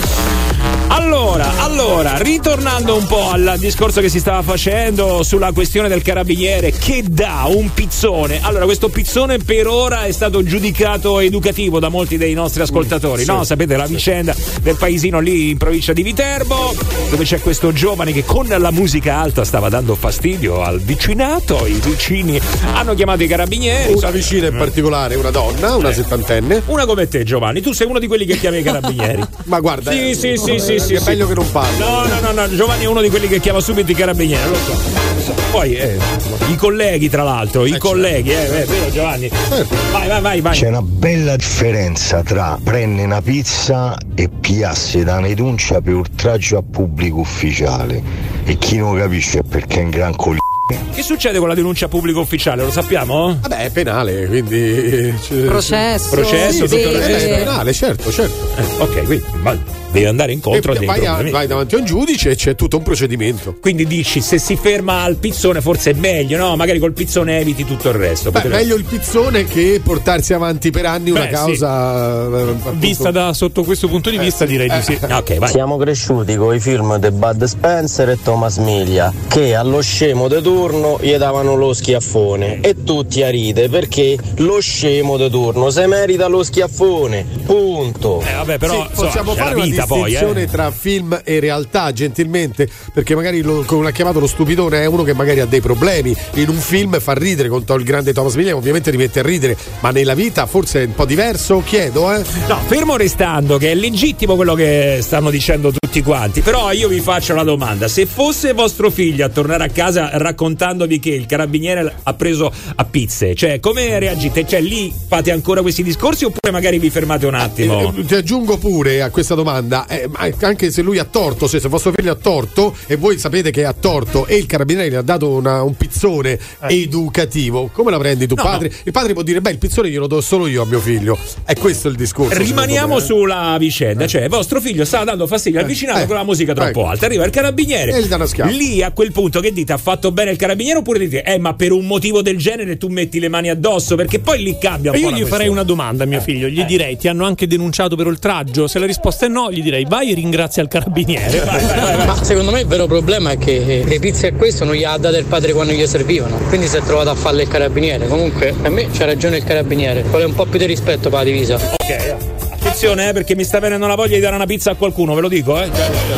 Allora, allora, ritornando un po' al discorso che si stava facendo sulla questione del carabiniere che dà un pizzone. Allora, questo pizzone per ora è stato giudicato educativo da molti dei nostri ascoltatori, mm, no? Sì, sapete la sì. vicenda del paesino lì in provincia di Viterbo, dove c'è questo giovane che con la musica alta stava dando fastidio al vicinato. I vicini hanno chiamato i carabinieri. Una vicina in particolare, una donna, una eh. settantenne. Una come te, Giovanni, tu sei uno di quelli che chiama i carabinieri. Ma guarda, sì, eh, sì, sì, sì, sì, è meglio che non parli. No, no, no, no, Giovanni è uno di quelli che chiama subito i carabinieri, lo so. Lo so. Poi eh, i colleghi, tra l'altro, i eh, colleghi, certo. eh, vero Giovanni? Certo. Vai, vai, vai, vai. C'è una bella differenza tra prendere una pizza e piasse da una denuncia per oltraggio a pubblico ufficiale. E chi non capisce perché è un gran coglione. Che succede con la denuncia pubblico ufficiale? Lo sappiamo? Vabbè, è penale, quindi processo. Processo, sì, tutto il resto. È penale, certo, certo. Eh, ok, quindi ma devi andare incontro a dei vai, problemi. vai davanti a un giudice e c'è tutto un procedimento. Quindi dici, se si ferma al pizzone forse è meglio, no? Magari col pizzone eviti tutto il resto. Beh, Potrebbe... meglio il pizzone che portarsi avanti per anni una Beh, causa sì. appunto... vista da sotto questo punto di vista, eh, direi eh. di sì. Okay, vai. Siamo cresciuti con i film di Bud Spencer e Thomas Miglia, che allo scemo de turno gli davano lo schiaffone e tutti a ride perché lo scemo de turno se merita lo schiaffone, punto. Eh vabbè, però sì, possiamo so, fare una vita distinzione poi, eh. tra film e realtà, gentilmente, perché magari lo, come l'ha chiamato lo stupidone, è uno che magari ha dei problemi in un film, fa ridere con il grande Thomas Miglia, ovviamente ti mette a ridere, ma nella vita forse è un po' diverso, chiedo, eh. No, fermo restando che è legittimo quello che stanno dicendo tutti quanti, però io vi faccio una domanda: se fosse vostro figlio a tornare a casa raccontandovi che il carabiniere ha preso a pizze, cioè come reagite? Cioè lì fate ancora questi discorsi oppure magari vi fermate un attimo? Eh, ti aggiungo pure a questa domanda, eh, anche se lui ha torto, se, se vostro figlio ha torto e voi sapete che ha torto e il carabiniere gli ha dato una, un pizzone eh. educativo, come la prendi tu, no, padre? No. Il padre può dire, beh, il pizzone glielo do solo io a mio figlio. È questo il discorso. Rimaniamo sulla vicenda, eh. cioè vostro figlio stava dando fastidio al vicinato eh. con la musica troppo ecco. alta, arriva il carabiniere e gli dà una schiaffa. Lì a quel punto che dite, ha fatto bene il carabiniere oppure dite, eh ma per un motivo del genere tu metti le mani addosso, perché poi lì cambia un e po' io gli farei una domanda a mio figlio, gli eh. direi, ti hanno anche denunciato per oltraggio? Se la risposta è no, gli direi, vai e ringrazia il carabiniere. Vai, vai, vai, vai. Ma secondo me il vero problema è che le pizze a questo non gli ha date il padre quando gli servivano, quindi si è trovato a farle il carabiniere. Comunque per me c'ha ragione il carabiniere, vuole un po' più di rispetto per la divisa. Ok, attenzione eh, perché mi sta venendo la voglia di dare una pizza a qualcuno, ve lo dico eh.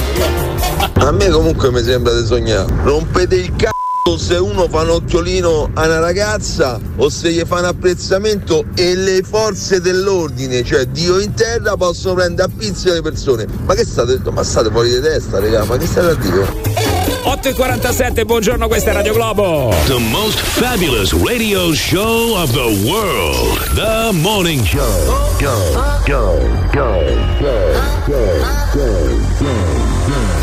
A me comunque mi sembra di sognare. Rompete il c***o se uno fa un occhiolino a una ragazza o se gli fa un apprezzamento e le forze dell'ordine, cioè Dio in terra, possono prendere a pizza le persone. Ma che state? Ma state fuori di testa, raga, ma che state a dire? otto e quarantasette, buongiorno, questa è Radio Globo. The most fabulous radio show of the world. The Morning Show. Go, go, go, go, go, go, go.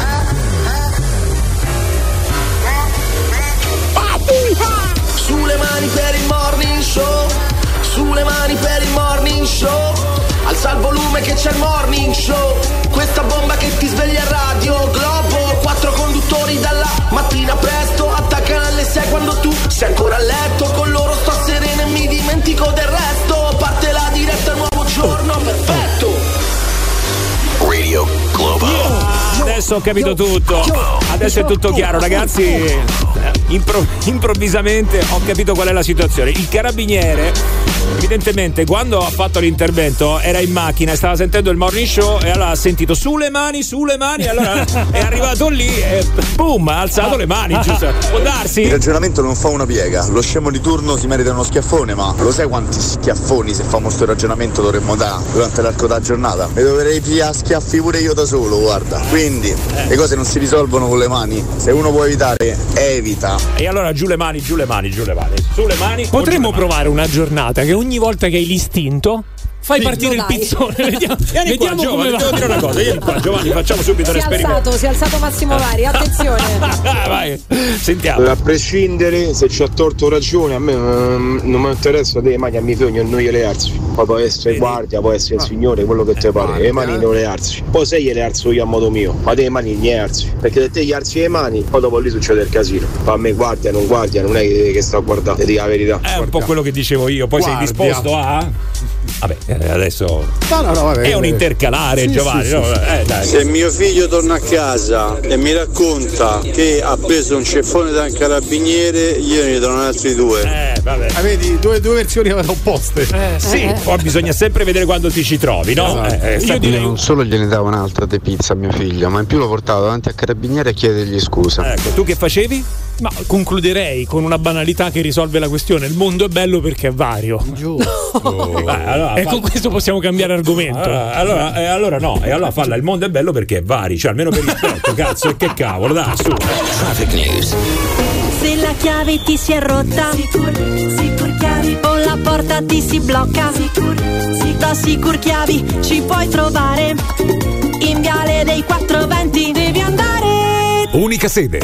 Sulle mani per il morning show, sulle mani per il morning show, alza il volume che c'è il morning show, questa bomba che ti sveglia a Radio Globo, quattro conduttori dalla mattina presto, attaccano alle sei quando tu sei ancora a letto, con loro sto sereno e mi dimentico del resto, parte la diretta, nuovo giorno perfetto. Radio Globo. Adesso ho capito tutto, adesso è tutto chiaro, ragazzi. Impro- improvvisamente ho capito qual è la situazione. Il carabiniere evidentemente quando ha fatto l'intervento era in macchina e stava sentendo il morning show e allora ha sentito sulle mani, sulle mani, allora è arrivato lì e boom, ha alzato le mani, giusto? Può darsi? Il ragionamento non fa una piega, lo scemo di turno si merita uno schiaffone, ma lo sai quanti schiaffoni, se famo sto ragionamento, dovremmo dare durante l'arco della giornata? Mi dovrei pigliare schiaffi pure io da solo, guarda. Quindi eh. le cose non si risolvono con le mani, se uno può evitare, evita. E allora giù le mani, giù le mani, giù le mani, su le mani. Potremmo provare una giornata che ogni volta che hai l'istinto fai sì, partire il pizzone. Vediamo, vieni vediamo qua, come Giovanni, va. Devo dire una cosa, vieni qua Giovanni, facciamo subito un esperimento. Alzato, si è alzato Massimo Vari, attenzione. Vai, sentiamo. A prescindere se ci ha torto ragione, a me um, non mi interessa delle mani a mio figlio, non gliele alzi. Poi può essere guardia, può essere il signore, quello che te pare. Le mani non le alzi. Poi se gliele alzo io a modo mio, ma delle mani non le alzi. Perché se te gli alzi le mani, poi dopo lì succede il casino. Poi a me guardia, non guardia, non è che, che sto a guardare, ti dico la verità. È un po' quello che dicevo io, poi guardia. Sei disposto a. Vabbè, adesso no, no, no, vabbè, è un intercalare, sì, Giovanni. Sì, no? sì, eh, dai. Se mio figlio torna a casa e mi racconta che ha preso un ceffone da un carabiniere, io ne do altri due. Eh, vabbè. Ah, vedi, due, due versioni opposte. Eh, sì, eh. Poi bisogna sempre vedere quando ti ci trovi, no? Esatto. Eh, io direi non solo gliene davo un'altra di pizza a mio figlio, ma in più lo portavo davanti al carabiniere a chiedergli scusa. Ecco, tu che facevi? Ma concluderei con una banalità che risolve la questione. Il mondo è bello perché è vario. Giusto. Oh. Eh, allora, e con questo possiamo cambiare argomento. Allora, allora, eh, allora no, e allora falla. Il mondo è bello perché è vario, cioè almeno per rispetto, cazzo, e che cavolo, dai, su. Traffic News. Se la chiave ti si è rotta, Sicur, Sicur Chiavi, o la porta ti si blocca, Sicur, Sicur. Da Sicur Chiavi ci puoi trovare. In Viale dei quattro venti devi andare. Unica sede.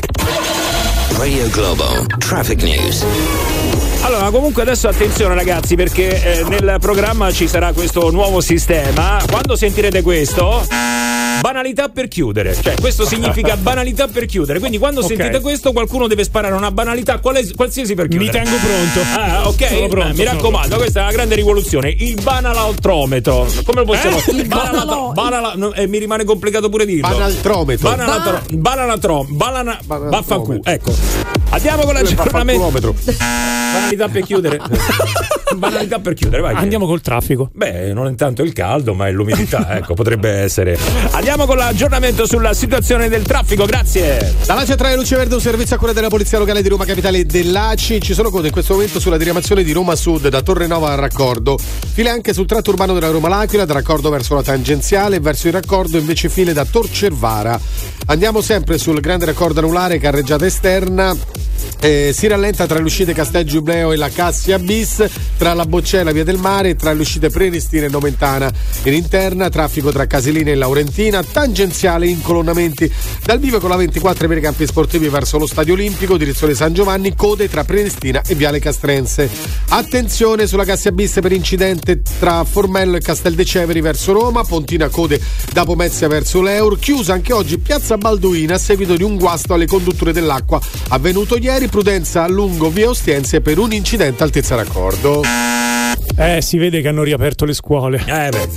Radio Globo Traffic News. Allora, comunque adesso attenzione ragazzi, perché eh, nel programma ci sarà questo nuovo sistema. Quando sentirete questo, banalità per chiudere. Cioè, questo significa banalità per chiudere. Quindi quando okay. sentite questo, qualcuno deve sparare una banalità quale, qualsiasi per chiudere. Mi tengo pronto. Ah, ok. Sono pronto, eh, mi raccomando, pronto. Questa è una grande rivoluzione. Il banaltrometro. Come lo possiamo? Eh? Banala, banala, no, eh, mi rimane complicato pure dirlo. Banaltrometro. Banaltro, banaltro, banana, vaffanculo. Ecco. Andiamo con l'aggiornamento. Banalità per chiudere. Banalità per chiudere, vai. Andiamo col traffico. Beh, non è tanto il caldo, ma è l'umidità, ecco, potrebbe essere. Andiamo con l'aggiornamento sulla situazione del traffico, grazie. Dalla centrale Luce Verde, un servizio a cura della Polizia Locale di Roma Capitale e dell'A C I. Ci sono code in questo momento sulla diramazione di Roma Sud da Torre Nova al raccordo. File anche sul tratto urbano della Roma L'Aquila, da raccordo verso la tangenziale e verso il raccordo invece file da Tor Cervara. Andiamo sempre sul grande raccordo anulare, carreggiata esterna. Eh, si rallenta tra le uscite Castel Giubleo e la Cassia bis, tra la Boccella e Via del Mare, tra le uscite Prenestina e Nomentana in interna, traffico tra Casilina e Laurentina, tangenziale incolonnamenti dal vivo con la ventiquattro per i campi sportivi verso lo Stadio Olimpico, direzione San Giovanni, code tra Prenestina e Viale Castrense. Attenzione sulla Cassia bis per incidente tra Formello e Casteldeceveri verso Roma, Pontina code da Pomezia verso l'Eur, chiusa anche oggi Piazza Balduina a seguito di un guasto alle condutture dell'acqua avvenuto ieri, prudenza lungo via Ostiense per un incidente altezza raccordo. Eh, si vede che hanno riaperto le scuole. Eh beh.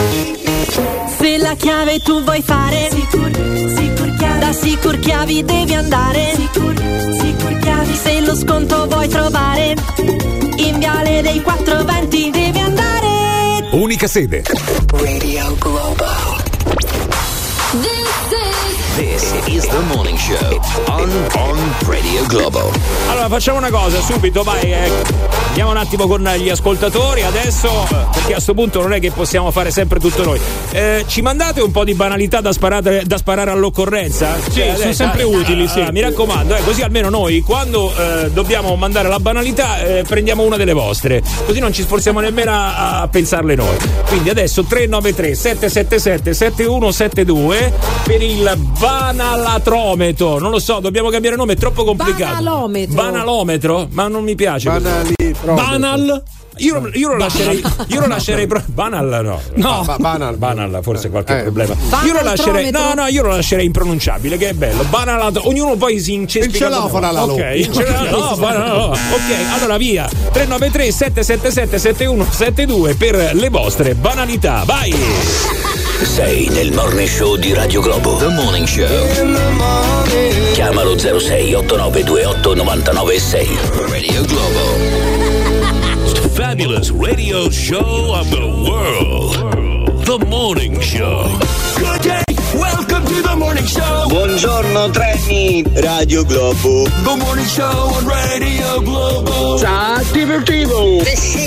Se la chiave tu vuoi fare, Sicur, Sicur Chiavi, da Sicur Chiavi devi andare, Sicur, Sicur Chiavi. Se lo sconto vuoi trovare, in Viale dei quattro venti devi andare. Unica sede. Radio Globo. This is the morning show on, on Radio Globo. Allora facciamo una cosa subito, vai, eh. Andiamo un attimo con gli ascoltatori adesso, perché a sto punto non è che possiamo fare sempre tutto noi. Eh, ci mandate un po' di banalità da sparare, da sparare all'occorrenza? Sì, cioè, sono adesso, sempre dai, utili, allora, sì. Mi raccomando, eh, così almeno noi quando eh, dobbiamo mandare la banalità eh, prendiamo una delle vostre, così non ci sforziamo nemmeno a, a pensarle noi. Quindi adesso tre nove tre sette sette sette sette uno sette due per il banalatrometro. Non lo so, dobbiamo cambiare nome, è troppo complicato. Banalometro. Banalometro? Ma non mi piace. Banalitrometro. Banal? Io, io lo lascerei, io lo lascerei pro- banal no, no. Ba- banal, banal forse qualche eh. problema. Io lo lascerei, no, no, io lo lascerei impronunciabile, che è bello. Banal, ognuno poi si incespica. Il celofana la ok, il celofana, no, banal, no. Ok, allora via. tre nove tre sette sette sette sette uno sette due per le vostre banalità. Vai. Sei nel morning show di Radio Globo. The Morning Show. Chiamalo zero sei otto nove due otto nove nove sei. Radio Globo. Fabulous radio show of the world. The Morning Show. Good day, welcome to the morning show. Buongiorno treni, Radio Globo. The morning show on Radio Globo. Ciao, divertivo.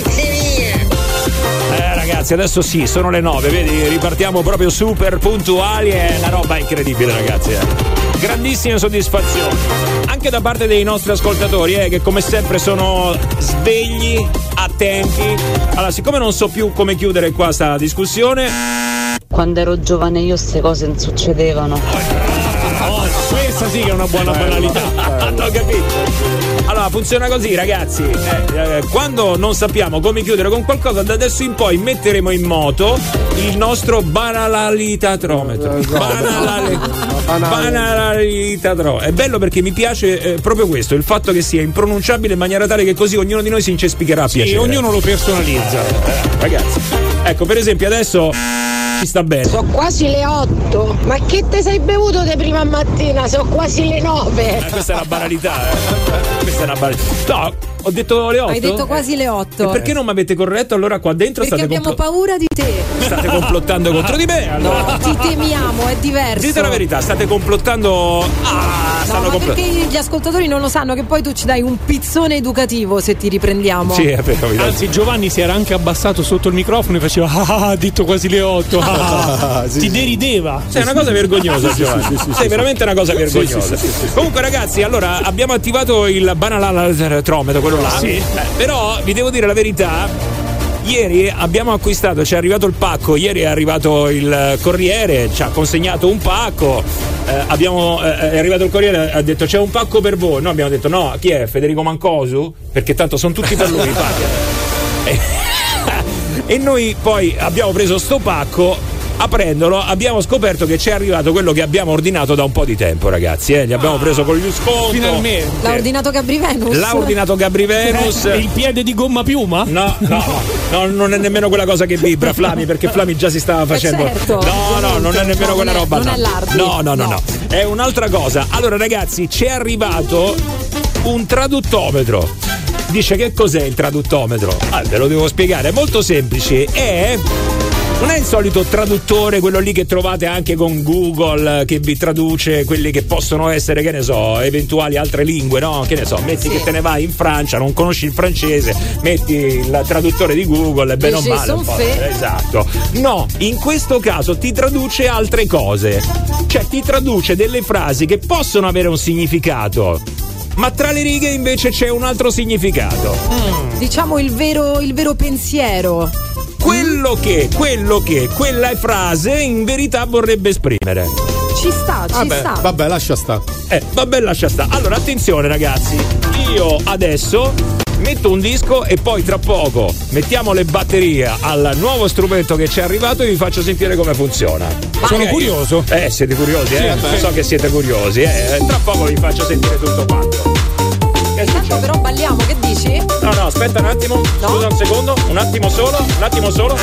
Eh ragazzi, adesso sì, sono le nove, vedi, ripartiamo proprio super puntuali, è una roba incredibile ragazzi, eh. Grandissime soddisfazioni anche da parte dei nostri ascoltatori, eh, che come sempre sono svegli, attenti. Allora, siccome non so più come chiudere qua sta discussione, quando ero giovane io queste cose non succedevano. Oh, questa sì che è una buona banalità. hanno capito. Allora funziona così ragazzi, eh, eh, quando non sappiamo come chiudere con qualcosa, da adesso in poi metteremo in moto il nostro banalitatrometro. Banalali- banalitatrometro. È bello perché mi piace eh, proprio questo, il fatto che sia impronunciabile in maniera tale che così ognuno di noi si incespicherà a Sì, piacere. ognuno lo personalizza. Eh, ragazzi, ecco per esempio adesso ci sta bene. Sono quasi le otto, ma che te sei bevuto di prima mattina? Sono quasi le nove. Eh, questa è una banalità, eh. Questa è una banalità. No, ho detto le otto. Hai detto quasi le otto. E perché non mi avete corretto? Allora qua dentro Perché state abbiamo complo- paura di te. state complottando contro di me. Allora. No, ti temiamo, è diverso. Dite la verità, state complottando. Ah, No, stanno ma complottando. perché gli ascoltatori non lo sanno che poi tu ci dai un pizzone educativo se ti riprendiamo. Sì, è vero. mi dai- Anzi, Giovanni si era anche abbassato sotto il microfono e faceva ah, ha detto quasi le otto. Ah, sì, ti sì. derideva. Sì, è una cosa vergognosa, Giovanni. sì, sì, sì, Sei sì. veramente una cosa vergognosa. Sì, sì, sì, sì. Comunque, ragazzi, allora abbiamo attivato il banaltrometro, quello là. Sì. Eh, però vi devo dire la verità. Ieri abbiamo acquistato, ci è arrivato il pacco, ieri è arrivato il corriere, ci ha consegnato un pacco, eh, abbiamo, eh, è arrivato il corriere, ha detto c'è un pacco per voi, noi abbiamo detto no, chi è? Federico Mancosu? Perché tanto sono tutti per lui i pacchi. E, e noi poi abbiamo preso sto pacco. Aprendolo abbiamo scoperto che ci è arrivato quello che abbiamo ordinato da un po' di tempo, ragazzi, eh? Gli abbiamo preso con gli sconto. Finalmente. L'ha ordinato Gabri Venus. L'ha ordinato Gabri Venus. Eh, il piede di gomma piuma? No, no, no, non è nemmeno quella cosa che vibra, Flami, perché Flami già si stava facendo. certo, no, no, non è nemmeno no, quella non è- roba. non no. è l'Ardi. No, no, no, No. no. È un'altra cosa. Allora, ragazzi, ci è arrivato un traduttometro. Dice che cos'è il traduttometro? Ah, ve lo devo spiegare, è molto semplice. È. Non è il solito traduttore, quello lì che trovate anche con Google, che vi traduce quelli che possono essere, che ne so, eventuali altre lingue, no? Che ne so, metti che te ne vai in Francia, non conosci il francese, metti il traduttore di Google e bene o Dici, male. un son po'. fe. Esatto. No, in questo caso ti traduce altre cose. Cioè ti traduce delle frasi che possono avere un significato, ma tra le righe invece c'è un altro significato. Diciamo il vero, il vero pensiero. Quello che, quello che quella frase in verità vorrebbe esprimere. Ci sta, ci Vabbè, sta. vabbè, lascia sta. Eh, vabbè, lascia sta. Allora, attenzione ragazzi, io adesso metto un disco e poi tra poco mettiamo le batterie al nuovo strumento che ci è arrivato e vi faccio sentire come funziona. Sono Ok? curioso. Eh, siete curiosi, eh? Sì, vabbè. So che siete curiosi, eh? Tra poco vi faccio sentire tutto quanto. Che Intanto succede? però balliamo, che dici? No, no, aspetta un attimo, scusa un secondo, un attimo solo, un attimo solo.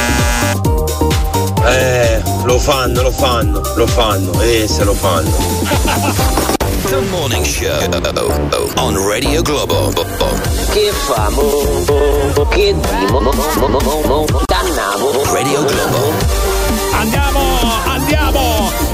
Eh, lo fanno, lo fanno, lo fanno, e se lo fanno. The Morning Show on Radio Globo. Che famo? Che dimo? Dannavo. Radio Globo. Andiamo, andiamo! Dov'è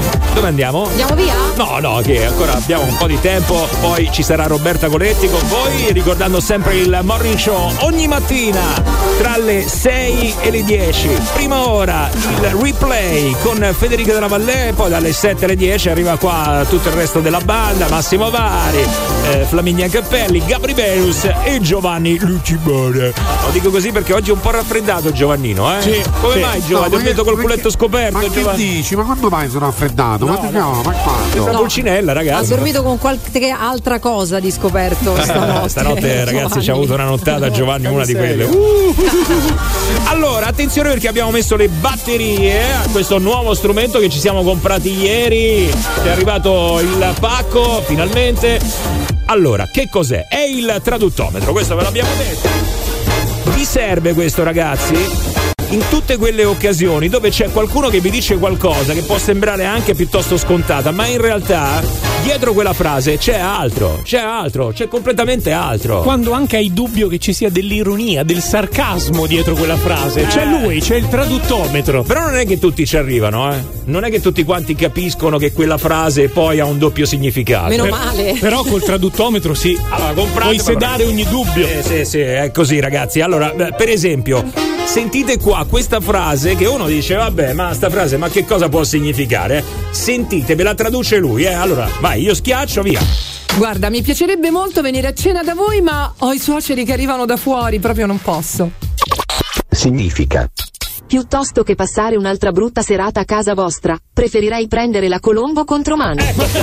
Dove andiamo? Andiamo via? No, no, che ancora abbiamo un po' di tempo. Poi ci sarà Roberta Coletti con voi, ricordando sempre il Morning Show ogni mattina tra le sei e le dieci. Prima ora il replay con Federica Della Vallée, poi dalle sette alle dieci arriva qua tutto il resto della banda, Massimo Vari, eh, Flaminia Cappelli, Gabri Belus e Giovanni Lucibone. Lo dico così perché oggi è un po' raffreddato Giovannino, eh? Sì, Come sì. mai Giovanni? No, Ho detto col culetto scoperto, ma Giovanni. Che dici? Ma quando mai sono raffreddato? No, ma ti no, ma quando? Una pulcinella, Ha ragazzi. dormito con qualche altra cosa di scoperto stanotte. Stanotte, ragazzi, Giovanni. ci ha avuto una nottata Giovanni, una di quelle. Uh. Allora, attenzione perché abbiamo messo le batterie a questo nuovo strumento che ci siamo comprati ieri. È arrivato il pacco, finalmente. Allora, che cos'è? È il traduttometro, questo ve l'abbiamo detto. Vi serve questo, ragazzi? In tutte quelle occasioni dove c'è qualcuno che vi dice qualcosa che può sembrare anche piuttosto scontata, ma in realtà dietro quella frase c'è altro, c'è altro, c'è completamente altro. Quando anche hai dubbio che ci sia dell'ironia, del sarcasmo dietro quella frase, c'è Eh. lui, c'è il traduttometro. Però non è che tutti ci arrivano, eh. Non è che tutti quanti capiscono che quella frase poi ha un doppio significato. Meno Per- male. Però col traduttometro sì. Allora, comprate, puoi sedare ogni dubbio. Eh, sì, sì, è così, ragazzi. Allora, beh, per esempio, sentite qua questa frase che uno dice, vabbè, ma sta frase, ma che cosa può significare? Sentite, ve la traduce lui, eh. Allora, vai, io schiaccio, via. Guarda, mi piacerebbe molto venire a cena da voi, ma ho i suoceri che arrivano da fuori, proprio non posso. Significa: piuttosto che passare un'altra brutta serata a casa vostra, preferirei prendere la Colombo contro mano.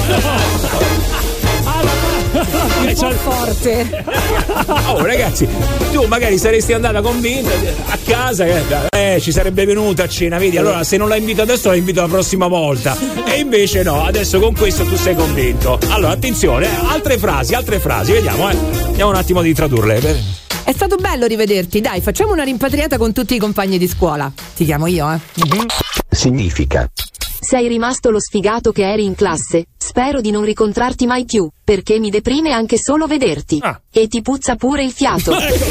Un po' forte. Oh, ragazzi, tu magari saresti andata convinta a casa, eh, ci sarebbe venuta a cena, vedi? Allora, se non la invito adesso, la invito la prossima volta. E invece no, adesso con questo tu sei convinto. Allora, attenzione, eh, altre frasi, altre frasi, vediamo, eh. Vediamo un attimo di tradurle. È stato bello rivederti, dai, facciamo una rimpatriata con tutti i compagni di scuola. Ti chiamo io, eh. significa: Sei rimasto lo sfigato che eri in classe, spero di non ricontrarti mai più, perché mi deprime anche solo vederti. E ti puzza pure il fiato.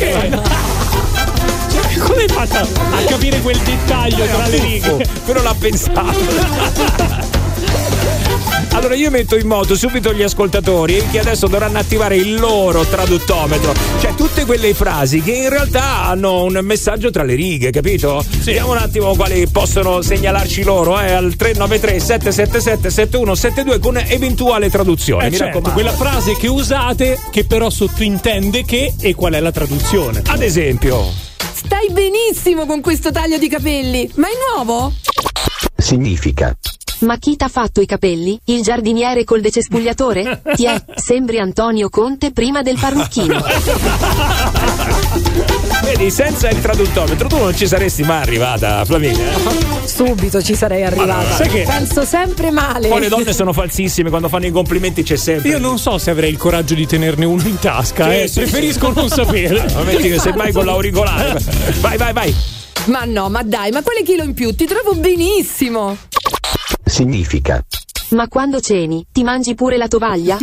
Come hai fatto a capire quel dettaglio tra le righe? Però l'ha pensato. Allora io metto in moto subito gli ascoltatori che adesso dovranno attivare il loro traduttometro, cioè tutte quelle frasi che in realtà hanno un messaggio tra le righe, capito? Sì. Vediamo un attimo quali possono segnalarci loro, eh, al tre nove tre sette sette sette sette uno sette due con eventuale traduzione. Eh Mi certo, raccomando. quella frase che usate che però sottintende che e qual è la traduzione. Ad esempio, stai benissimo con questo taglio di capelli, ma è nuovo? significa: Ma chi t'ha fatto i capelli? Il giardiniere col decespugliatore? Ti è, sembri Antonio Conte prima del parrucchino. vedi, senza il traduttometro tu non ci saresti mai arrivata, Flaminia. Subito ci sarei arrivata. Allora, sai che- Penso sempre male. Poi le donne sono falsissime, quando fanno i complimenti c'è sempre. Io non so se avrei il coraggio di tenerne uno in tasca, Sì, eh. sì, preferisco sì. non sapere. Ma metti che sei mai con l'auricolare. Vai, vai, vai. Ma no, ma dai, ma quale chilo in più? Ti trovo benissimo. significa: Ma quando ceni, ti mangi pure la tovaglia?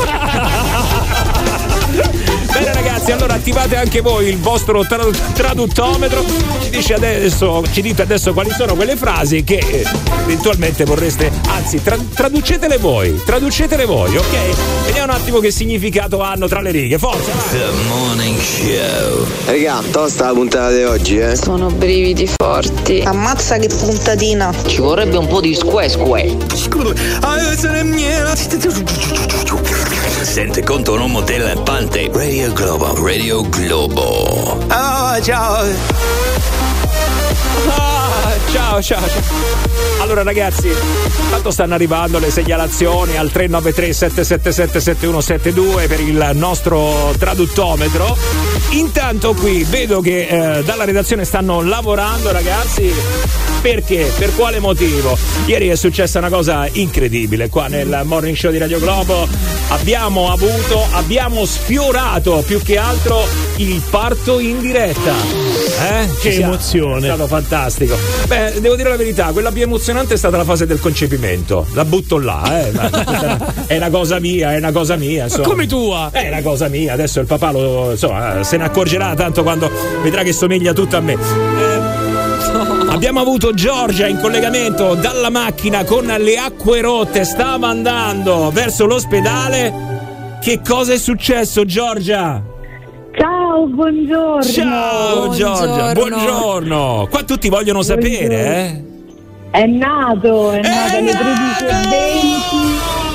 Bene ragazzi, allora attivate anche voi il vostro tra- traduttometro. Ci dice adesso, ci dite adesso quali sono quelle frasi che eh, eventualmente vorreste, anzi tra- traducetele voi, traducetele voi, ok? Vediamo un attimo che significato hanno tra le righe. Forza! The Morning Show. Raga, tosta la puntata di oggi, eh? Sono brividi forti. Ammazza che puntatina. Ci vorrebbe un po' di sque sque. Sente conto un motel Pante. Radio Globo, Radio Globo. Ah, ciao. Ah, ciao, ciao, ciao. Allora ragazzi, tanto stanno arrivando le segnalazioni al tre nove tre sette sette sette sette uno sette due per il nostro traduttometro. Intanto qui vedo che eh, dalla redazione stanno lavorando, ragazzi. Perché? Per quale motivo? Ieri è successa una cosa incredibile qua nel Morning Show di Radio Globo. Abbiamo avuto, abbiamo sfiorato più che altro il parto in diretta. Eh? Che Ci siamo. emozione. È stato fantastico. Beh, devo dire la verità, quella più emozionante è stata la fase del concepimento. La butto là, eh. Ma è una cosa mia, è una cosa mia. Insomma. Come tua? È una cosa mia. Adesso il papà lo, insomma, se ne accorgerà tanto quando vedrà che somiglia tutto a me. Eh, Abbiamo avuto Giorgia in collegamento dalla macchina con le acque rotte, stava andando verso l'ospedale. Che cosa è successo, Giorgia? Ciao, buongiorno. Ciao Giorgia, buongiorno. Qua tutti vogliono buongiorno. sapere, eh? È nato, è, è nato alle tredici e venti.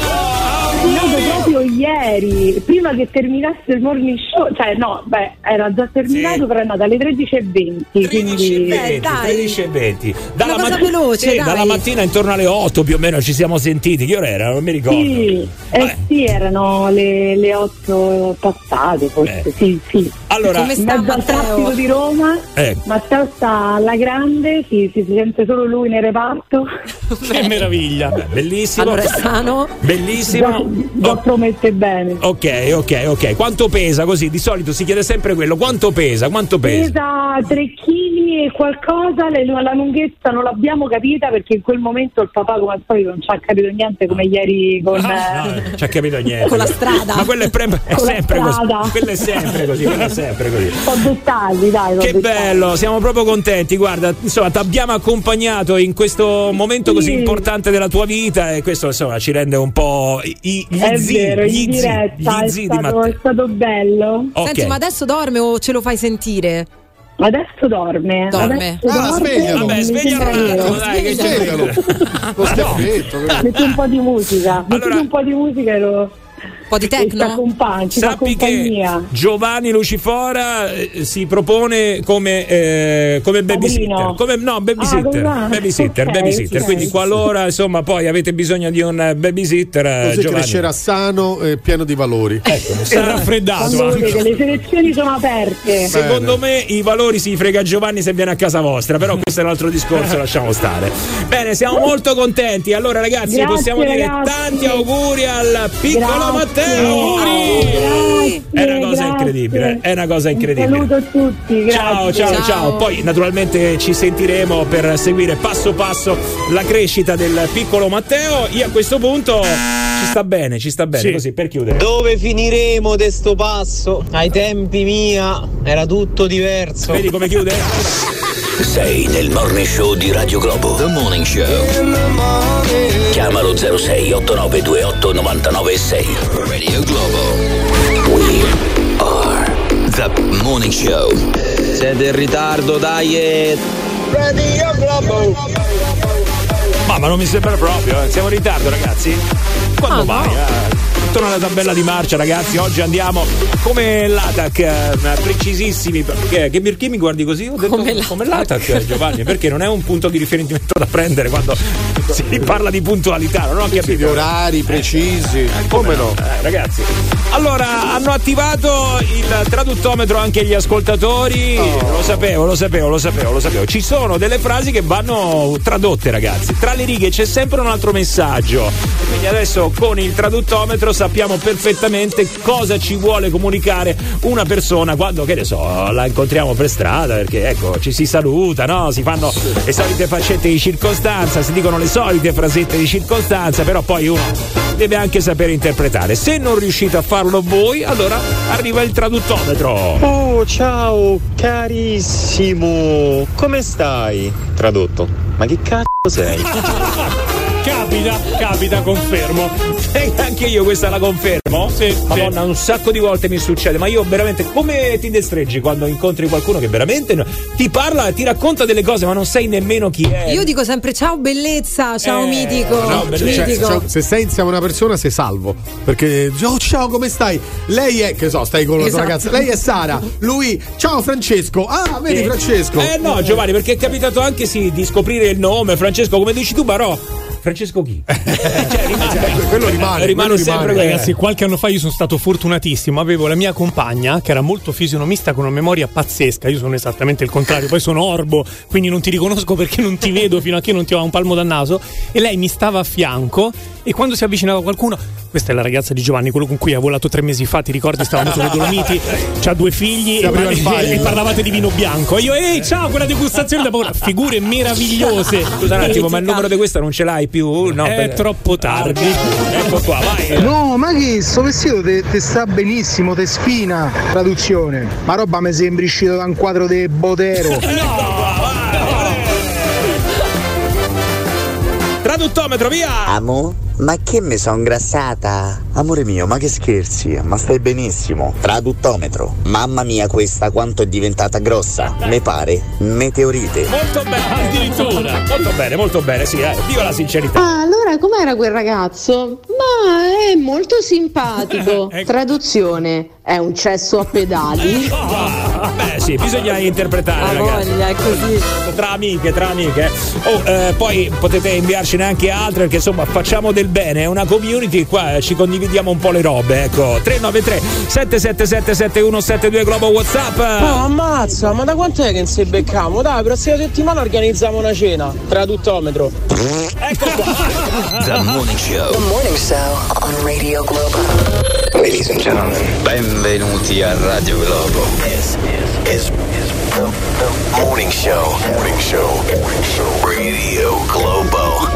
È nato proprio ieri, prima che terminasse il morning show, cioè no, beh, era già terminato, sì. però è nato alle tredici e venti. tredici e venti. Dalla, mat- veloce, sì, dalla mattina intorno alle otto più o meno ci siamo sentiti. Che ora era? Non mi ricordo. Sì, eh, sì erano le, le otto passate, forse. Eh. Sì, sì. Allora, come sta Matteo? Al traffico di Roma, eh. Matteo sta alla grande, sì, si sente solo lui nel reparto. Che meraviglia. Beh, bellissimo. Allora è sano. Bellissimo. Già oh. promette bene. Ok, ok, ok. Quanto pesa così? Di solito si chiede sempre quello. Quanto pesa? Quanto pesa? Pesa tre chili e qualcosa. La lunghezza non l'abbiamo capita perché in quel momento il papà, come al solito, non ci ha capito niente come ieri con. No, no, non ci ha capito niente. Con la strada. Ma quello è, pre- è sempre così. Quello è sempre così. Quello è sempre così. Ho dettagli, dai. Che dettagli. bello, siamo proprio contenti. Guarda, insomma, ti abbiamo accompagnato in questo momento sì. così importante della tua vita e questo insomma ci rende un po' i, gli è zi, vero, gli in zi, diretta gli è, zi stato, di è stato bello. Okay. Senti, ma adesso dorme o ce lo fai sentire? Adesso dorme. Dorme. Adesso ah, dorme. sveglialo. Vabbè, sveglialo un attimo, dai, che sveglialo. Lo schiaffetto. Metti un po' di musica. Metti Allora, un po' di musica e lo. Un po' di techno? Sappi che Giovanni Lucifora eh, si propone come, eh, come babysitter. Come, no, babysitter. Ah, babysitter, okay, babysitter. Okay. Quindi qualora insomma poi avete bisogno di un babysitter, così Giovanni crescerà sano e pieno di valori. Ecco, e raffreddato. Anche. Le selezioni sono aperte. Secondo Bene. me i valori si frega Giovanni se viene a casa vostra, però questo è un altro discorso, lasciamo stare. Bene, siamo molto contenti. Allora ragazzi, Grazie, possiamo dire ragazzi. tanti auguri al piccolo Grazie. Matteo. Auguri! È una cosa grazie. incredibile, è una cosa incredibile. Un saluto a tutti, grazie. Ciao, ciao, ciao, ciao. Poi naturalmente ci sentiremo per seguire passo passo la crescita del piccolo Matteo. Io a questo punto ci sta bene, ci sta bene, sì. Così per chiudere. Dove finiremo de sto passo? Ai tempi mia era tutto diverso. Vedi come chiude? Sei nel Morning Show di Radio Globo. The Morning Show. Chiamalo zero sei otto nove due otto nove nove sei. Radio Globo. We are the Morning Show. Siete in ritardo, dai. Radio Globo. Ma, ma non mi sembra proprio, eh. Siamo in ritardo, ragazzi. Quando ah, mai? No. Eh? Torna alla tabella di marcia, ragazzi. Oggi andiamo come l'A T A C, eh, precisissimi. Perché, che, perché mi guardi così? Ho detto come, l'A T A C. come l'A T A C, Giovanni, perché non è un punto di riferimento da prendere quando si parla di puntualità, non ho capito. Sì, orari precisi, eh, come, come no, no? Eh, ragazzi. Allora, hanno attivato il traduttometro anche gli ascoltatori. Oh. Lo sapevo, lo sapevo, lo sapevo, lo sapevo. Ci sono delle frasi che vanno tradotte, ragazzi. Tra le righe c'è sempre un altro messaggio. Quindi adesso con il traduttometro sappiamo perfettamente cosa ci vuole comunicare una persona quando, che ne so, la incontriamo per strada, perché ecco, ci si saluta, no? Si fanno le solite faccette di circostanza, si dicono le solite frasette di circostanza, però poi uno deve anche sapere interpretare. Se non riuscite a farlo voi, allora arriva il traduttometro. Oh, ciao carissimo, come stai? Tradotto, ma che cazzo sei? Capita, capita, confermo. Anche io questa la confermo. Sì, Madonna, sì. un sacco di volte mi succede, ma io veramente come ti destreggi quando incontri qualcuno che veramente ti parla, ti racconta delle cose, ma non sai nemmeno chi è. Io dico sempre ciao bellezza, ciao eh, mitico. No, bellezza. mitico. Cioè, se sei insieme a una persona sei salvo, perché oh, ciao, come stai? Lei è, che so, stai con la tua esatto. ragazza. Lei è Sara, lui ciao Francesco. Ah, vedi eh, Francesco. Eh no, Giovanni, perché è capitato anche sì di scoprire il nome Francesco, come dici tu, però Francesco chi? Cioè, rimane, cioè, quello rimane, rimane quello sempre rimane. Ragazzi, qualche anno fa io sono stato fortunatissimo, avevo la mia compagna che era molto fisionomista con una memoria pazzesca, io sono esattamente il contrario, poi sono orbo, quindi non ti riconosco perché non ti vedo fino a che non ti ho un palmo dal naso, e lei mi stava a fianco e quando si avvicinava qualcuno, questa è la ragazza di Giovanni, quello con cui ha volato tre mesi fa, ti ricordi, stavamo sulle Dolomiti, c'ha due figli e, par- e parlavate di vino bianco, e io ehi ciao, quella degustazione da paura, figure meravigliose. Scusa un attimo, ma il numero di questa non ce l'hai più? No, è per... troppo tardi. Ecco qua, vai. No, ma che sto vestito te, te sta benissimo, te spina. Traduzione, ma roba mi sembri uscito da un quadro di Botero. No, Traduttometro, via! Amo? Ma che mi sono ingrassata? Amore mio, ma che scherzi? Ma stai benissimo. Traduttometro. Mamma mia, questa quanto è diventata grossa. Me pare meteorite. Molto bene, addirittura. Molto bene, molto bene, sì, eh. Viva la sincerità. Ah, allora com'era quel ragazzo? Ma è molto simpatico. Traduzione. È un cesso a pedali. Oh, beh sì, bisogna interpretare, La ragazzi. voglia, è così. Tra amiche, tra amiche. Oh, eh, poi potete inviarcene anche altre, perché insomma facciamo del bene, è una community, qua ci condividiamo un po' le robe, ecco. tre nove tre sette sette sette sette uno sette due Globo WhatsApp. Oh, ammazza, ma da quanto è che non si beccamo? Dai, prossima settimana organizziamo una cena. Traduttometro. Ecco qua. The Morning Show. The Morning Show on Radio Globo. Ladies and gentlemen, benvenuti a Radio Globo. This is, is, is the, the Morning Show. Morning Show. Morning Show. Radio Globo.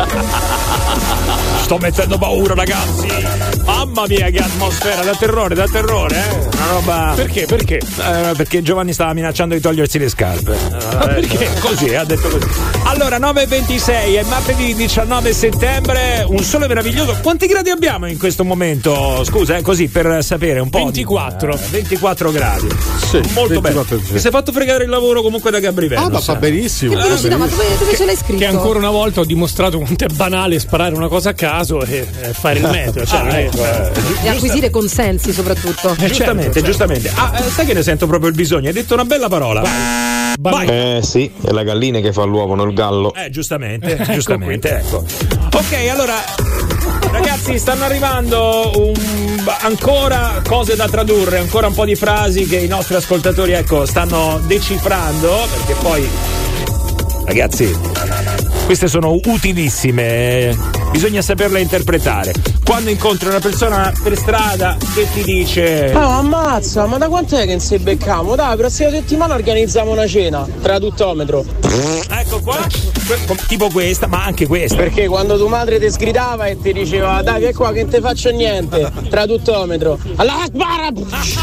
Sto mettendo paura, ragazzi. Mamma mia, che atmosfera, da terrore, da terrore, eh. Una roba. Perché? Perché? Eh, perché Giovanni stava minacciando di togliersi le scarpe. Ma perché? Così, ha detto così. Allora, nove e ventisei, è martedì diciannove settembre, un sole meraviglioso. Quanti gradi abbiamo in questo momento? Scusa, eh, così per sapere un po'. ventiquattro. Di, eh, ventiquattro gradi. Sì, molto bene. ventiquattro. Mi sei fatto fregare il lavoro comunque da Gabri Venus. Ah, ma fa benissimo. Che velocità, ma dove, dove ce l'hai scritto? Che ancora una volta ho dimostrato quanto è banale sparare una cosa a caso e, e fare il metro. Cioè, Ah, ecco, eh. E acquisire consensi soprattutto. Eh, giustamente, certo, giustamente. Ah, eh, sai che ne sento proprio il bisogno? Hai detto una bella parola. Vai. Eh sì, è la gallina che fa l'uovo, non il gallo. Eh, giustamente, giustamente, ecco. Ok, allora, ragazzi, stanno arrivando un, ancora cose da tradurre, ancora un po' di frasi che i nostri ascoltatori, ecco, stanno decifrando, perché poi, ragazzi, queste sono utilissime, bisogna saperle interpretare. Quando incontri una persona per strada che ti dice: Oh, ammazza, ma da quanto è che non si beccamo? Dai, prossima settimana organizziamo una cena. Traduttometro. Ecco qua, tipo questa, ma anche questa. Perché quando tua madre ti sgridava e ti diceva: dai, vieni qua che non ti faccio niente. Traduttometro. Allah Akbar!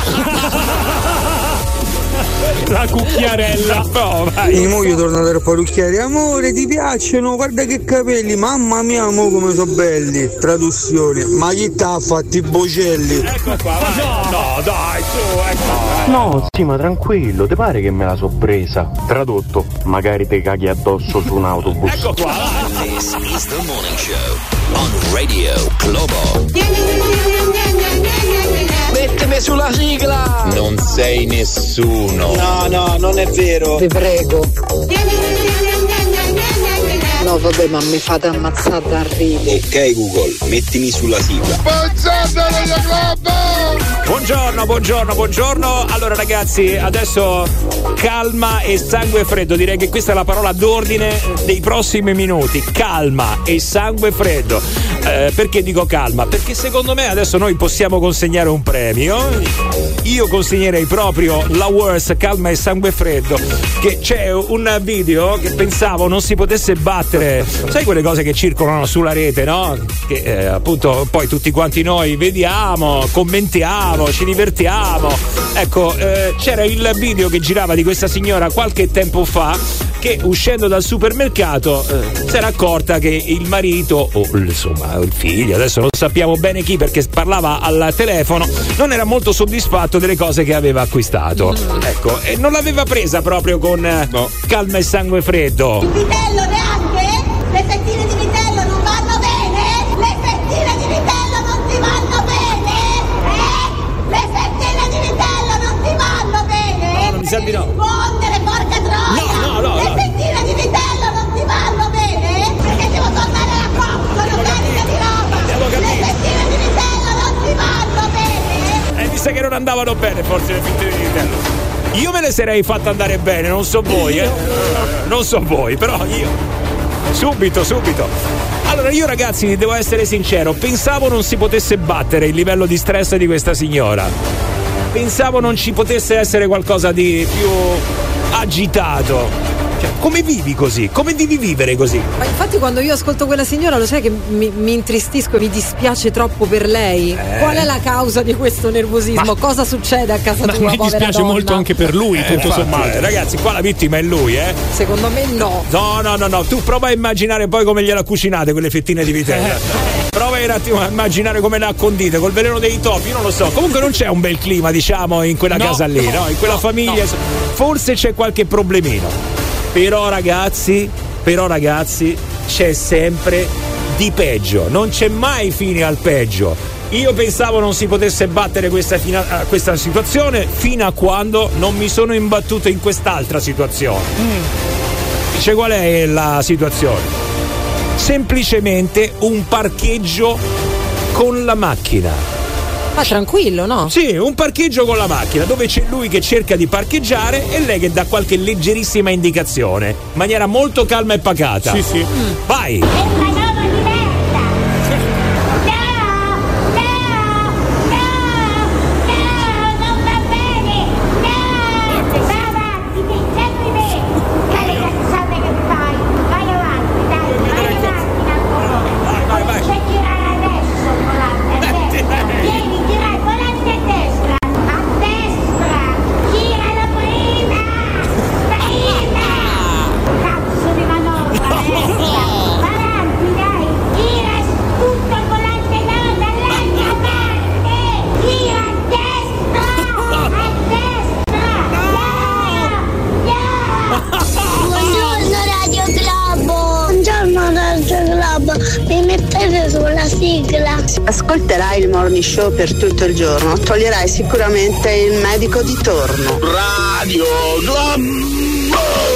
La cucchiarella. No, vai. Mia moglie torna dal parrucchiere. Amore, ti piacciono? Guarda che capelli. Mamma mia, mo come sono belli. Traduzione. Ma chi t'ha fatti i bocelli? Ecco qua, vai. No, no, dai, su, ecco. No, sì, ma tranquillo, ti pare che me la so presa? Tradotto, magari te caghi addosso su un autobus. Ecco qua, vai. This is the Morning Show on Radio Globo. Mettimi sulla sigla! Non sei nessuno. No, no, non è vero. Vi prego. No, vabbè, ma mi fate ammazzare da ridere. Ok Google, mettimi sulla sigla. Buongiorno, buongiorno, buongiorno. Allora ragazzi, adesso calma e sangue freddo. Direi che questa è la parola d'ordine dei prossimi minuti. Calma e sangue freddo. Eh, perché dico calma? Perché secondo me adesso noi possiamo consegnare un premio. Io consegnerei proprio l'Awards Calma e Sangue Freddo, che c'è un video che pensavo non si potesse battere. Sai quelle cose che circolano sulla rete, no? Che eh, appunto poi tutti quanti noi vediamo, commentiamo, ci divertiamo. Ecco, eh, c'era il video che girava di questa signora qualche tempo fa che uscendo dal supermercato eh, si era accorta che il marito o insomma il figlio, adesso non sappiamo bene chi perché parlava al telefono, non era molto soddisfatto delle cose che aveva acquistato. Ecco, e non l'aveva presa proprio con eh, no. calma e sangue freddo. Il vitello neanche? Le fettine di vitello non vanno bene? Le fettine di vitello non ti vanno bene? Eh? Le fettine di vitello non ti vanno bene? No, non mi sa di no. Rispondere, porca troia! No, no, no. Le no. fettine di vitello non ti vanno bene? Perché devo tornare a Coppa, non carica di roba! Le fettine di vitello non ti vanno bene? Eh, mi sa che non andavano bene forse le fettine di vitello. Io me le sarei fatta andare bene, non so voi, eh. Non so voi, però io. Subito, subito. Allora io ragazzi devo essere sincero, pensavo non si potesse battere il livello di stress di questa signora. Pensavo non ci potesse essere qualcosa di più agitato. Cioè, come vivi così? Come devi vivere così? Ma infatti quando io ascolto quella signora, lo sai che mi, mi intristisco, mi dispiace troppo per lei. Eh. Qual è la causa di questo nervosismo? Ma, cosa succede a casa ma tua, mi povera dispiace donna? molto anche per lui, eh, tutto infatti, sommato. Eh, ragazzi, qua la vittima è lui, eh? Secondo me no. No, no, no, no. Tu prova a immaginare poi come gliela cucinate quelle fettine di vitella. Eh. Prova un attimo a immaginare come le ha condite col veleno dei topi, non lo so. Comunque non c'è un bel clima, diciamo, in quella no, casa lì, no? no? In quella no, famiglia. No. Forse c'è qualche problemino. Però ragazzi, però ragazzi, c'è sempre di peggio. Non c'è mai fine al peggio. Io pensavo non si potesse battere questa, fina, questa situazione fino a quando non mi sono imbattuto in quest'altra situazione. Mm. Dice qual è la situazione? Semplicemente un parcheggio con la macchina. Ma tranquillo, no? Sì, un parcheggio con la macchina dove c'è lui che cerca di parcheggiare e lei che dà qualche leggerissima indicazione in maniera molto calma e pacata. Sì, sì. Mm. Vai! Ascolterai il Morning Show per tutto il giorno, toglierai sicuramente il medico di torno. Radio Globo!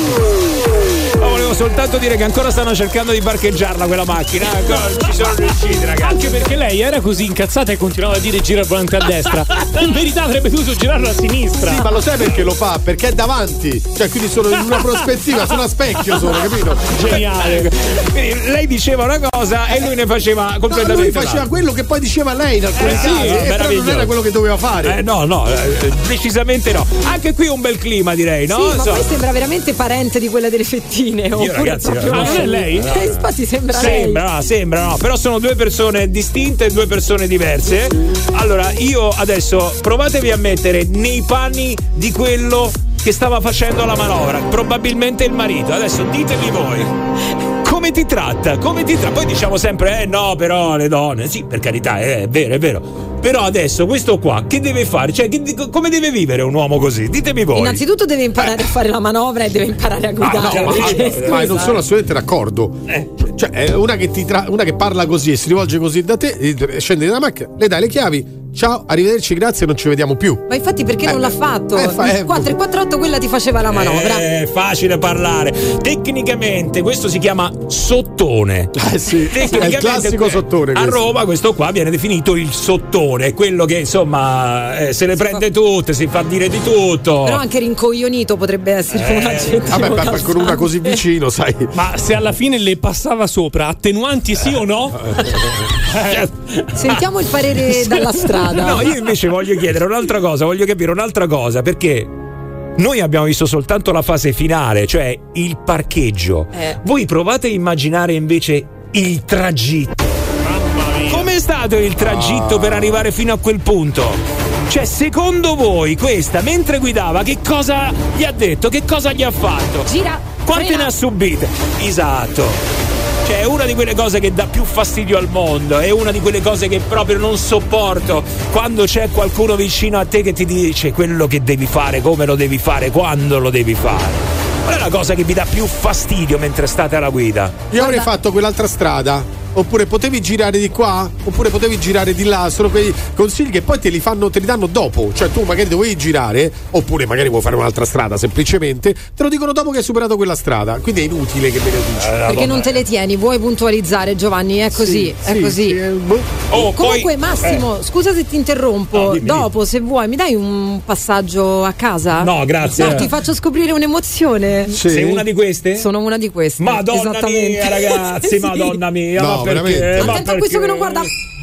Volevo soltanto dire che ancora stanno cercando di parcheggiarla quella macchina, ancora non ci sono riusciti, ragazzi. Anche perché lei era così incazzata e continuava a dire gira il volante a destra. In verità avrebbe dovuto girarlo a sinistra. Sì, ma lo sai perché lo fa? Perché è davanti, cioè quindi sono in una prospettiva, sono a specchio, sono, capito? Geniale. Quindi lei diceva una cosa e lui ne faceva completamente. No, lui faceva l'altro. Quello che poi diceva lei in alcuni eh, casi, sì, e però non era quello che doveva fare. Eh, no, no, eh, decisamente no. Anche qui un bel clima, direi, no? Sì, ma so. poi sembra veramente parente di quella delle fettine. Io, ragazzi, proprio no, non è lei? No, no. Infatti sembra sembra, lei. no, sembra, no. Però sono due persone distinte, due persone diverse. Allora, io adesso provatevi a mettere nei panni di quello che stava facendo la manovra, probabilmente il marito. Adesso ditemi voi. Come ti tratta? Come ti tratta? Poi diciamo sempre, eh no, però le donne, sì, per carità, eh, è vero, è vero. Però adesso questo qua, che deve fare? Cioè, che, come deve vivere un uomo così? Ditemi voi. Innanzitutto deve imparare eh. a fare la manovra e deve imparare a guidare. Ah, no, ma, ma non sono assolutamente d'accordo. Eh. Cioè, una che, ti tra- una che parla così e si rivolge così da te, scendi dalla macchina, le dai le chiavi. Ciao, arrivederci, grazie, non ci vediamo più. Ma infatti perché eh, non l'ha fatto? Eh, fa, eh, quattro e quattro otto quella ti faceva la manovra. È facile parlare. Tecnicamente questo si chiama sottone. Eh sì, è il classico sottone. A questo. Roma questo qua viene definito il sottone, quello che insomma eh, se le si prende fa... tutte, si fa dire di tutto. Però anche rincoglionito potrebbe essere eh, un aggettivo. Vabbè, ma con una così vicino, sai. Ma se alla fine le passava sopra, attenuanti sì o no? eh. Sentiamo il parere sì. dalla strada. No, io invece voglio chiedere un'altra cosa, voglio capire un'altra cosa, perché noi abbiamo visto soltanto la fase finale, cioè il parcheggio. Eh. Voi provate a immaginare invece il tragitto. Mamma mia. Com'è stato il tragitto oh. per arrivare fino a quel punto? Cioè, secondo voi questa, mentre guidava, che cosa gli ha detto? Che cosa gli ha fatto? Gira. Quante frena. ne ha subite? Esatto. Cioè, è una di quelle cose che dà più fastidio al mondo, è una di quelle cose che proprio non sopporto, quando c'è qualcuno vicino a te che ti dice quello che devi fare, come lo devi fare, quando lo devi fare. Qual è la cosa che vi dà più fastidio mentre state alla guida? Io avrei fatto quell'altra strada. Oppure potevi girare di qua, oppure potevi girare di là. Sono quei consigli che poi te li fanno, te li danno dopo. Cioè tu magari dovevi girare, oppure magari vuoi fare un'altra strada semplicemente, te lo dicono dopo che hai superato quella strada. Quindi è inutile che me lo dici. Eh, Perché non te le tieni, vuoi puntualizzare, Giovanni? È così, sì, è sì, così. Sì, boh. oh, Comunque poi, Massimo, eh. scusa se ti interrompo. No, dimmi, dopo, se vuoi, mi dai un passaggio a casa? No, grazie. No, ti faccio scoprire un'emozione. Sì. Sei una di queste? Sono una di queste. Madonna mia, ragazzi, sì. Madonna mia. No, ma perché? veramente. Ma attento a questo che non guarda.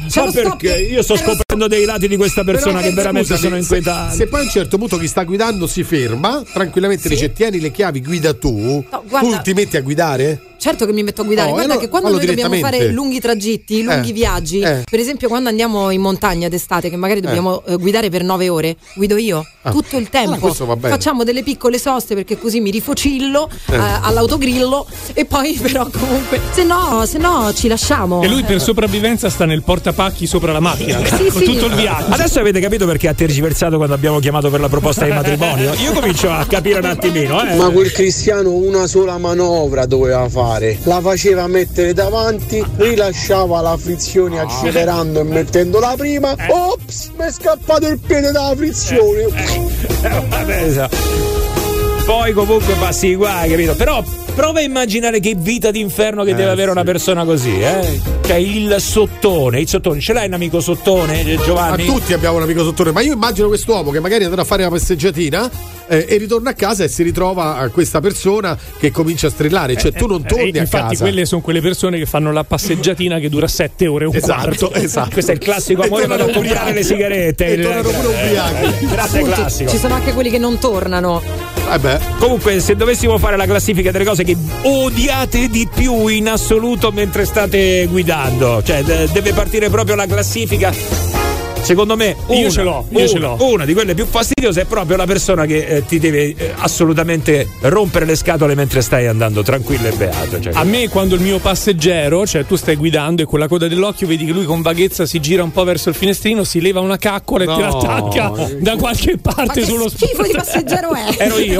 Ma perché? Io sto scoprendo dei lati di questa persona Però, che veramente scusami, sono inquietanti. Se, se poi a un certo punto chi sta guidando si ferma, tranquillamente Sì. dice tieni le chiavi, guida tu, No, guarda- tu ti metti a guidare? Certo che mi metto a guidare, Oh, guarda allora che quando fallo noi dobbiamo direttamente. fare lunghi tragitti, lunghi Eh, viaggi, eh. per esempio quando andiamo in montagna d'estate che magari dobbiamo eh, guidare per nove ore, guido io Ah. tutto il Ah, tempo. questo va bene. Facciamo delle piccole soste perché così mi rifocillo Eh. eh, all'autogrillo e poi però comunque se no, se no ci lasciamo. E lui per sopravvivenza sta nel portapacchi sopra la macchina Sì, con sì. tutto il viaggio. Adesso avete capito perché ha tergiversato quando abbiamo chiamato per la proposta di matrimonio? Io comincio a capire un attimino, eh. Ma quel Cristiano una sola manovra doveva fare. La faceva mettere davanti, rilasciava la frizione accelerando e mettendo la prima. Ops, mi è scappato il piede dalla frizione. Eh, vabbè, so. Poi comunque passi i guai, capito? Però prova a immaginare che vita d'inferno che Eh, deve avere sì. una persona così, eh? Cioè il sottone, il sottone. Ce l'hai un amico sottone, eh, Ma Giovanni? tutti abbiamo un amico sottone, ma io immagino quest'uomo che magari andrà a fare una passeggiatina eh, e ritorna a casa e si ritrova a questa persona che comincia a strillare, cioè tu non torni Eh, a infatti casa. quelle sono quelle persone che fanno la passeggiatina che dura sette ore e un Esatto, quarto. esatto. Questo è il classico E amore, vado a tornano comprare ubriachi. le sigarette. E il- tornano pure ubriachi. Grande Appunto, classico. ci sono anche quelli che non tornano. Eh beh. Comunque, se dovessimo fare la classifica delle cose che odiate di più in assoluto mentre state guidando, cioè de- deve partire proprio la classifica. Secondo me, Io una, ce l'ho, io una, ce l'ho. una di quelle più fastidiose è proprio la persona che eh, ti deve eh, assolutamente rompere le scatole mentre stai andando tranquillo e beato. Cioè, A me quando il mio passeggero, cioè tu stai guidando e con la coda dell'occhio vedi che lui con vaghezza si gira un po' verso il finestrino, si leva una caccola e No. te la attacca da qualche Ma parte che sullo schifo di passeggero è? ero io,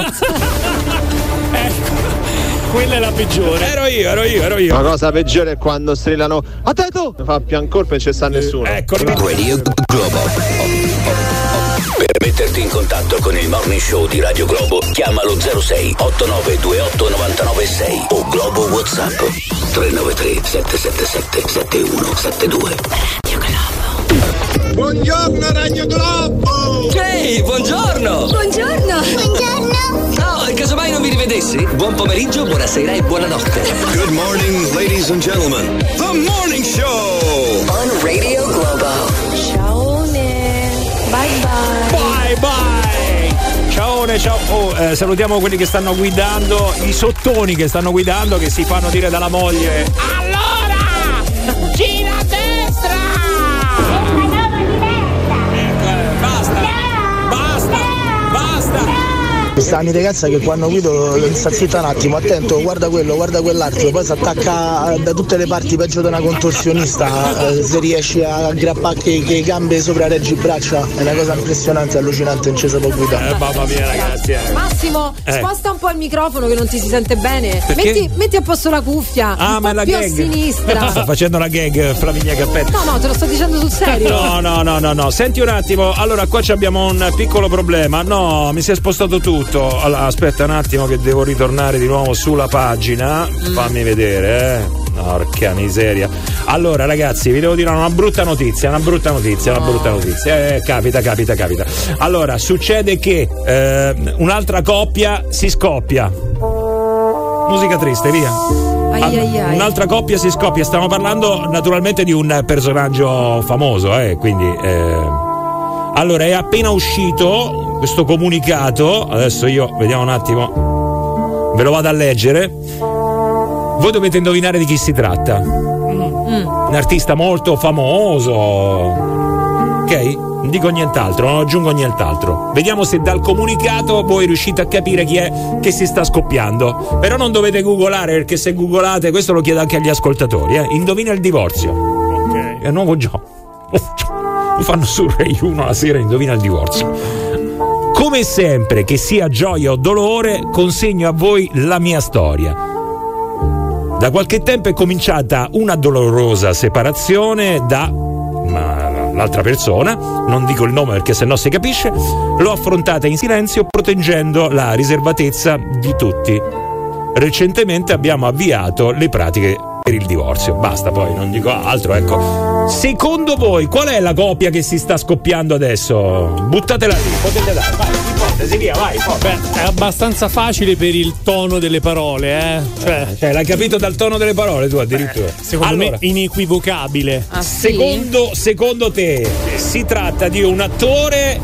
Ecco, quella è la peggiore. ero io, ero io, ero io. La cosa peggiore è quando strillano a te tu! Mi fa pian colpo e non ci sta nessuno. Ecco, Radio Globo. Per metterti in contatto con il Morning Show di Radio Globo, chiamalo zero sei otto nove due otto nove nove sei o Globo WhatsApp tre nove tre sette sette sette sette uno sette due. Buongiorno Radio Globo! Ehi, buongiorno! Buongiorno! Buongiorno! No, in caso mai non vi rivedessi, buon pomeriggio, buonasera e buonanotte. Good morning, ladies and gentlemen. The Morning Show! On Radio Globo. Ciao, bye bye. Bye bye. Ciao, ciao. Oh, eh, salutiamo quelli che stanno guidando, i sottoni che stanno guidando, che si fanno dire dalla moglie. Allora, gira a destra. Ecco, eh, basta, basta, basta. Sta la mia ragazza che quando guido sta zitta un attimo, attento, guarda quello, guarda quell'altro, poi si attacca da tutte le parti peggio di una contorsionista, eh, se riesci a aggrappare che, che gambe sopra reggi braccia, è una cosa impressionante, allucinante, non ci si può guidare. Eh, mamma mia ragazzi. Eh. Massimo, Eh. sposta un po' il microfono che non ti si sente bene. Perché? Metti, metti a posto la cuffia. Ah, un ma po' è la più gag. a sinistra. Sta facendo la gag Flaminia Cappelli. No, no, te lo sto dicendo sul serio. No, no, no, no, no. Senti un attimo. Allora, qua abbiamo un piccolo problema. No, mi si è spostato tutto. Allora, aspetta un attimo che devo ritornare di nuovo sulla pagina. Fammi vedere, eh. Porca miseria. Allora, ragazzi, vi devo dire una brutta notizia, una brutta notizia, una brutta notizia. Eh, capita, capita, capita. Allora, succede che eh, un'altra coppia si scoppia. Musica triste, via. Ai, ai, ai. Un'altra coppia si scoppia. Stiamo parlando naturalmente di un personaggio famoso, eh, quindi eh. Allora è appena uscito questo comunicato. Adesso io vediamo un attimo, ve lo vado a leggere. Voi dovete indovinare di chi si tratta. Mm. Un artista molto famoso. Ok? Non dico nient'altro, non aggiungo nient'altro. Vediamo se dal comunicato voi riuscite a capire chi è che si sta scoppiando. Però non dovete googolare, perché se googolate, questo lo chiedo anche agli ascoltatori, eh. Indovina il divorzio. Ok. È un nuovo gioco. Lo fanno su Rai uno la sera, indovina il divorzio. Come sempre, che sia gioia o dolore, consegno a voi la mia storia. Da qualche tempo è cominciata una dolorosa separazione da ma, l'altra persona, non dico il nome perché sennò si capisce. L'ho affrontata in silenzio, proteggendo la riservatezza di tutti. Recentemente abbiamo avviato le pratiche per il divorzio. Basta, poi non dico altro, ecco. Secondo voi qual è la coppia che si sta scoppiando adesso? Buttatela lì, potete dare, vai, ipotesi, via, vai. Beh, è abbastanza facile per il tono delle parole, eh. Cioè, cioè l'hai capito dal tono delle parole tu addirittura? Eh, secondo allora, me inequivocabile. Ah, sì? Secondo, secondo te si tratta di un attore,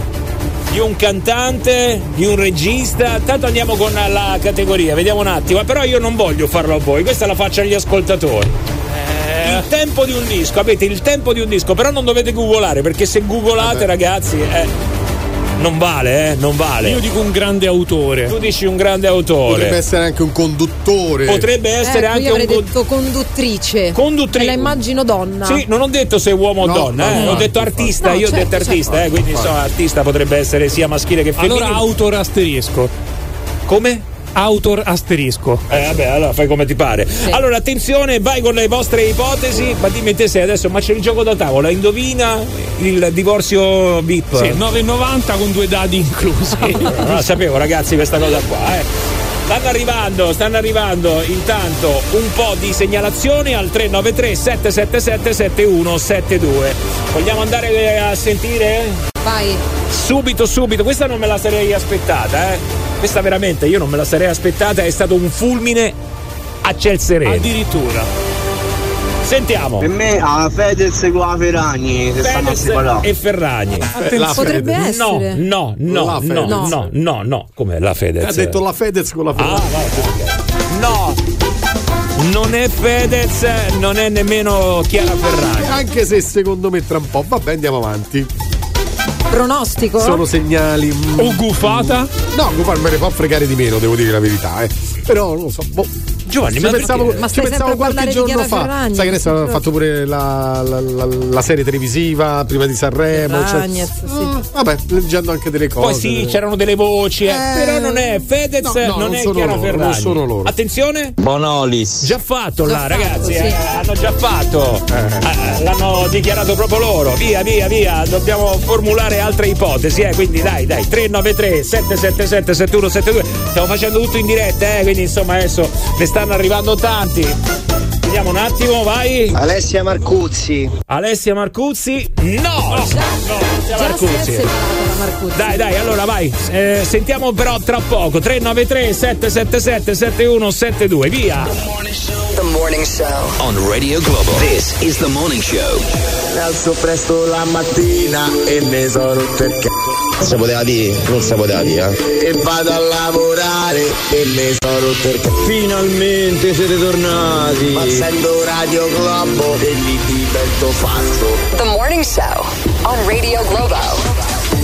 di un cantante, di un regista? Tanto andiamo con la categoria, vediamo un attimo. Però io non voglio farlo a voi, questa la faccio agli ascoltatori. Il tempo di un disco, avete il tempo di un disco, però non dovete googolare, perché se googolate, eh ragazzi, eh, non vale, eh, non vale. Io dico un grande autore. Tu dici un grande autore. Potrebbe essere anche un conduttore. Potrebbe essere ecco, anche io avrei un detto conduttrice. Conduttrice. Me la immagino donna. Sì, non ho detto se uomo o no, donna, no, eh. no, ho detto artista, no, io certo, ho detto artista, certo. eh, quindi insomma artista potrebbe essere sia maschile che femminile. Allora autor asterisco. Come? Autor asterisco. Eh vabbè, allora fai come ti pare. Sì. Allora attenzione, vai con le vostre ipotesi, ma dimmi te se adesso, ma c'è il gioco da tavola, indovina il divorzio V I P. Sì, nove e novanta con due dadi inclusi. Non la sapevo ragazzi questa cosa qua, eh. Stanno arrivando, stanno arrivando intanto un po' di segnalazioni al tre nove tre sette sette sette sette uno sette due. Vogliamo andare a sentire? Vai. Subito, subito, questa non me la sarei aspettata, eh. Questa veramente io non me la sarei aspettata, è stato un fulmine a ciel sereno. Addirittura. Sentiamo. Per me a Fedez con la Ferragni se stanno a Fedez separare. e Ferragni. La potrebbe Fedez. essere. No, no, no, no, no, no, no, no. Com'è la Fedez? Ha detto la Fedez con la Ferragni. Ah, no. Non è Fedez, non è nemmeno Chiara Ferragni. Anche se secondo me tra un po'. Vabbè, andiamo avanti. Pronostico? Sono segnali. Mm, o gufata? No, gufata me ne può fregare di meno, devo dire la verità, eh. Però non lo so. Boh. Giovanni, ci ma, pensavo, ma ci stai pensavo sempre a qualche parlare di giorno Chiara fa. Ferragni? Sai che adesso hanno fatto pure la, la, la, la serie televisiva prima di Sanremo. Ferragnez, cioè, sì. ah, vabbè, leggendo anche delle cose. Poi sì, c'erano delle voci, eh, Eh, però non è Fedez, no, no, non, non è sono Chiara loro, Ferragni. non sono loro. Attenzione. Bonolis. Già fatto Già là, fatto, ragazzi, sì. eh, hanno già fatto. Eh, l'hanno dichiarato proprio loro. Via, via, via. Dobbiamo formulare altre ipotesi, eh. Quindi dai, dai, tre nove tre sette sette sette sette uno sette due. Stiamo facendo tutto in diretta, eh. Quindi insomma adesso ne stanno arrivando tanti. Vediamo un attimo, vai. Alessia Marcuzzi. Alessia Marcuzzi? No! No, Già, no, Alessia già Marcuzzi. si è separata la Marcuzzi. Dai, dai, allora vai. Eh, sentiamo però tra poco. tre nove tre sette sette sette sette uno sette due, via. The Morning Show On Radio Globo. This is the Morning Show. Mi alzo presto la mattina e mi sono rotto il c***o. Si poteva dire? Non si poteva dire, eh? E vado a lavorare e mi sono rotto il c***o. Finalmente siete tornati. Ma sento Radio Globo e mi divento pazzo. The Morning Show on Radio Globo.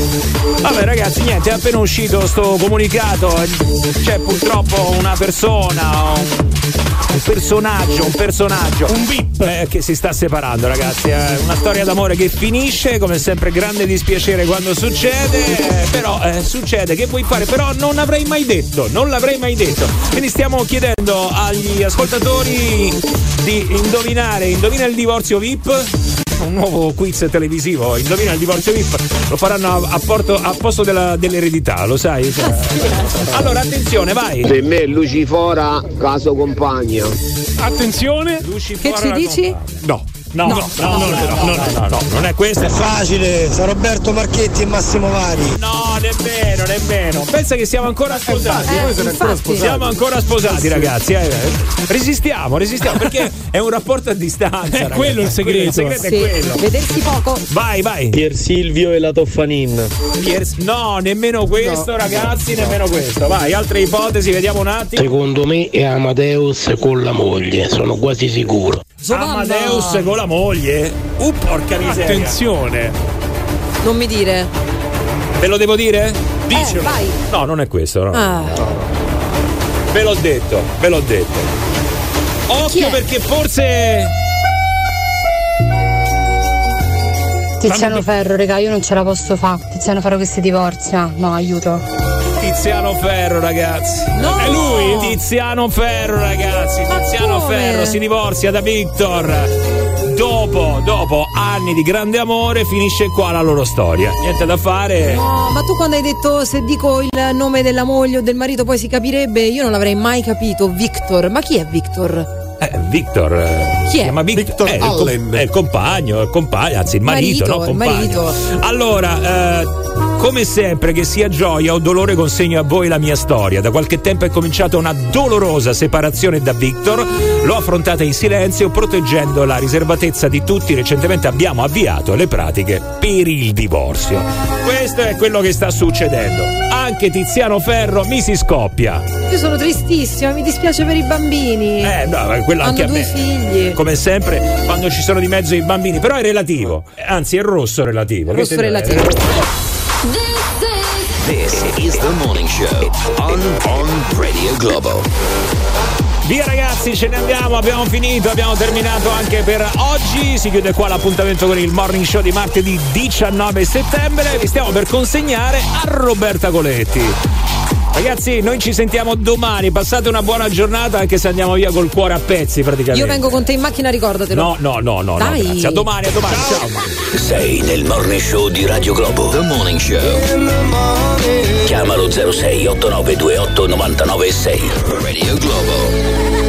Vabbè ragazzi, niente, è appena uscito sto comunicato. C'è purtroppo una persona, un, un personaggio, un personaggio, un V I P eh, che si sta separando, ragazzi. È una storia d'amore che finisce, come sempre grande dispiacere quando succede, eh, però eh, succede, che vuoi fare? Però non avrei mai detto, non l'avrei mai detto. Quindi stiamo chiedendo agli ascoltatori di indovinare, indovina il divorzio V I P. Un nuovo quiz televisivo, indovina il divorzio V I P, lo faranno a, a, porto, a posto della, dell'eredità, lo sai? Cioè. Allora attenzione, vai. Per me è Lucifora caso compagna. Attenzione. Che ci dici? No. No, no, no, no, no, no, no, no, non è questo. È facile, sono Roberto Marchetti e Massimo Vari. No, nemmeno, nemmeno. Pensa che siamo ancora sposati. Eh, siamo ancora sposati. Siamo ancora sposati, ragazzi. Eh. Resistiamo, resistiamo, perché è un rapporto a distanza. È quello il segreto. Il segreto Sì, è quello. vedersi poco. Vai, vai. Pier Silvio e la Toffanin. Pier... No, nemmeno questo, no, ragazzi, no, nemmeno questo. Vai, altre ipotesi, vediamo un attimo. Secondo me è Amadeus con la moglie, sono quasi sicuro. Giovanna. Amadeus con la moglie. Uh, porca miseria. Attenzione. Non mi dire. Ve lo devo dire? Dicelo. Eh, vai. No, non è questo, no. Ah. Ve l'ho detto, ve l'ho detto. Occhio perché forse. Tiziano Ferro, raga, io non ce la posso fare. Tiziano Ferro che si divorzia. No, aiuto. Tiziano Ferro, ragazzi. No! È lui, Tiziano Ferro, ragazzi. Ma Tiziano come? Ferro si divorzia da Victor. Dopo, dopo anni di grande amore, finisce qua la loro storia. Niente da fare. No, ma tu quando hai detto se dico il nome della moglie o del marito poi si capirebbe, io non l'avrei mai capito. Victor, ma chi è Victor? Eh, Victor. eh, Chi è? si chiama Vic- Victor eh, il Allen. com- è il compagno, il compagno, anzi il marito, Marito, no? il Compagno. marito. Allora, eh, Come sempre, che sia gioia o dolore, consegno a voi la mia storia. Da qualche tempo è cominciata una dolorosa separazione da Victor, l'ho affrontata in silenzio, proteggendo la riservatezza di tutti. Recentemente abbiamo avviato le pratiche per il divorzio. Questo è quello che sta succedendo. Anche Tiziano Ferro mi si scoppia. Io sono tristissima, mi dispiace per i bambini. Eh, no, quello anche Hanno a due me. figli. Come sempre, quando ci sono di mezzo i bambini, però è relativo. Anzi, è rosso relativo. Rosso relativo. This is the morning show on, on Radio Globo. Via ragazzi, ce ne andiamo, abbiamo finito, abbiamo terminato anche per oggi. Si chiude qua l'appuntamento con il morning show di martedì diciannove settembre. Vi stiamo per consegnare a Roberta Coletti. Ragazzi, noi ci sentiamo domani. Passate una buona giornata, anche se andiamo via col cuore a pezzi praticamente. Io vengo con te in macchina, ricordatelo. No, no, no, no. Dai. No, grazie. A domani, a domani. Ciao. Ciao. Sei nel morning show di Radio Globo. The Morning Show. Chiamalo zero sei otto nove due otto nove nove sei. Radio Globo.